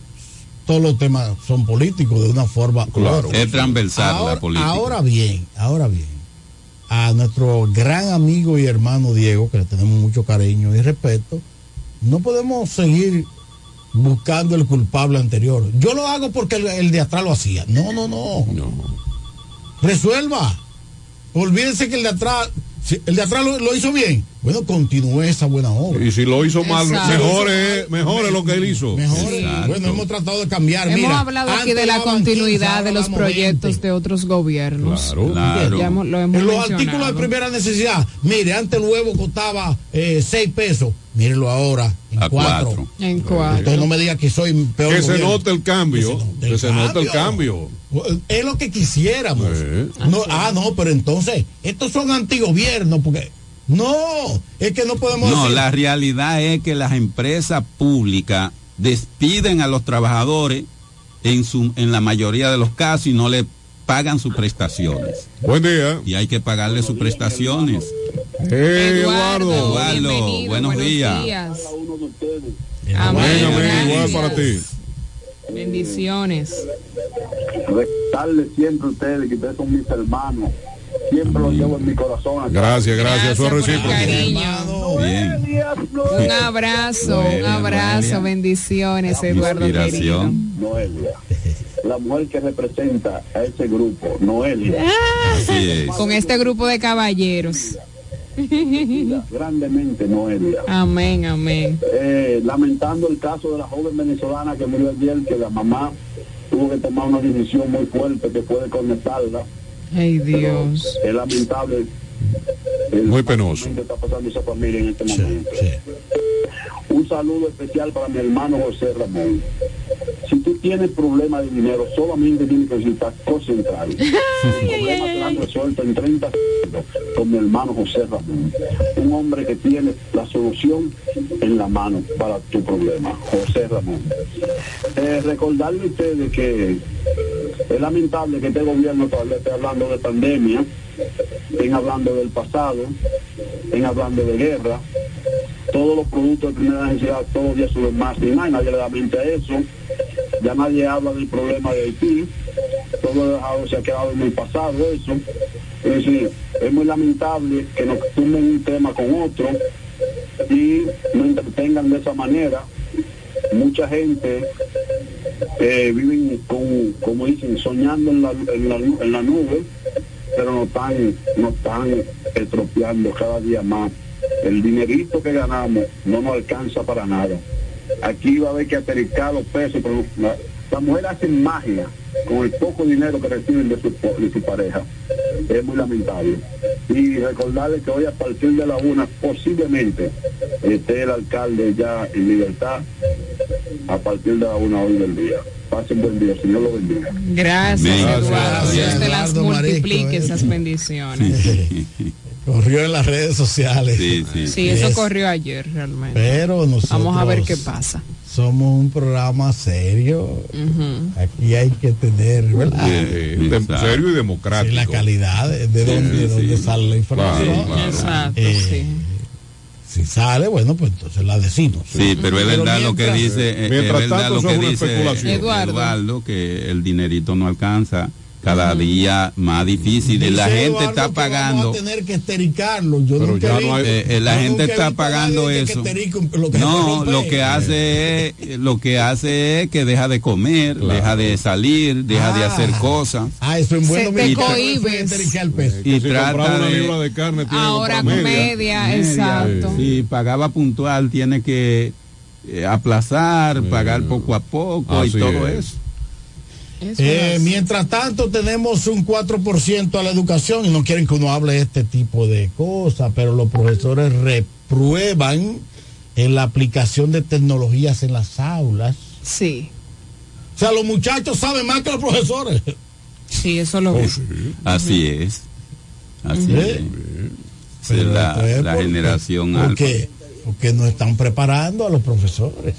todos los temas son políticos de una forma u Claro, otra. es transversal ahora, la política. Ahora bien, ahora bien, a nuestro gran amigo y hermano Diego, que le tenemos mucho cariño y respeto, no podemos seguir buscando el culpable anterior. Yo lo hago porque el, el de atrás lo hacía. No, no, no. Resuelva. Olvídense que el de atrás, si el de atrás lo, lo hizo bien. Bueno, continúe esa buena obra. Y si lo hizo mal, Exacto. mejor es, mejor es lo que él hizo. Mejor, Exacto. bueno, hemos tratado de cambiar. Hemos Mira, hablado aquí antes de la daban continuidad quince, de ahora los damos proyectos veinte. de otros gobiernos. Claro, Claro. Ya hemos- lo hemos En los mencionado. artículos de primera necesidad, mire, antes el huevo costaba eh, seis pesos, mírenlo ahora en A cuatro. cuatro. En cuatro. Entonces no me diga que soy peor Que se gobierno. note el cambio, que se note el cambio. Es lo que quisiéramos. Sí. No, ah, no, pero entonces, estos son antigobiernos, porque no, es que no podemos No, decir. la realidad es que las empresas públicas despiden a los trabajadores en su en la mayoría de los casos y no le pagan sus prestaciones. Buen día. Y hay que pagarle sus prestaciones. Hey, Eduardo, Eduardo. Eduardo, bienvenido, buenos días. Amén, Amén, amén, igual gracias. para ti. Bendiciones. Respetarle siempre a ustedes, que ustedes son mis hermanos. Siempre los llevo en mi corazón. acá. Gracias, gracias, eso es por el recíproco. cariño. Bien. Un abrazo, un Noelia, abrazo, Noelia. bendiciones, Eduardo querido. Inspiración. Noelia, la mujer que representa a ese grupo, Noelia, Así es. Con este grupo de caballeros. grandemente Noelia. Amén, amén. Eh, lamentando el caso de la joven venezolana que murió ayer, que la mamá tuvo que tomar una decisión muy fuerte que puede conectarla. Ay, Dios. Es lamentable. el Muy penoso. que está pasando esa familia en este Sí, momento. sí. Un saludo especial para mi hermano José Ramón. Si tú tienes problemas de dinero, solamente tienes que visitar Concentral. Sus problemas serán resueltos en treinta segundos con mi hermano José Ramón. Un hombre que tiene la solución en la mano para tu problema. José Ramón. Eh, recordarle a ustedes que es lamentable que este gobierno todavía esté hablando de pandemia, estén hablando del pasado, estén hablando de guerra. Todos los productos de primera necesidad todos los días suben más y más, y nadie le da mente a eso. ya nadie habla del problema de Haití, todo dejado, se ha quedado en el pasado eso. Es decir, es muy lamentable que nos tumben un tema con otro y nos entretengan de esa manera. Mucha gente eh, viven con, como dicen, soñando en la, en la, en la nube, pero no están, no están estropeando cada día más. El dinerito que ganamos no nos alcanza para nada. Aquí va a haber que atericar los pesos, pero la, las mujeres hacen magia con el poco dinero que reciben de su, de su pareja. Es muy lamentable. Y recordarles que hoy a partir de la una posiblemente esté el alcalde ya en libertad a partir de la una hoy del día. Pasen buen día, Señor lo bendiga. Gracias, Gracias, Eduardo. Dios te las Eduardo multiplique, Marisco, esas bendiciones. Corrió en las redes sociales. Sí, sí. Sí, eso corrió ayer realmente. Pero nosotros vamos a ver qué pasa. Somos un programa serio. Uh-huh. Aquí hay que tener, ¿verdad? Eh, de- serio y democrático. Sí, la calidad de, de Sí, dónde, de sí. dónde sale la información. Claro, claro. Exacto, Eh, sí. Si sale, bueno, pues entonces la decimos. Sí, pero es verdad lo que mientras- dice, eh, es mientras verdad tanto, lo eso que es una dice especulación. Eduardo. Eduardo, que el dinerito no alcanza, cada día más difícil, y la Dice gente Eduardo está que pagando. Vamos a tener que estericarlo. Yo Pero nunca ya he no hay- visto- eh, eh, la yo gente nunca he está visto a nadie pagando que eso. esterique lo que No, se rompe. lo que hace es, lo que hace es que deja de comer, deja de salir, deja de Ah. hacer cosas. Ah, eso en buen Se te dominicano cohibes. es estericar el peso. Y Si trata compraba una de- libra de carne, tiene que Ahora comprar media, exacto. Si pagaba puntual, tiene que eh, aplazar, pagar poco a poco Así y todo es. eso. Eso Eh, es. mientras tanto tenemos un cuatro por ciento a la educación y no quieren que uno hable de este tipo de cosas, pero los profesores reprueban en la aplicación de tecnologías en las aulas. Sí, O sea, los muchachos saben más que los profesores. sí, eso lo Oh, veo. sí. Así es. Así Ujú. es. Esa es Pero la, esto es la porque- generación ¿Por alfa. qué? Porque no están preparando a los profesores.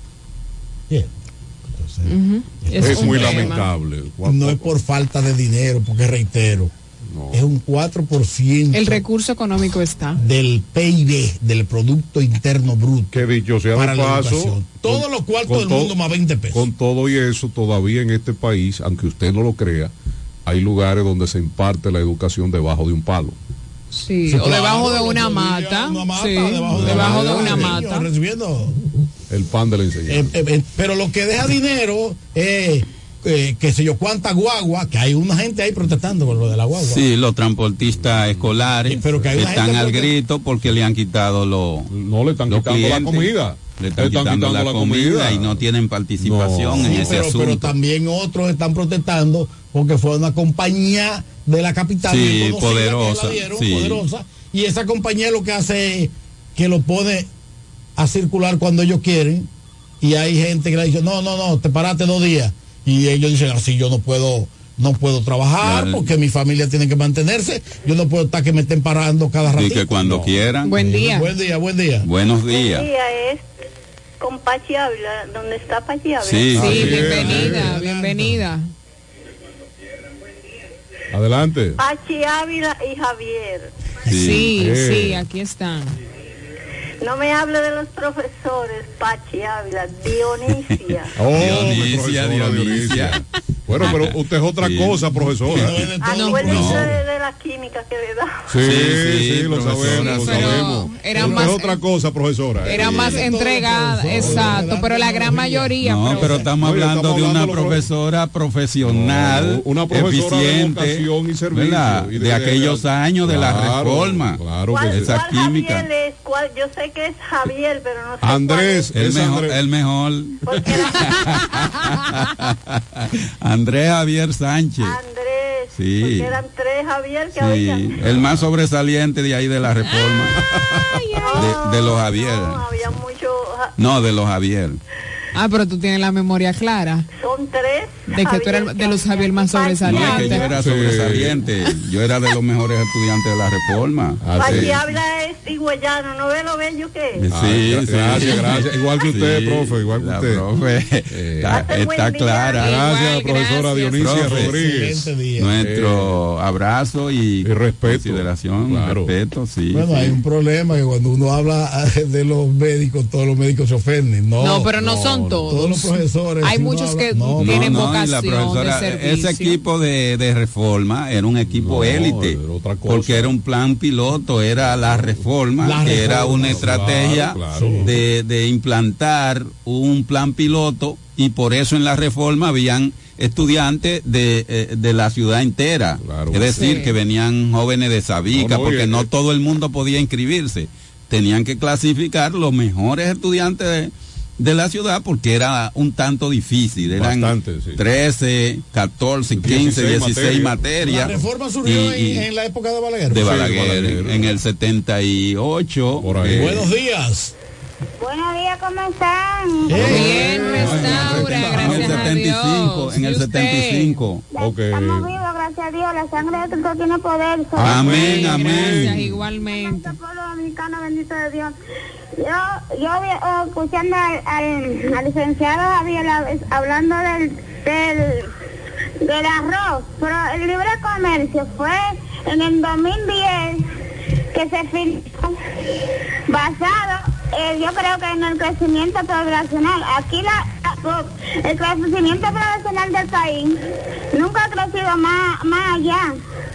Bien. Entonces, Ujú. Es, Es un muy tema. lamentable. no es por falta de dinero, porque reitero, No. es un cuatro por ciento El recurso económico está. del P I B, del Producto Interno Bruto. Que dicho sea para de la paso, educación. Todos con- los cuartos con del todo- mundo más veinte pesos. Con todo y eso, todavía en este país, aunque usted no lo crea, hay lugares donde se imparte la educación debajo de un palo. Sí, Sí, o debajo claro, de el una otro día mata. una mata, Sí, debajo de, debajo de los una niños mata. Recibiendo. El pan de la enseñanza. Eh, eh, eh, pero lo que deja dinero es, eh, qué sé yo, cuánta guagua, que hay una gente ahí protestando por lo de la guagua. Sí, los transportistas escolares Sí, pero que hay una están gente al porque- grito porque le han quitado los No le están los quitando la clientes. comida. Le están, quitando, la, comida, y no tienen participación No. en Sí, ese pero, asunto. pero también otros están protestando porque fue una compañía de la capital Sí, muy conocida, poderosa, que la dieron, sí. poderosa, y esa compañía lo que hace es que lo pone a circular cuando ellos quieren, y hay gente que le dice, no, no, no, te paraste dos días, y ellos dicen, así yo no puedo no puedo trabajar Claro. porque mi familia tiene que mantenerse, yo no puedo estar que me estén parando cada Y ratito. que cuando No. quieran. Buen día. Buen día, buen día. Buenos Buen días. día es con Pachi Ávila, donde está Pachi Ávila. Sí, Sí, sí. bienvenida, bienvenida. Adelante. Pachi Ávila y Javier. Sí, Eh. sí, aquí están. No me hable de los profesores, Pachi Ávila, Dionisia. Oh, mi Dionisia, profesora Dionisia. Bueno, pero usted es otra Sí. cosa, profesora. Acuérdese no. de, de la química que le da. Sí, Sí, sí, sí, lo profesora, sabemos, lo pero sabemos. era Usted más- es otra cosa, profesora. Era Sí. más de todo, entregada, profesor, exacto, de pero la gran tecnología. mayoría. No, profe. pero estamos Oye, hablando estamos de una hablando de los profesora profesional, No, una profesora de eficiente, vocación y servicio, ¿verdad? y de- de, aquellos de- años de la Claro, reforma. claro que ¿Cuál, sí. Esa cuál química. Javier es? ¿Cuál? Yo sé que es Javier, pero no sé Andrés, El es mejor, Andrés. el mejor. cuál es. Porque era Andrés Javier Sánchez. Andrés. Sí. Porque eran tres Javier que Sí, había. el más sobresaliente de ahí de la reforma. De, de los Javier. No, había mucho. ja- No, de los Javier. Ah, pero tú tienes la memoria clara. Son Con tres. De que tú eras de los Javier más No, es que yo sobresalientes. era sobresaliente, yo era de los mejores estudiantes de la Reforma. Pachi Ávila es higüeyano, ¿no ve lo bello que es? Sí, Ah, sí. gracias, gracias. Igual que usted, Sí, profe, igual que la usted. profe, Eh, está, Hace buen está día. clara. Gracias, Igual, profesora gracias. Dionisia Profe, Rodríguez. excelente día. Nuestro abrazo y, Y respeto. consideración, Claro. respeto, sí. Bueno, sí. hay un problema que cuando uno habla de los médicos, todos los médicos se ofenden. No, No, pero no son todos. Todos los profesores. Hay si uno muchos habla- que no, tienen No, no, y vocación la profesora, de servicio. ese equipo de, de reforma era un equipo No, élite, era otra cosa. porque era un plan piloto, era la reforma, La que era reforma, una estrategia claro, claro. De, de implantar un plan piloto, y por eso en la reforma habían estudiantes de, eh, de la ciudad entera, Claro. es decir, Sí. que venían jóvenes de Sabica, No, no, porque y- no todo el mundo podía inscribirse, tenían que clasificar los mejores estudiantes de, de la ciudad, porque era un tanto difícil, eran Bastante, sí. trece, catorce, quince, dieciséis dieciséis La materias. reforma surgió Y- y- en, en la época de Balaguer. de Sí, Balaguer, Balaguer. en el setenta y ocho. Por ahí. Buenos días. Buenos días, ¿cómo están? Bien, restaura, en el gracias a setenta y cinco, Dios. en el ¿Y usted? setenta y cinco. Ok. Estamos vivos, gracias a Dios. La sangre de Cristo tiene poder. Amén, Gracias, amén. igualmente. El pueblo dominicano, bendito de Dios. Yo, yo vi- oh, escuchando al, al, al licenciado Javier hab- hablando del, del, del arroz, pero el libre comercio fue en el dos mil diez que se firmó basado, eh, yo creo que en el crecimiento poblacional. Aquí la, la- el crecimiento poblacional del país nunca ha crecido más, más allá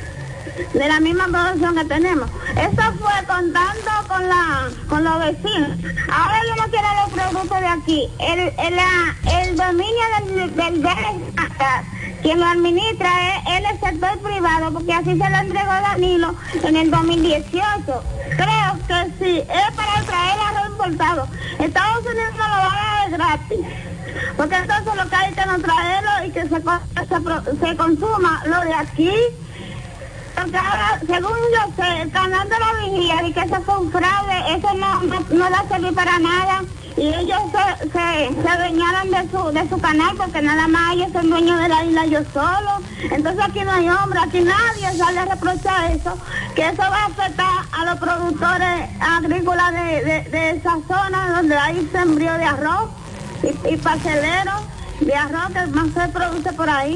de la misma producción que tenemos. Eso fue contando con la con los vecinos. Ahora yo no quiero los productos de aquí. El, el, la- el dominio del, del, del quien lo administra es, es el sector privado, porque así se lo entregó Danilo en el dos mil dieciocho. Creo que sí, es para traer arroz importado. Estados Unidos no lo va a dar gratis, porque entonces lo que hay que no traerlo y que se, co- se, pro- se consuma lo de aquí. Porque ahora, según yo sé, el canal de la vigía y que eso fue un fraude, eso no, no, no va a servir para nada. Y ellos se, se, se adueñaron de su, de su canal, porque nada más ellos son dueños de la isla yo solo. Entonces aquí no hay hombre, aquí nadie sale a reprochar eso, que eso va a afectar a los productores agrícolas de, de, de esa zona donde hay sembrío de arroz y, y parceleros de arroz que más se produce por ahí.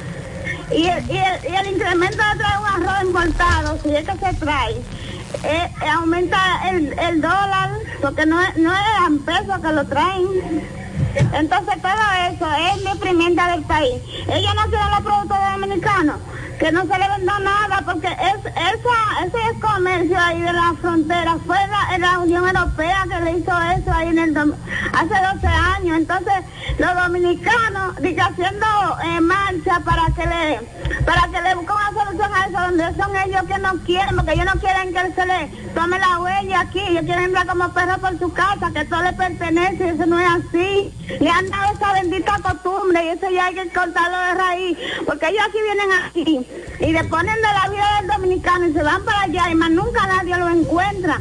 Y el, y, el, y el incremento de traer un arroz importado, si es que se trae, eh, eh, aumenta el, el dólar, porque no es, no es en pesos que lo traen. Entonces todo eso es deprimente del país. Ellos no quieren los productos dominicanos, que no se le venda nada, porque es, esa, ese comercio ahí de la frontera fue la, la Unión Europea que le hizo eso ahí en el dom- hace doce años. Entonces los dominicanos dice, haciendo eh, marcha para que le para que le busquen una solución a eso, donde son ellos que no quieren, porque ellos no quieren que se le tome la huella aquí, ellos quieren entrar como perros por su casa, que todo le pertenece, y eso no es así. Le han dado esa bendita costumbre y eso ya hay que cortarlo de raíz, porque ellos aquí vienen aquí y le ponen de la vida del dominicano y se van para allá y más nunca nadie lo encuentra.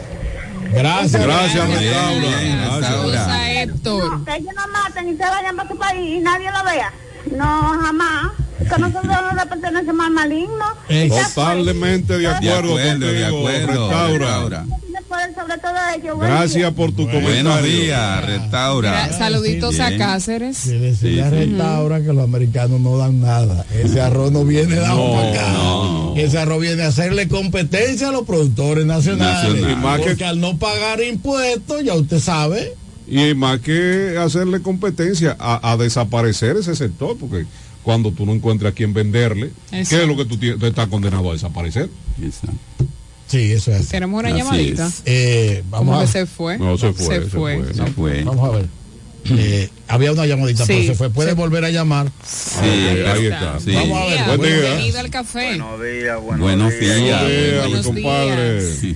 Gracias. Gracias, Bien, Restaura. bien, Gracias. Restaura. Usa Héctor. No, que ellos no maten y se vayan para su país y nadie lo vea. No, jamás. Que nosotros no le pertenecemos al maligno. Totalmente de De acuerdo, acuerdo, de contigo, acuerdo. Restaura. Restaura. Tiene poder sobre todo ellos. Buen Gracias día. por tu Buenos comentario. días, Restaura. Mira, saluditos a Bien. Cáceres. Se decía Sí, sí. Restaura que los americanos no dan nada. Ese arroz no viene dado No, para acá. no. Ese arroz viene a hacerle competencia a los productores nacionales. Nacional. Y más Porque que- al no pagar impuestos, ya usted sabe. Y más que hacerle competencia a, a desaparecer ese sector, porque cuando tú no encuentras a quién venderle, Eso. ¿qué es lo que tú tienes? Estás condenado a desaparecer. Exacto. Sí, eso es así. Tenemos una Así llamadita. es. Eh, ¿Cómo vamos, que a, se fue? No, se fue, Se se fue. fue. Se fue. vamos a ver. Eh, había una llamadita, Sí, pero se fue. Puede se- volver a llamar. Sí, ahí está. sí. Vamos a ver. Buen día. Bienvenido al café. Buenos días, buenos, Buenos días. días. Buenos días, mi Buenos compadre. días.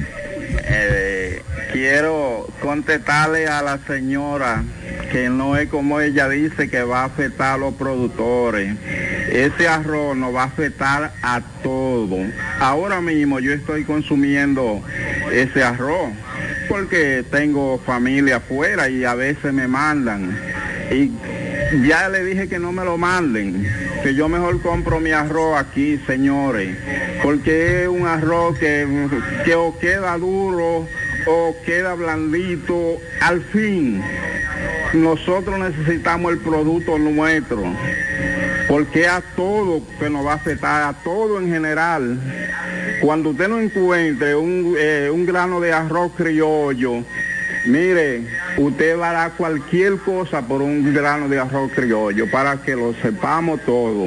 Eh, quiero contestarle a la señora que no es como ella dice que va a afectar a los productores. Ese arroz nos va a afectar a todos. Ahora mismo yo estoy consumiendo ese arroz porque tengo familia afuera y a veces me mandan. Y ya le dije que no me lo manden, que yo mejor compro mi arroz aquí, señores, porque es un arroz que, que o queda duro o queda blandito. Al fin, nosotros necesitamos el producto nuestro, porque a todo que nos va a afectar, a todo en general. Cuando usted no encuentre un, eh, un grano de arroz criollo, mire, usted va a dar cualquier cosa por un grano de arroz criollo, para que lo sepamos todo.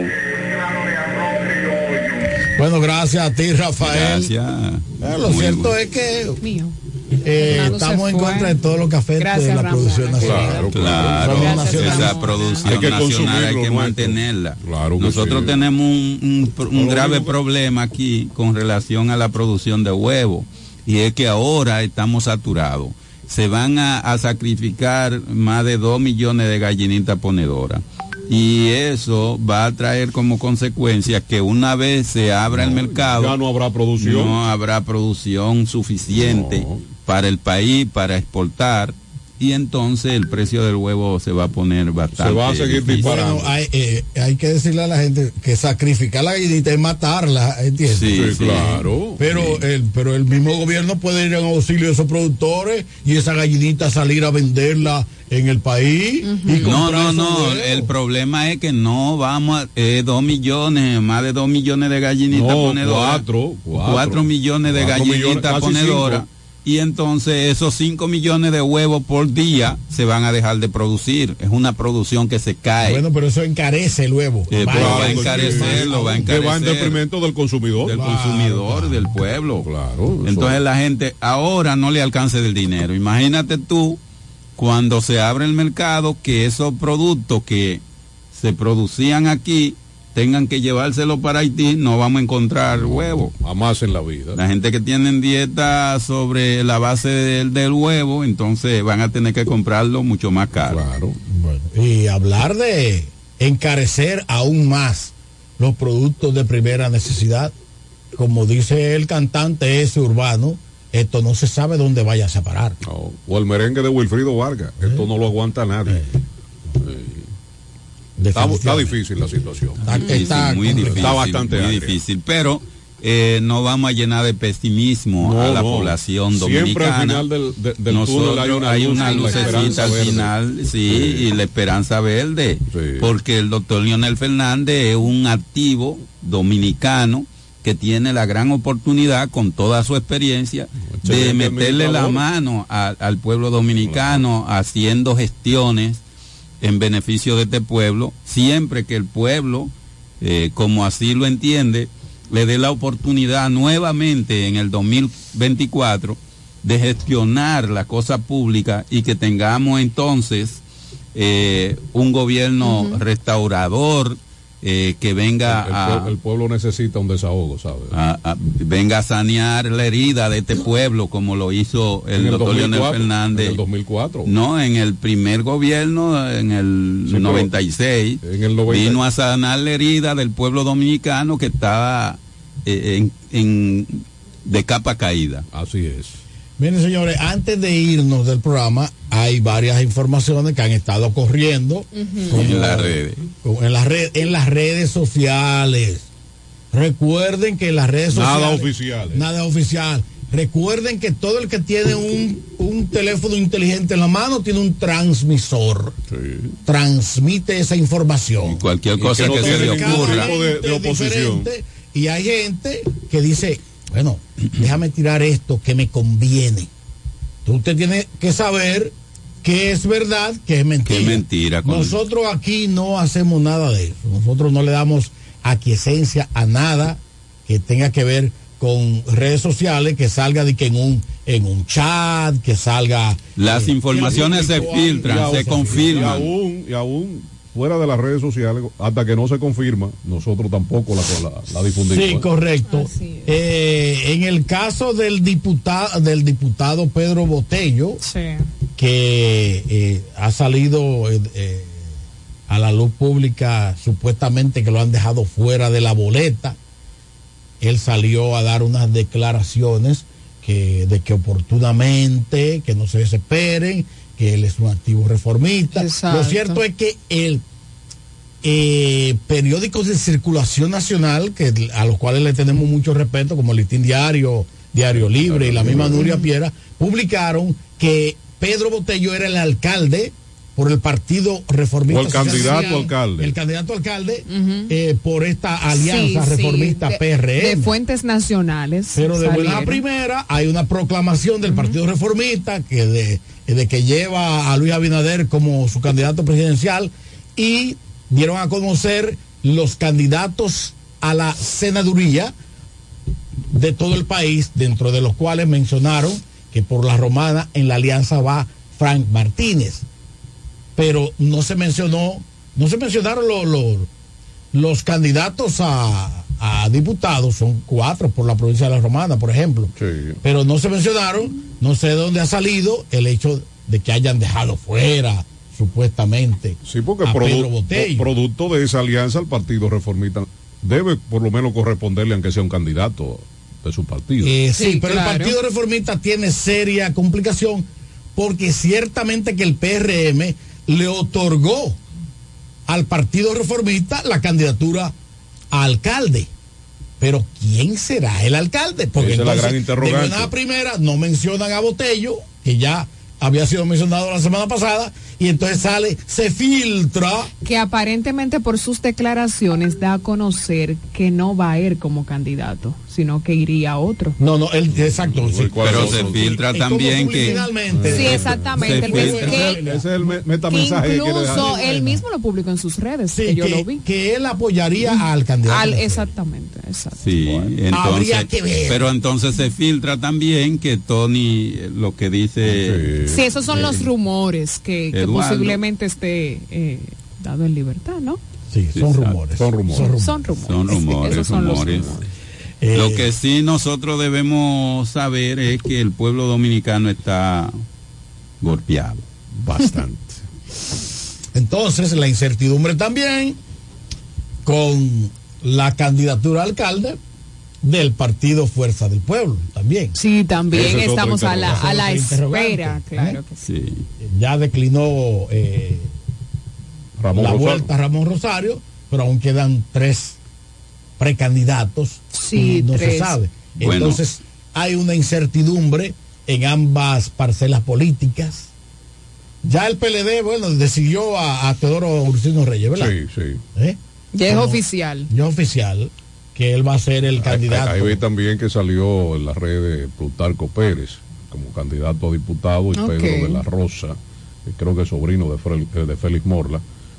Bueno, gracias a ti, Rafael. Gracias. Eh, lo Muy cierto bueno. es que Mío. eh, Fernando estamos se en fue. contra de todo lo que afecte Gracias, la Ramón. producción nacional. Claro, claro. Somos Esa nacionalistas. producción Hay que nacional hay consumirlo que nuestro. mantenerla. Claro que Nosotros sí. tenemos un, un pr- un Lo grave único que- problema aquí con relación a la producción de huevos, y es que ahora estamos saturados. Se van a, a sacrificar más de dos millones de gallinitas ponedoras. Y eso va a traer como consecuencia que una vez se abra el mercado, ya no habrá producción. no habrá producción suficiente No. para el país, para exportar, y entonces el precio del huevo se va a poner bastante Se va a seguir difícil. disparando. Bueno, hay, eh, hay que decirle a la gente que sacrificar la gallinita es matarla, ¿entiendes? Sí, Sí, sí. claro. Pero, el, pero el mismo gobierno puede ir en auxilio de esos productores y esa gallinita salir a venderla en el país. Y No, comprar no, esos no, huevos. el problema es que no vamos a, eh, dos millones, más de dos millones de gallinitas No, ponedoras. cuatro, cuatro. Cuatro millones de Cuatro millones, gallinitas casi ponedoras. cinco. Y entonces esos cinco millones de huevos por día se van a dejar de producir. Es una producción que se cae. Bueno, pero eso encarece el huevo. Eh, Va pero va a encarecer encarecerlo, más va a aún. Que va en encarecer. detrimento del consumidor. Del Claro, consumidor, claro. del pueblo. Claro. eso- Entonces la gente ahora no le alcance del dinero. Imagínate tú, cuando se abre el mercado, que esos productos que se producían aquí tengan que llevárselo para Haití, no vamos a encontrar huevo. Jamás en la vida. La gente que tienen dieta sobre la base del, del huevo, entonces van a tener que comprarlo mucho más caro. Claro. Bueno, y hablar de encarecer aún más los productos de primera necesidad, como dice el cantante ese urbano, esto no se sabe dónde vaya a parar. No. O el merengue de Wilfrido Vargas. Esto no lo aguanta nadie. Está, está difícil la situación. Está, Difícil, está muy difícil, Está bastante muy agria. difícil, pero eh, no vamos a llenar de pesimismo No, a la no. población Siempre dominicana. al final del, de- del Nosotros túnel hay una, hay luz, una la lucecita esperanza al verde. final, sí, Sí. y la esperanza verde, Sí. porque el doctor Leonel Fernández es un activo dominicano que tiene la gran oportunidad, con toda su experiencia, de Excelente meterle la administrador. mano a- al pueblo dominicano, haciendo gestiones en beneficio de este pueblo, siempre que el pueblo, eh, como así lo entiende, le dé la oportunidad nuevamente en el dos mil veinticuatro de gestionar la cosa pública, y que tengamos entonces eh, un gobierno Ujú. restaurador, eh, que venga El, el a, pue- el pueblo necesita un desahogo, ¿sabes? a- a- venga a sanear la herida de este pueblo, como lo hizo el, En el doctor Leonel dos mil cuatro, Fernández. En el dos mil cuatro. No, en el primer gobierno, en el Sí, pero noventa y seis, en el noventa vino a sanar la herida del pueblo dominicano que estaba eh, en, en- de capa caída. Así es. Miren, señores, antes de irnos del programa, hay varias informaciones que han estado corriendo como- En las redes. como en, las red- en las redes sociales. Recuerden que en las redes sociales... Nada oficial. eh. Nada oficial. Recuerden que todo el que tiene un, un teléfono inteligente en la mano tiene un transmisor. Sí. Transmite esa información. Y cualquier Y cosa que no que, se le tiene ningún ocurra. tipo de- de Gente oposición. diferente, y hay gente que dice, bueno, déjame tirar esto que me conviene. Entonces usted tiene que saber qué es verdad, qué es mentira. Qué mentira. con- Nosotros aquí no hacemos nada de eso. Nosotros no le damos aquiescencia a nada que tenga que ver con redes sociales, que salga de que en un en un chat, que salga... Las eh, informaciones se virtual, filtran, ya, se o sea, Y confirman. aún, y aún fuera de las redes sociales, hasta que no se confirma, nosotros tampoco la, la, la difundimos. Sí, ¿eh? correcto. Así es. Eh, en el caso del diputado del diputado Pedro Botello, Sí. que eh, ha salido eh, eh, a la luz pública, supuestamente que lo han dejado fuera de la boleta. Él salió a dar unas declaraciones que de que oportunamente, que no se desesperen, que él es un activo reformista. Exacto. Lo cierto es que él eh, periódicos de circulación nacional, que a los cuales le tenemos mucho respeto, como el Listín Diario, Diario Libre y la misma Nuria Piera, publicaron que Pedro Botello era el alcalde por el Partido Reformista. O el candidato Social, alcalde. El candidato alcalde uh-huh. eh, por esta alianza sí, reformista sí, de, P R M. De fuentes nacionales. Pero de buena primera hay una proclamación del uh-huh. Partido Reformista que de, de que lleva a Luis Abinader como su candidato presidencial, y dieron a conocer los candidatos a la senaduría de todo el país, dentro de los cuales mencionaron que por la Romana en la alianza va Frank Martínez. Pero no se mencionó, no se mencionaron los, los, los candidatos a, a diputados, son cuatro por la provincia de la Romana, por ejemplo. Sí. Pero no se mencionaron, no sé de dónde ha salido el hecho de que hayan dejado fuera, supuestamente, sí, porque a produ- Pedro Botello. Producto de esa alianza, el Partido Reformista debe por lo menos corresponderle, aunque sea un candidato de su partido. Eh, sí, sí, pero claro. El Partido Reformista tiene seria complicación, porque ciertamente que el P R M le otorgó al Partido Reformista la candidatura a alcalde. Pero ¿quién será el alcalde? Porque esa entonces, es la gran interrogante. de buena primera no mencionan a Botello, que ya había sido mencionado la semana pasada, y entonces sale, se filtra. Que aparentemente por sus declaraciones da a conocer que no va a ir como candidato, sino que iría a otro. No, no, él, exacto. Sí. Pero se filtra Y también que... finalmente, sí, exactamente. Se El filtra. que, Ese es el metamensaje que quiere incluso dejar. él mismo lo publicó en sus redes, Sí, que yo que, lo vi. que él apoyaría al candidato. Al, exactamente, exacto. Sí, Bueno, habría entonces, que ver. pero entonces se filtra también que Tony, lo que dice... Sí, esos son los rumores que, que Eduardo. posiblemente esté eh, dado en libertad, ¿no? Sí, son Exacto. rumores. Son rumores. Son rumores. Son rumores, Esos son los rumores. rumores. Eh, Lo que sí nosotros debemos saber es que el pueblo dominicano está golpeado. Bastante. Entonces, la incertidumbre también con la candidatura a alcalde del partido Fuerza del Pueblo, también. Sí, también Ese es estamos otro a la, a la interrogante. espera, claro que sí. Sí. Ya declinó eh, Ramón la Rosario. vuelta a Ramón Rosario, pero aún quedan tres precandidatos. Sí, y no tres. se sabe. Bueno. Entonces, hay una incertidumbre en ambas parcelas políticas. Ya el P L D, bueno, decidió a, a Teodoro Ursino Reyes, ¿verdad? Sí, sí. ¿Eh? Ya es Como- oficial. Ya oficial, que él va a ser el candidato. Ahí, ahí vi también que salió en las redes Plutarco Pérez como candidato a diputado, y Ok. Pedro de la Rosa, que creo que es sobrino de, Fel- eh, de Félix Morla.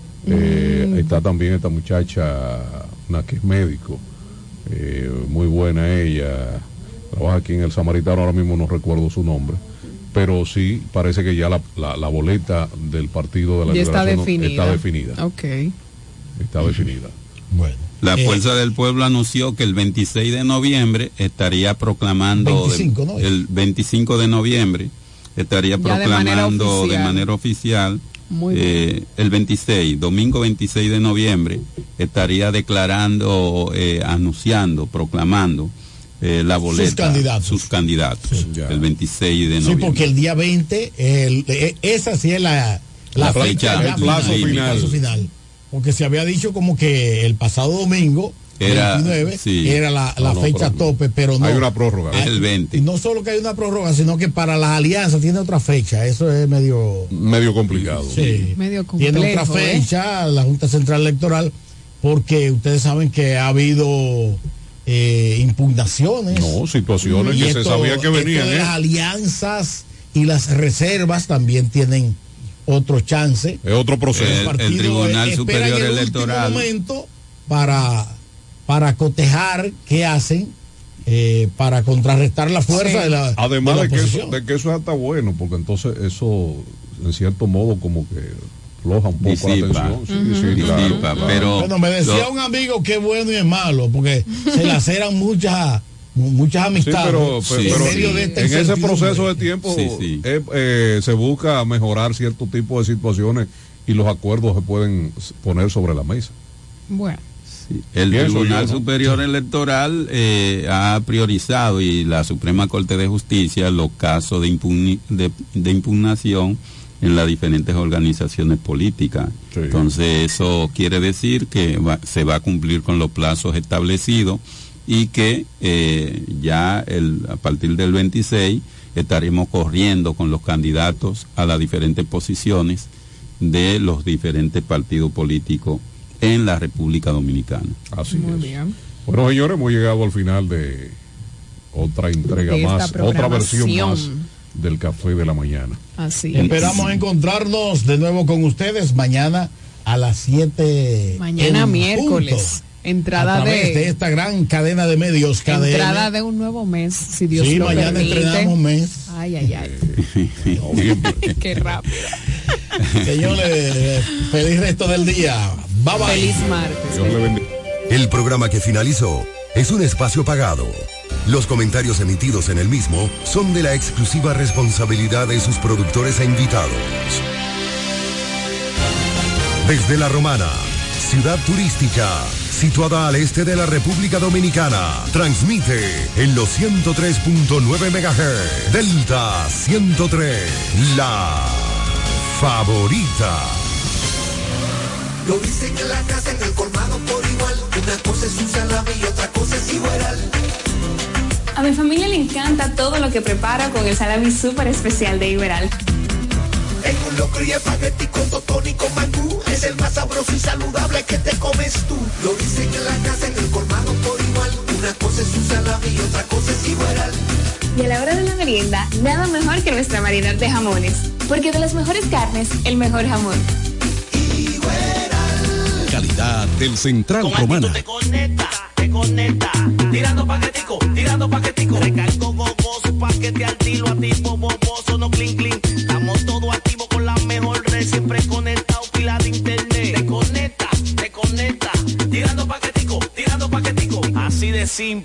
Eh, Mm. Está también esta muchacha, una que es médico, eh, muy buena ella, trabaja aquí en El Samaritano, ahora mismo no recuerdo su nombre, pero sí parece que ya la, la, la boleta del Partido de la Ya está Liberación definida. está definida. Ok. Está definida. Bueno. La Eh, Fuerza del Pueblo anunció que el veintiséis de noviembre estaría proclamando... veinticinco, ¿no? El veinticinco de noviembre estaría Ya de manera proclamando de oficial. manera oficial, Muy eh, el veintiséis, domingo veintiséis de noviembre, estaría declarando, eh, anunciando, proclamando eh, la boleta. Sus candidatos. Sus candidatos, Sí, ya. el veintiséis de Sí, noviembre. porque el día veinte, el- eh, esa sí es la, La fecha, ya el plazo el final. plazo final. Porque se había dicho como que el pasado domingo, Era, veintinueve, sí. era la, la No, no, fecha pero- tope, pero no. Hay una prórroga. Es el veinte. Y no solo que hay una prórroga, sino que para las alianzas tiene otra fecha. Eso es medio... Medio complicado. Sí. Medio Tiene otra complejo, ¿eh? fecha, la Junta Central Electoral, porque ustedes saben que ha habido eh, impugnaciones. No, situaciones Y que se esto- sabía que esto venían. de ¿eh? las alianzas y las reservas también tienen otro chance. Es otro proceso. El- el partido Tribunal espera Superior en el Electoral. último momento para, para cotejar qué hacen eh, para contrarrestar la fuerza Sí. de la, Además de de, la que eso, oposición. de que eso es hasta bueno, porque entonces eso, en cierto modo, como que floja un poco Disipa. la atención. Sí, sí, Disipa, claro, claro. pero Bueno, me decía lo- un amigo que es bueno y es malo, porque se laceran muchas muchas Sí, amistades pero, Sí, pero- en pero medio de esta en ese incertidumbre. proceso de tiempo Sí, sí. eh, eh, se busca mejorar cierto tipo de situaciones y los acuerdos se pueden poner sobre la mesa. Bueno. El Pienso Tribunal yo, ¿no? Superior Electoral eh, ha priorizado, y la Suprema Corte de Justicia, los casos de, impugni- de, de impugnación en las diferentes organizaciones políticas. Sí. Entonces eso quiere decir que va, se va a cumplir con los plazos establecidos y que eh, ya el, a partir del veintiséis estaremos corriendo con los candidatos a las diferentes posiciones de los diferentes partidos políticos en la República Dominicana. Así Muy es. bien. Bueno, señores, hemos llegado al final de otra entrega De esta más, otra versión programación. más del Café de la Mañana. Así es. Esperamos encontrarnos de nuevo con ustedes mañana a las siete. Mañana en miércoles. punto, Entrada a través de, de esta gran cadena de medios. K D N. entrada de un nuevo mes, si Dios Sí, lo mañana permite. estrenamos mes. Ay, ay, ay. Qué rápido. Señores, feliz resto del día. Bye bye. Feliz martes. El programa que finalizó es un espacio pagado. Los comentarios emitidos en el mismo son de la exclusiva responsabilidad de sus productores e invitados. Desde La Romana, ciudad turística, situada al este de la República Dominicana, transmite en los ciento tres punto nueve megahertz, Delta ciento tres, la favorita. Lo dicen en la casa, en el colmado por igual. Una cosa es un salami y otra cosa es igual. A mi familia le encanta todo lo que preparo con el salami súper especial de Iberal. En un locro y espagueti con totón y con mangú. Es el más sabroso y saludable que te comes tú. Lo dicen en la casa, en el colmado por igual. Una cosa es un salami y otra cosa es Iberal. Y a la hora de la merienda, nada mejor que nuestra variedad de jamones. Porque de las mejores carnes, el mejor jamón. Calidad del Central Romana. Te conecta, te conecta. Tirando paquetico, tirando paquetico. Recargo gogoso, paquete al tiro, activo, boboso, no clink, clink. Estamos todos activos con la mejor red, siempre conectado, pila de internet. Te conecta, te conecta. Tirando paquetico, tirando paquetico. Así de simple.